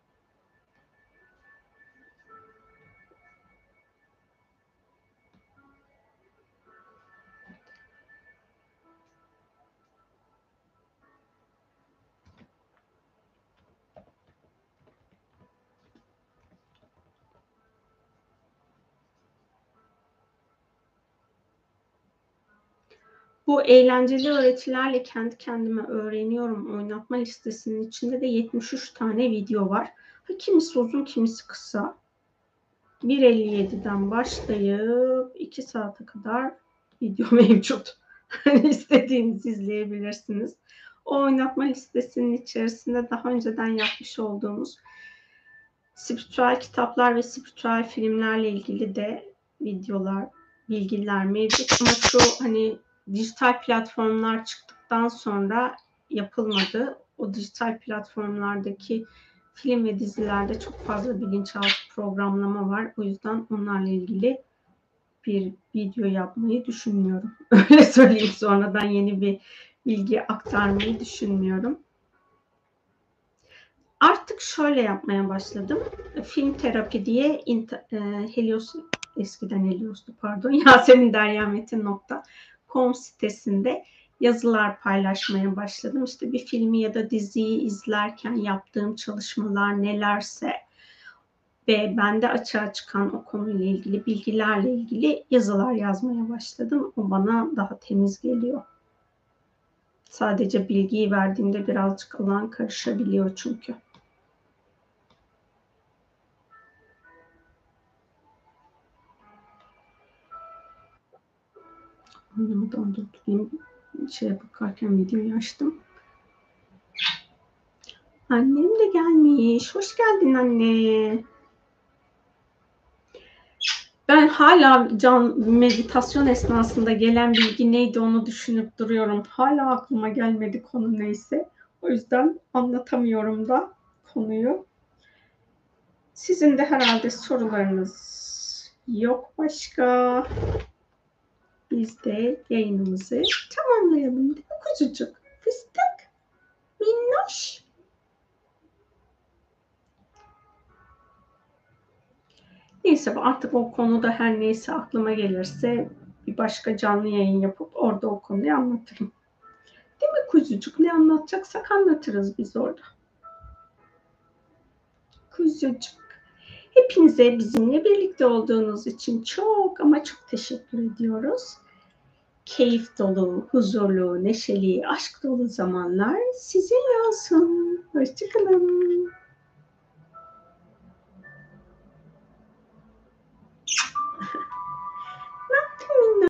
Bu eğlenceli öğretilerle kendi kendime öğreniyorum oynatma listesinin içinde de yetmiş üç tane video var. Ha, kimisi uzun, kimisi kısa. bir elli yediden başlayıp iki saate kadar video mevcut. İstediğinizi izleyebilirsiniz. O oynatma listesinin içerisinde daha önceden yapmış olduğumuz spiritüel kitaplar ve spiritüel filmlerle ilgili de videolar, bilgiler mevcut. Ama şu hani dijital platformlar çıktıktan sonra yapılmadı. O dijital platformlardaki film ve dizilerde çok fazla bilinçaltı programlama var. O yüzden onlarla ilgili bir video yapmayı düşünmüyorum. Öyle söyleyeyim, sonradan yeni bir bilgi aktarmayı düşünmüyorum. Artık şöyle yapmaya başladım. Film terapi diye e, Helios, eskiden Helios'tu pardon, yaseminderyametin nokta com sitesinde yazılar paylaşmaya başladım. İşte bir filmi ya da diziyi izlerken yaptığım çalışmalar nelerse ve bende açığa çıkan o konuyla ilgili bilgilerle ilgili yazılar yazmaya başladım. O bana daha temiz geliyor. Sadece bilgiyi verdiğimde birazcık alan karışabiliyor çünkü. Anlamadan durdurayım. Şeye bakarken videoyu açtım. Annem de gelmiş. Hoş geldin anne. Ben hala can meditasyon esnasında gelen bilgi neydi onu düşünüp duruyorum. Hala aklıma gelmedi konu neyse. O yüzden anlatamıyorum da konuyu. Sizin de herhalde sorularınız yok başka. Biz de yayınımızı tamamlayalım değil mi kuzucuk? Fıstık, minnoş. Neyse artık o konuda her neyse aklıma gelirse bir başka canlı yayın yapıp orada o konuyu anlatırım. Değil mi kuzucuk? Ne anlatacaksak anlatırız biz orada. Kuzucuk. Hepinize bizimle birlikte olduğunuz için çok ama çok teşekkür ediyoruz. Keyif dolu, huzurlu, neşeli, aşk dolu zamanlar sizinle olsun. Hoşça kalın.